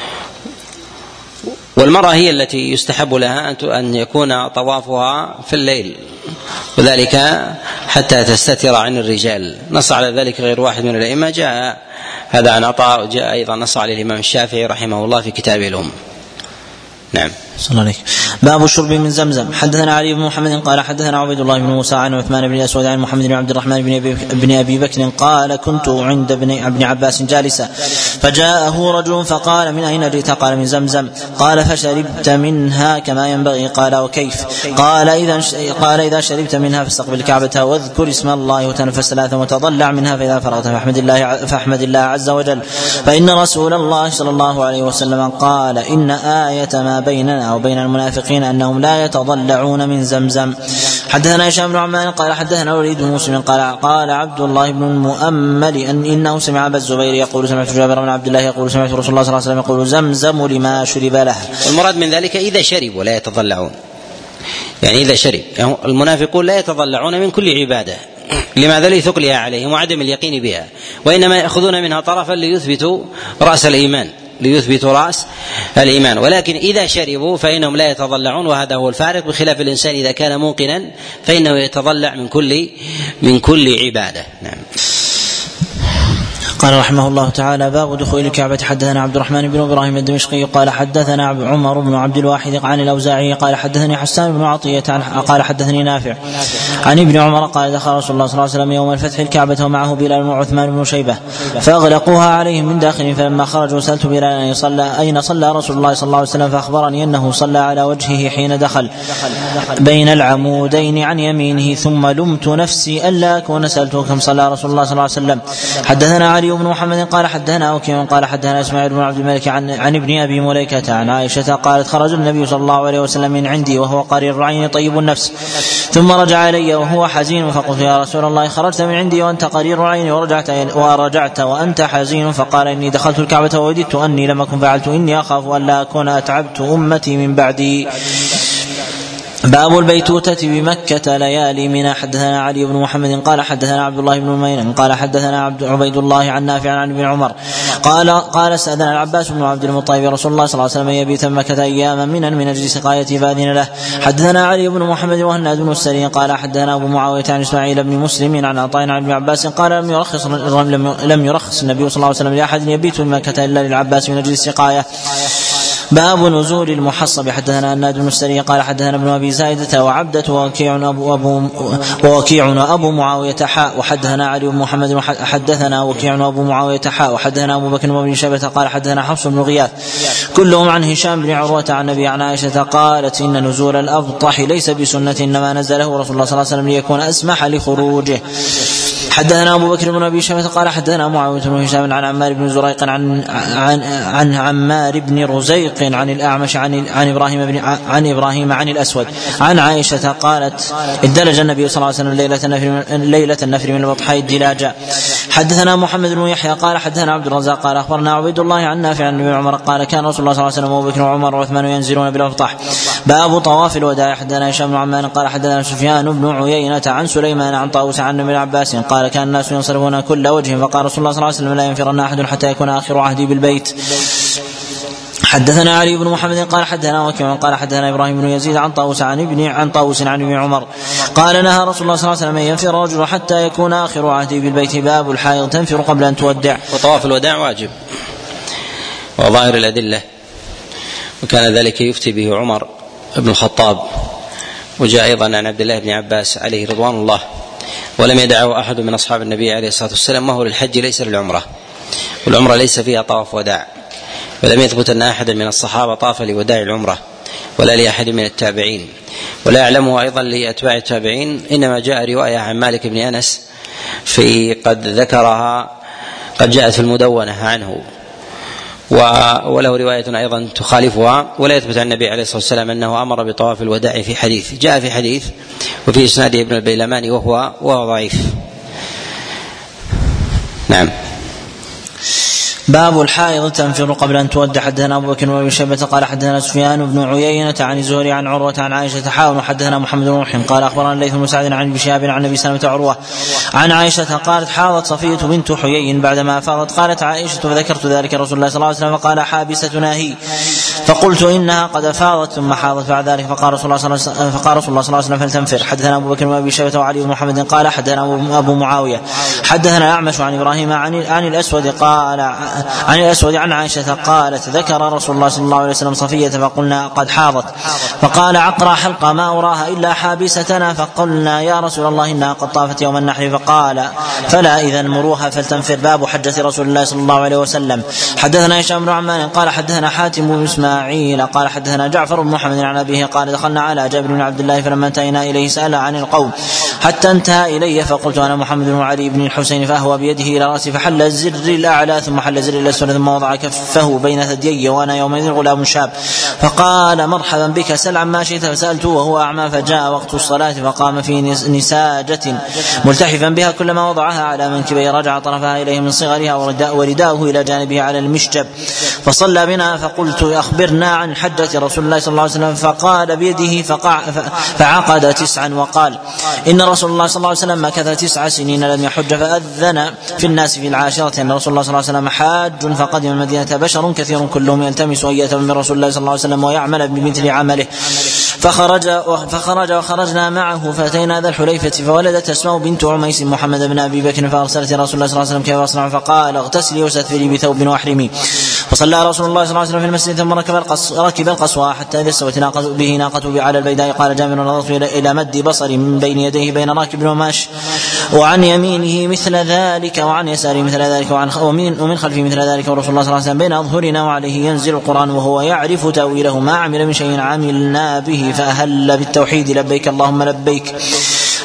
والمرأة هي التي يستحب لها أن يكون طوافها في الليل، وذلك حتى تستتر عن الرجال. نص على ذلك غير واحد من الأئمة، جاء هذا عن عطاء، وجاء أيضا نص عليه الإمام الشافعي رحمه الله في كتابه الأم. نعم. صلى الله عليه. باب الشرب من زمزم. حدثنا علي بن محمد قال حدثنا عبيد الله بن موسى عن عثمان بن الأسود عن محمد بن عبد الرحمن بن أبي بكر قال كنت عند ابن عباس جالسا فجاءه رجل فقال من أين جئت؟ قال من زمزم. قال فشربت منها كما ينبغي؟ قال وكيف؟ قال إذا شربت منها فاستقبل الكعبة واذكر اسم الله وتنفس 3 وتضلع منها، فإذا فرغت فاحمد الله عز وجل، فإن رسول الله صلى الله عليه وسلم قال إن آية ما بيننا وبين المنافقين أنهم لا يتضلعون من زمزم. حدثنا هشام بن عمار قال حدثنا الوليد بن مسلم قال عبد الله بن المؤمل إنه سمع أبا الزبير يقول سمعت جابر بن عبد الله يقول سمعت رسول الله صلى الله عليه وسلم يقول زمزم لما شرب له. والمراد من ذلك إذا شربوا لا يتضلعون، يعني إذا شرب، يعني المنافقون لا يتضلعون من كل عبادة، لماذا؟ لثقلها عليهم وعدم اليقين بها، وإنما يأخذون منها طرفا ليثبتوا رأس الإيمان، ولكن إذا شربوا فإنهم لا يتضلعون، وهذا هو الفارق، بخلاف الإنسان إذا كان موقنا فإنه يتضلع من كل عبادة. نعم. قال رحمه الله تعالى باب دخول الكعبة. حدثنا عبد الرحمن بن إبراهيم الدمشقي قال حدثنا عمر بن عبد الواحد عن الأوزاعي قال حدثني حسان بن عطية قال حدثني نافع عن ابن عمر قال دخل رسول الله صلى الله عليه وسلم يوم الفتح الكعبة ومعه بلال وعثمان بن شيبة فأغلقوها عليهم من داخل، فلما خرجوا سألت بلال أين صلى رسول الله صلى الله عليه وسلم، فأخبرني أنه صلى على وجهه حين دخل بين العمودين عن يمينه، ثم لمت نفسي ألا أكون سألته كم صلى رسول الله صلى الله عليه وسلم. حدثنا علي علي بن محمد قال حدثنا وكيع قال حدثنا اسماعيل بن عبد الملك عن ابن ابي مليكة عن عائشة قالت خرج النبي صلى الله عليه وسلم من عندي وهو قرير العين طيب النفس ثم رجع الي وهو حزين فقلت يا رسول الله خرجت من عندي وانت قرير العين ورجعت وانت حزين؟ فقال اني دخلت الكعبة ووددت اني لم اكن فعلت اني اخاف ان لا اكون اتعبت امتي من بعدي. باب البيتوتة بمكة ليالي منى. حدثنا علي بن محمد قال حدثنا عبد الله بن ميمون قال حدثنا عبيد الله عن نافع عن ابن عمر قال استأذن العباس بن عبد المطلب رسول الله صلى الله عليه وسلم يبيت مكة أياما من أجل سقاية فأذن له. حدثنا علي بن محمد وهناد بن السري قال حدثنا أبو معاوية عن إسماعيل بن مسلم عن عطاء عن ابن عباس قال لم يرخص النبي صلى الله عليه وسلم لأحد يبيت بمكة إلا للعباس من أجل السقاية. باب نزول المحصب. حدثنا هناد بن السري قال حدثنا ابن أبي زايدة وعبدة ووكيع أبو معاوية حاء وحدثنا علي بن محمد حدثنا وكيع أبو معاوية حاء وحدثنا أبو بكر بن شيبة قال حدثنا حفص بن غياث كلهم عن هشام بن عروة عن النبي عن عائشة قالت إن نزول الأبطح ليس بسنة إنما نزله رسول الله صلى الله عليه وسلم ليكون أسمح لخروجه. حدثنا أبو بكر بن أبي شيبة قال حدثنا معاوية بن هشام عن عمار بن زريق عن عمار بن رزيق عن الأعمش عن إبراهيم عن الأسود عن عائشة قالت ادلج النبي صلى الله عليه وسلم ليلة النفر من البطحاء الدلاجة. حدثنا محمد بن يحيى قال حدثنا عبد الرزاق قال أخبرنا عبيد الله عن نافع عن ابن عمر قال كان رسول الله صلى الله عليه وسلم وأبو بكر وعمر وعثمان ينزلون بالأبطح. باب طواف الوداع. حدثنا هشام بن عمان قال حدثنا سفيان بن عيينة عن سليمان عن طاووس عن ابن عباس قال كان الناس ينصرفون كل وجه فقال رسول الله صلى الله عليه وسلم لا ينفرن أحد حتى يكون آخر عهدي بالبيت. حدثنا علي بن محمد قال حدثنا وكيع قال حدثنا إبراهيم بن يزيد عن طاووس عن ابن عمر قال نهى رسول الله صلى الله عليه وسلم ينفر رجل حتى يكون آخر عهده بالبيت. باب الحائض تنفر قبل أن تودع. وطواف الوداع واجب وظاهر الأدلة وكان ذلك يفتي به عمر بن الخطاب وجاء أيضا عن عبد الله بن عباس عليه رضوان الله ولم يدعه أحد من أصحاب النبي عليه الصلاة والسلام وهو للحج ليس للعمرة والعمرة ليس فيها طواف وداع ولم يثبت أن أحد من الصحابة طاف لوداع العمرة ولا لأحد من التابعين ولا يعلمه أيضا لأتباع التابعين. إنما جاء رواية عن مالك بن أنس في قد ذكرها قد جاءت في المدونة عنه وله رواية أيضا تخالفها ولا يثبت عن النبي عليه الصلاة والسلام أنه أمر بطواف الوداع في حديث جاء في حديث وفي إسناده ابن البيلماني وهو ضعيف. نعم. باب الحائض تنفر قبل أن تودع. حدثنا أبو بكر بن شيبة قال حدثنا سفيان بن عيينة عن الزهري عن عروة عن عائشة حاول وحدثنا محمد بن رمح قال أخبرنا الليث بن سعد عن ابن شهاب عن النبي سلمة عروة عن عائشة قالت حاضت صفية بنت حيي بعدما أفاضت قالت عائشة فذكرت ذلك رسول الله صلى الله عليه وسلم فقال حابستنا هي فقلت إنها قد أفاضت ثم حاضت بعد ذلك فقال رسول الله صلى الله عليه وسلم فلتنفر. حدثنا أبو بكر بن أبي شيبة وعلي بن محمد قال حدثنا أبو معاوية حدثنا أعمش عن إبراهيم عن الأسود عن عائشة قالت ذكر رسول الله صلى الله عليه وسلم صفية فقلنا قد حاضت فقال عقرى حلقة ما أراها إلا حابستنا فقلنا يا رسول الله إنها قد طافت يوم النحر فقال فلا إذن مروها فلتنفر. باب حجة رسول الله صلى الله عليه وسلم. حدثنا هشام بن عمان قال حدثنا حاتم بن إسماعيل قال حدثنا جعفر بن محمد عن أبيه قال دخلنا على جابر بن عبد الله فلما انتهينا إليه سأل عن القوم حتى انتهى إلي فقلت أنا محمد بن علي بن الحسين فأهوى بيده إلى رأسي فحل الزر الأعلى ثم حل الزر الأسفل ثم وضع كفه بين ثديي وأنا يومئذ غلام شاب فقال مرحبا بك سل عما شئت فسألته وهو أعمى فجاء وقت الصلاة فقام في نساجة ملتحفا بها كلما وضعها على منكبيه رجع طرفها إليه من صغرها ورداؤه إلى جانبه على المشجب فصلى بنا فقلت أخبرنا عن حجة رسول الله صلى الله عليه وسلم فقال بيده فعقد 9 وقال إن رسول الله صلى الله عليه وسلم مكث 9 سنين لم يحج فأذن في الناس في العاشرة أن رسول الله صلى الله عليه وسلم حاج فقدم المدينة بشر كثير كلهم يلتمس أن يأتوا من رسول الله صلى الله عليه وسلم ويعمل بمثل عمله فخرج وخرجنا معه فأتينا ذا الحليفة فولدت أسماء بنت عميس محمد بن أبي بكر فأرسلت رسول الله صلى الله عليه وسلم كيف أصنع فقال اغتسلي وستفري بثوب واحرمي فصلى رسول الله صلى الله عليه وسلم في المسجد ثم ركب القصوى حتى إذا استوت به ناقته على البيداء قال جابر نظرت إلى مد بصري من بين يديه بين راكب وماش وعن يمينه مثل ذلك وعن يساره مثل ذلك ومن خلفه مثل ذلك ورسول الله صلى الله عليه وسلم بين أظهرنا وعليه ينزل القرآن وهو يعرف تأويله ما عمل من شيء عملنا به فأهل بالتوحيد لبيك اللهم لبيك.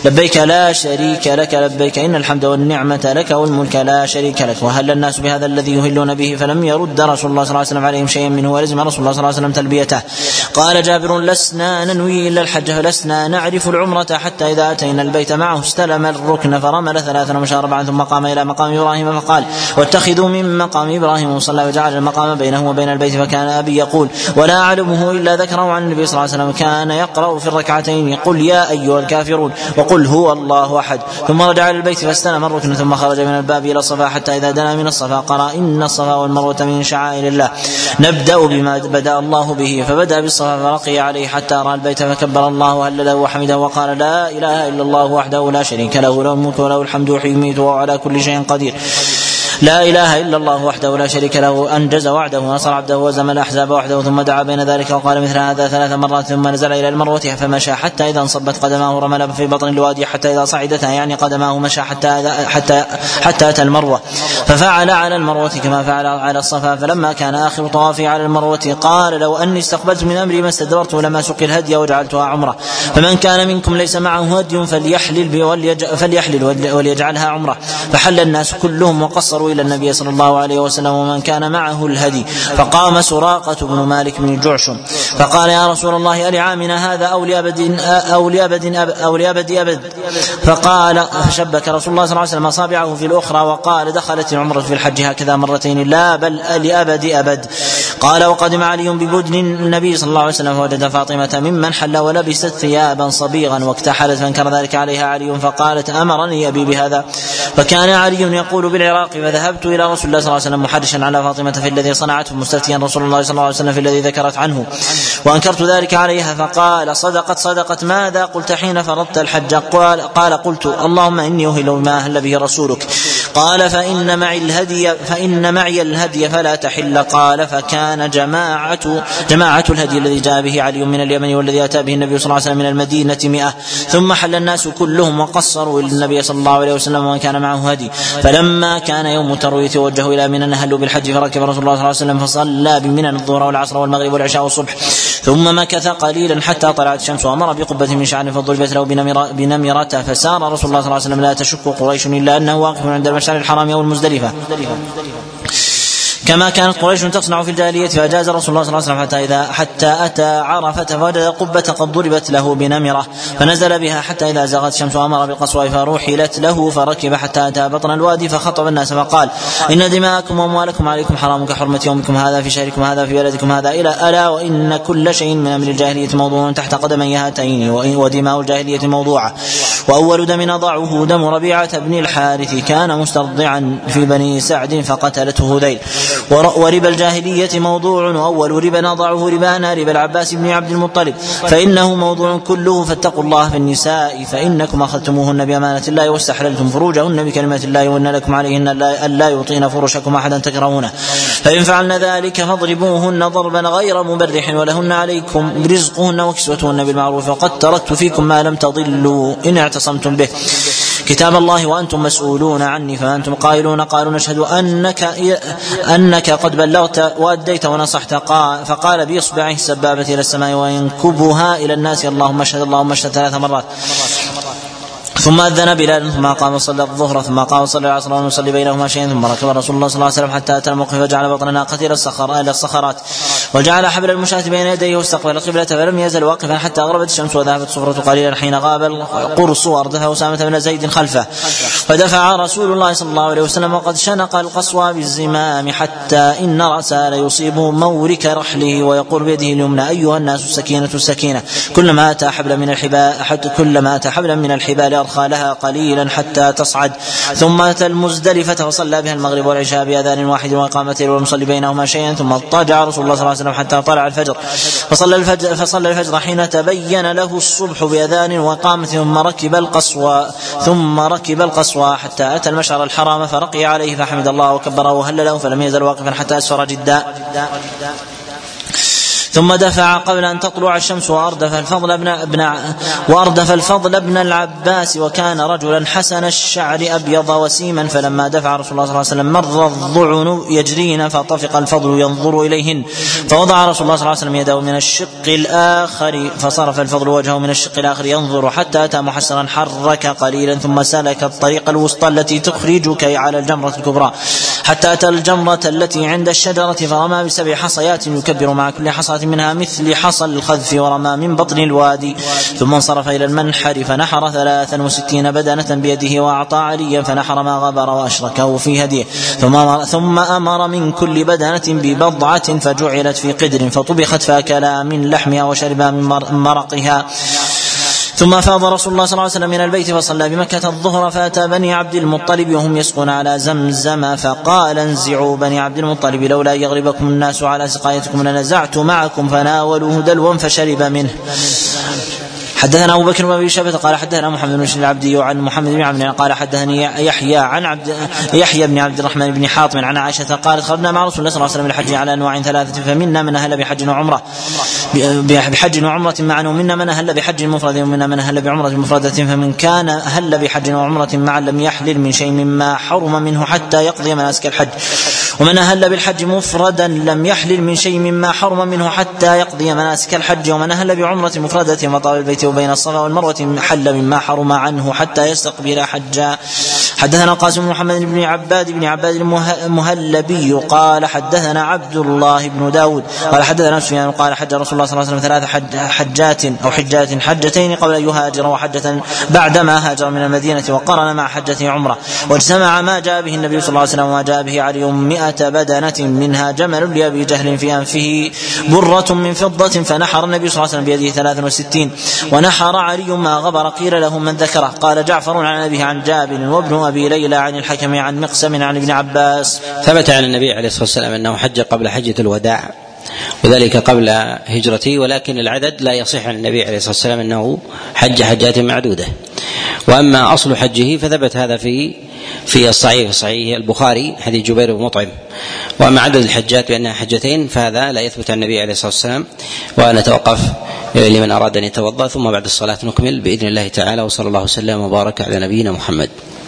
لبيك لا شريك لك لبيك إن الحمد والنعمة لك والملك لا شريك لك. وهل الناس بهذا الذي يهلون به فلم يرد رسول الله صلى الله عليه وسلم عليهم شيئا منه ولزم رسول الله صلى الله عليه وسلم تلبيته. قال جابر لسنا ننوي إلا الحج فلسنا نعرف العمرة حتى إذا أتينا البيت معه استلم الركن فرمل 3 ومشى 4 ثم قام إلى مقام إبراهيم فقال واتخذوا من مقام إبراهيم مصلى وجعل المقام بينه وبين البيت. فكان أبي يقول ولا أعلمه إلا ذكره عن النبي صلى الله عليه وسلم كان يقرأ في الركعتين قل يا أيها الكافرون وقل هو الله أحد. ثم رجع إلى البيت فاستلم الركن ثم خرج من الباب إلى الصفا حتى إذا دنا من الصفا قرأ إن الصفا والمروة من شعائر الله نبدأ بما بدأ الله به. فبدأ بالصفا فرقي عليه حتى رأى البيت فكبر الله وهلله وحمده وقال لا إله إلا الله وحده لا شريك له له الملك وله الحمد يحيي ويميت وهو على كل شيء قدير. لا إله إلا الله وحده لا شريك له أنجز وعده ونصر عبده وهزم الأحزاب وحده. ثم دعا بين ذلك وقال مثل هذا 3 مرات ثم نزل إلى المروة فمشى حتى إذا انصبت قدماه رمل في بطن الوادي حتى إذا صعدتها يعني قدماه مشى حتى أتى المروة ففعل على المروة كما فعل على الصفا. فلما كان آخر طوافي على المروة قال لو أني استقبلت من أمري ما استدبرت لما سقي الهدي وجعلتها عمرة. فمن كان منكم ليس معه هدي فليحلل وليجعلها عمرة. فحل الناس كلهم وقصروا إلى النبي صلى الله عليه وسلم ومن كان معه الهدي. فقام سراقة بن مالك بن جعشم فقال يا رسول الله ألعامنا هذا أو لأبد أبد. فقال فشبك رسول الله صلى الله عليه وسلم أصابعه في الأخرى وقال دخلت العمرة في الحج هكذا مرتين لا بل لأبد أبد. قال وقدم علي ببدن النبي صلى الله عليه وسلم فوجد فاطمة ممن حل ولبست ثيابا صبيغا واكتحلت فانكر ذلك عليها علي فقالت أمرني أبي بهذا. فكان علي يقول بالعراق فذهبت إلى رسول الله صلى الله عليه وسلم محرشا على فاطمة في الذي صنعته مستفتيا رسول الله صلى الله عليه وسلم في الذي ذكرت عنه وأنكرت ذلك عليها. فقال صدقت ماذا قلت حين فرضت الحج؟ قال قلت اللهم إني أهل بما أهل به رسولك. قال فإن معي الهدي فلا تحل. قال فكان جماعة الهدي الذي جاء به علي من اليمن والذي أتى به النبي صلى الله عليه وسلم من المدينة 100 ثم حل الناس كلهم وقصروا إلى النبي صلى الله عليه وسلم ومن كان معه هدي. فلما كان يوم التروية توجهوا إلى منى نهلوا بالحج فركب رسول الله صلى الله عليه وسلم فصلى بمنى الظهر والعصر والمغرب والعشاء والصبح ثم مكث قليلا حتى طلعت الشمس وأمر بقبة من شعر فضربت له بنمرة فسار رسول الله صلى الله عليه وسلم لا تشك قريش إلا أنه واقف عند المشعر الحرام أو المزدلفة كما كانت قريش تصنع في الجاهلية. فأجاز رسول الله صلى الله عليه وسلم حتى أتى عرفة فوجد قبة قد ضربت له بنمرة فنزل بها حتى إذا زاغت الشمس وأمر بالقصوى فروحلت له فركب حتى أتى بطن الوادي فخطب الناس فقال إن دماءكم وأموالكم عليكم حرام كحرمة يومكم هذا في شهركم هذا في بلدكم هذا ألا وإن كل شيء من أمر الجاهلية موضوع تحت قدمي هاتين ودماء الجاهلية موضوعة. وأول دم نضعه دم ربيعة بن الحارث كان مسترضعا في بني سعد فقتلته هذيل. وربا الجاهلية موضوع وأول ربا نضعه ربانا ربا العباس بن عبد المطلب فإنه موضوع كله. فاتقوا الله في النساء فإنكم أخذتموهن بأمانة الله واستحللتم فروجهن بكلمة الله وإن لكم عليهن ألا يعطين فرشكم أحدا تكرهونه فإن فعلن ذلك فاضربوهن ضربا غير مبرح ولهن عليكم رزقهن وكسوتهن بالمعروف وقد تركت فيكم ما لم تضلوا إن اعتصمتم به كتاب الله وأنتم مسؤولون عني فأنتم قائلون قالوا نشهد أنك قد بلغت وأديت ونصحت. فقال بإصبعه السبابة إلى السماء وينكبها إلى الناس اللهم اشهد 3 مرات. ثم أذن بلال ثم قام وصلى الظهر ثم قام وصلى العصر ونصلي بينهما شيئا ثم ركب رسول الله صلى الله عليه وسلم حتى أتى الموقف فجعل بطن ناقته إلى الصخرات وجعل حبل المشاة بين يديه واستقبل القبلة فلم يزل واقفا حتى غربت الشمس وذهبت الصفرة قليلا حين غاب القرص وأردف أسامة بن زيد خلفه فدفع رسول الله صلى الله عليه وسلم وقد شنق القصوى بالزمام حتى إن رأسه ليصيب مورك رحله ويقول بيده اليمنى أيها الناس السكينة كلما أتى حبلا من الحبال أرخى لها قليلا حتى تصعد. ثم أتى المزدلفة فصلى بها المغرب والعشاء بأذان واحد وإقامتين والمصلي بينهما شيئا ثم اضطجع رسول الله صلى الله عليه وسلم حتى طلع الفجر فصلى الفجر حين تبين له الصبح بأذان وقام ثم ركب القصوى حتى أتى المشعر الحرام فرقي عليه فحمد الله وكبره وهلله فلم يزل واقفا حتى أسفر جدا. ثم دفع قبل أن تطلع الشمس وأردف الفضل ابن العباس وكان رجلا حسن الشعر أبيض وسيما. فلما دفع رسول الله صلى الله عليه وسلم مر الضعن يجرين فطفق الفضل ينظر إليهن فوضع رسول الله صلى الله عليه وسلم يده من الشق الآخر فصرف الفضل وجهه من الشق الآخر ينظر حتى أتى محسرا حرك قليلا ثم سلك الطريق الوسطى التي تخرجك على الجمرة الكبرى حتى أتى الجمرة التي عند الشجرة فرمى ب7 حصيات يكبر مع كل حصاة منها مثل حصى الخذف ورمى من بطن الوادي. ثم انصرف إلى المنحر فنحر 63 بدنة بيده وأعطى عليا فنحر ما غبر وأشركه في هديه ثم أمر من كل بدنة ببضعة فجعلت في قدر فطبخت فأكلا من لحمها وشربا من مرقها. ثم فاض رسول الله صلى الله عليه وسلم من البيت فصلى بمكة الظهر فأتى بني عبد المطلب وهم يسقون على زمزم فقال انزعوا بني عبد المطلب لولا يغلبكم الناس على سقايتكم لنزعت معكم فناولوه دلوا فشرب منه. حدثنا أبو بكر بن أبي شيبة قال حدثنا محمد بن العبدي عن محمد بن عمرو قال حدثني يحيى بن عبد الرحمن بن حاطم عن عائشة قالت خرجنا مع رسول الله صلى الله عليه وسلم الحج على أنواع 3 فمنا من أهل بحج وعمرة معا ومنا من أهل بحج مفرد ومنا من أهل بعمرة مفردة فمن كان أهل بحج وعمرة معا لم يحلل من شيء مما حرم منه حتى يقضي مناسك الحج ومن أهل بالحج مفردا لم يحلل من شيء مما حرم منه حتى يقضي مناسك الحج ومن أهل بعمرة مفردة فطاف البيت وبين الصفا والمروة حل مما حرم عنه حتى يستقبل حجا. حدثنا القاسم بن محمد بن عباد المهلبي قال حدثنا عبد الله بن داود قال حدثنا سفيان قال حج رسول الله صلى الله عليه وسلم 3 حجات أو حجتين قبل أن يهاجر وحجة بعدما هاجر من المدينة وقرن مع حجة عمرة واجتمع ما جاء به النبي صلى الله عليه وسلم وما جاء به علي 100 بدنة منها جمل لأبي جهل في أنفه برة من فضة فنحر النبي صلى الله عليه وسلم بيده 63 ونحر علي ما غبر قيل له من ذكره. قال جعفر عن أبيه عن جابر وابن أبي ليلى عن الحكم عن مقسم عن ابن عباس. ثبت عن النبي عليه الصلاة والسلام أنه حج قبل حجة الوداع وذلك قبل هجرته ولكن العدد لا يصح عن النبي عليه الصلاة والسلام أنه حج حجات معدودة. وأما أصل حجه فثبت هذا في الصحيح البخاري حديث جبير بن مطعم. وأما عدد الحجات بأنها حجتين فهذا لا يثبت عن النبي عليه الصلاة والسلام. ونتوقف لمن أراد أن يتوضأ ثم بعد الصلاة نكمل بإذن الله تعالى. وصلى الله وسلم وبارك على نبينا محمد.